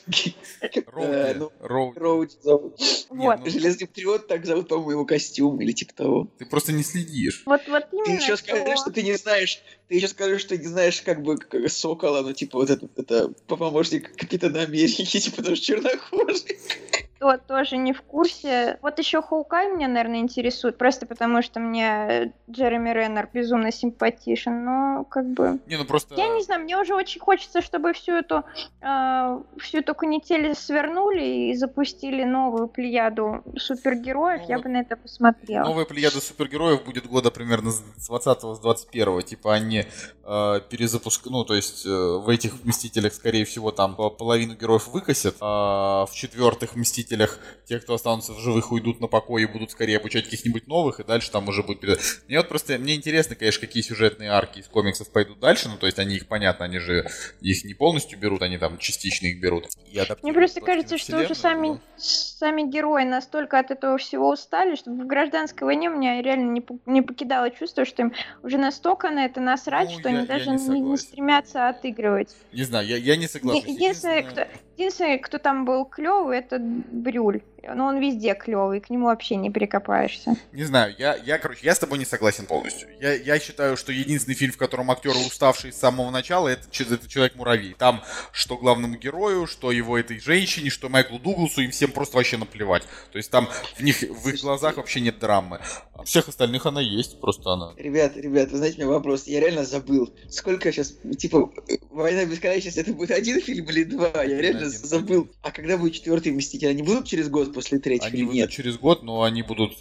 Роуди зовут. Железный патриот, так зовут, по-моему, его костюм или типа того. Ты просто не следишь. Вот именно. Ты еще скажешь, что ты не знаешь... Ты еще скажешь, что не знаешь, как бы, Сокола, вот это помощник Капитана Америки, типа, потому что чернокожий. Тоже не в курсе. Вот еще Хоукай меня, наверное, интересует, просто потому что мне Джереми Реннер безумно симпатичен, но просто... Я не знаю, мне уже очень хочется, чтобы всю эту канитель свернули и запустили новую плеяду супергероев, я бы на это посмотрела. Новая плеяда супергероев будет года примерно с 20-го, с 21-го, типа они перезапускают, то есть в этих Мстителях, скорее всего, там половину героев выкосят, а в четвертых Мстителях те, кто останутся в живых, уйдут на покой и будут скорее обучать каких-нибудь новых, и дальше там уже будет... Мне интересно, конечно, какие сюжетные арки из комиксов пойдут дальше, то есть они их, понятно, они же их не полностью берут, они там частично их берут. Мне просто кажется, что уже сами герои настолько от этого всего устали, что в «Гражданской войне» у меня реально не покидало чувство, что им уже настолько на это насрать, что они даже не стремятся отыгрывать. Не знаю, я не согласен. Единственный, кто там был клевый, это Брюль. Но он везде клевый, к нему вообще не прикопаешься. Не знаю, я с тобой не согласен полностью. Я считаю, что единственный фильм, в котором актеры уставшие с самого начала, это «Человек-муравей». Там что главному герою, что его этой женщине, что Майклу Дугласу, им всем просто вообще наплевать. То есть там в их глазах вообще нет драмы. А всех остальных она есть, просто она... Ребят, вы знаете, у меня вопрос. Я реально забыл. Сколько сейчас, «Война бесконечности» это будет один фильм или два? Я реально забыл. А когда будет четвертый «Мститель»? Они будут через год после третьего или нет? Они будут через год, но они будут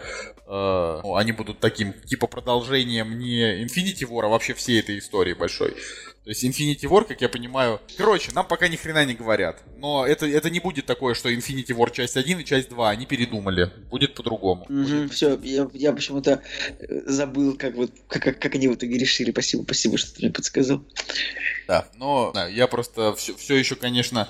они будут таким, типа, продолжением не Infinity War, а вообще всей этой истории большой. То есть Infinity War, как я понимаю... Короче, нам пока ни хрена не говорят. Но это не будет такое, что Infinity War часть 1 и часть 2. Они передумали. Будет по-другому. Все, я почему-то забыл, как они в итоге решили. Спасибо, что ты мне подсказал. Да, но я просто все еще, конечно,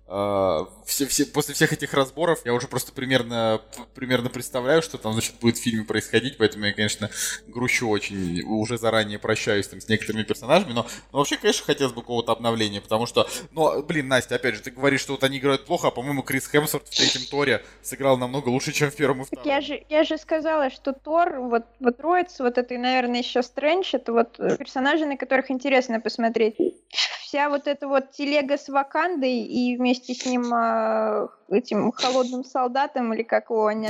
после всех этих разборов я уже просто примерно представляю, что там, значит, будет в фильме происходить, поэтому я, конечно, грущу очень, уже заранее прощаюсь там с некоторыми персонажами, но вообще, конечно, хотелось бы какого-то обновления, потому что, Настя, опять же, ты говоришь, что вот они играют плохо, а, по-моему, Крис Хемсворт в третьем Торе сыграл намного лучше, чем в первом и втором. Я же сказала, что Тор, вот троица, вот это, и, наверное, еще Стрэндж, это вот персонажи, на которых интересно посмотреть. Вся вот эта вот телега с Вакандой и вместе с ним этим холодным солдатом, или как его они...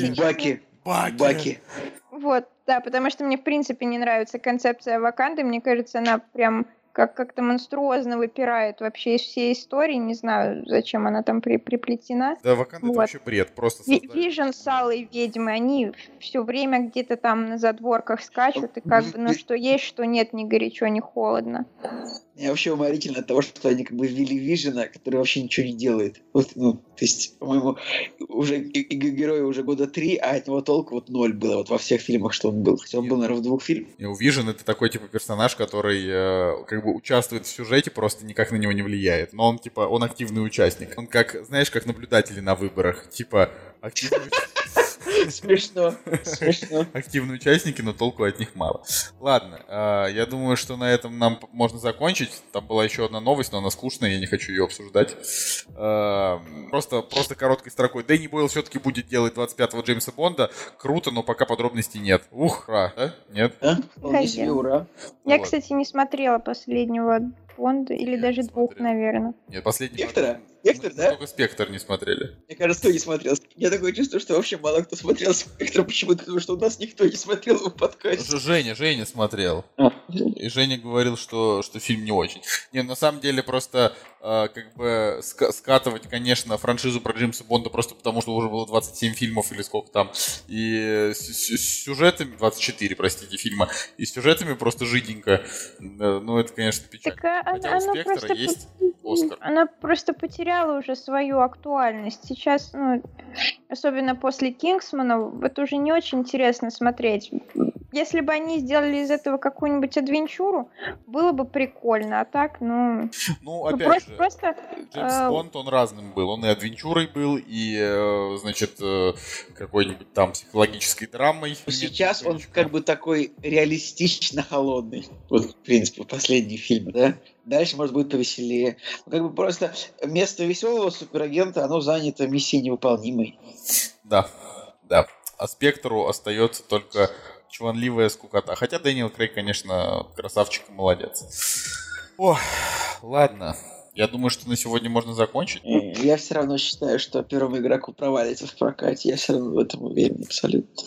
Баки. Вот, да, потому что мне в принципе не нравится концепция Ваканды, мне кажется, она прям как-то монструозно выпирает вообще из всей истории, не знаю, зачем она там приплетена. Да, Ваканда это вообще бред, просто создать. Вижен с Алой ведьмой, они все время где-то там на задворках скачут, и что есть, что нет, ни горячо, ни холодно. Мне вообще уморительно от того, что они как бы ввели Вижена, который вообще ничего не делает. Вот, ну, то есть, по-моему, уже герой уже года 3, а от него толку вот 0 было вот во всех фильмах, что он был. Хотя он был, наверное, в 2 фильмах. И у Вижен это такой, типа, персонаж, который как бы участвует в сюжете, просто никак на него не влияет. Но он, типа, он активный участник. Он как, знаешь, как наблюдатели на выборах. Типа, активный Смешно. активные участники, но толку от них мало. Ладно, я думаю, что на этом нам можно закончить. Там была еще одна новость, но она скучная, я не хочу ее обсуждать. Просто короткой строкой. Дэнни Бойл все-таки будет делать 25-го Джеймса Бонда. Круто, но пока подробностей нет. Ух, да? Нет? Да? Вполне себе ура. Я, кстати, не смотрела последнего Бонда, или даже 2, наверное. Нет, последний. Спектра? Спектр, да? Только Спектр не смотрели. Мне кажется, кто не смотрел. Я такое чувство, что вообще мало кто смотрел Спектр почему-то, потому что у нас никто не смотрел его подкасте. Женя смотрел. И Женя говорил, что фильм не очень. Не, на самом деле просто как бы скатывать, конечно, франшизу про Джеймса Бонда просто потому, что уже было 27 фильмов или сколько там, и с сюжетами, 24, простите, фильма, и с сюжетами просто жиденько. Ну, это, конечно, печально. Так, хотя у Спектра есть Оскар. Она просто потеряла уже свою актуальность. Сейчас, ну, особенно после Кингсмана, это уже не очень интересно смотреть. Если бы они сделали из этого какую-нибудь адвенчуру, было бы прикольно. А так, ну опять же, просто Джеймс Бонд, он разным был. Он и адвенчурой был, и, значит, какой-нибудь там психологической драмой. Сейчас он как бы такой реалистично холодный. Вот, в принципе, последний фильм, да? Дальше, может, будет повеселее. Ну, как бы просто место веселого суперагента, оно занято миссией невыполнимой. Да. А Спектру остается только чванливая скукота. Хотя Дэниел Крейг, конечно, красавчик и молодец. Ох, ладно. Я думаю, что на сегодня можно закончить. Я все равно считаю, что первому игроку провалится в прокате. Я все равно в этом уверен абсолютно.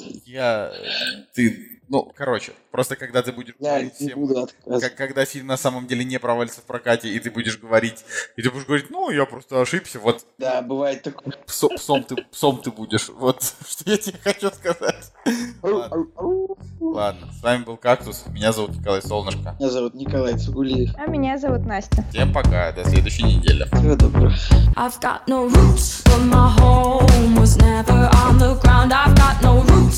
Короче, просто когда ты будешь говорить всем, когда фильм на самом деле не провалится в прокате, и ты будешь говорить, ну, я просто ошибся, вот. Да, бывает такое. Псом ты будешь, вот, что я тебе хочу сказать. Ладно, с вами был Кактус, меня зовут Николай Солнышко. Меня зовут Николай Цугулиев. А меня зовут Настя. Всем пока, до следующей недели. Всего доброго. I've got no roots, but my home was never on the ground. I've got no roots.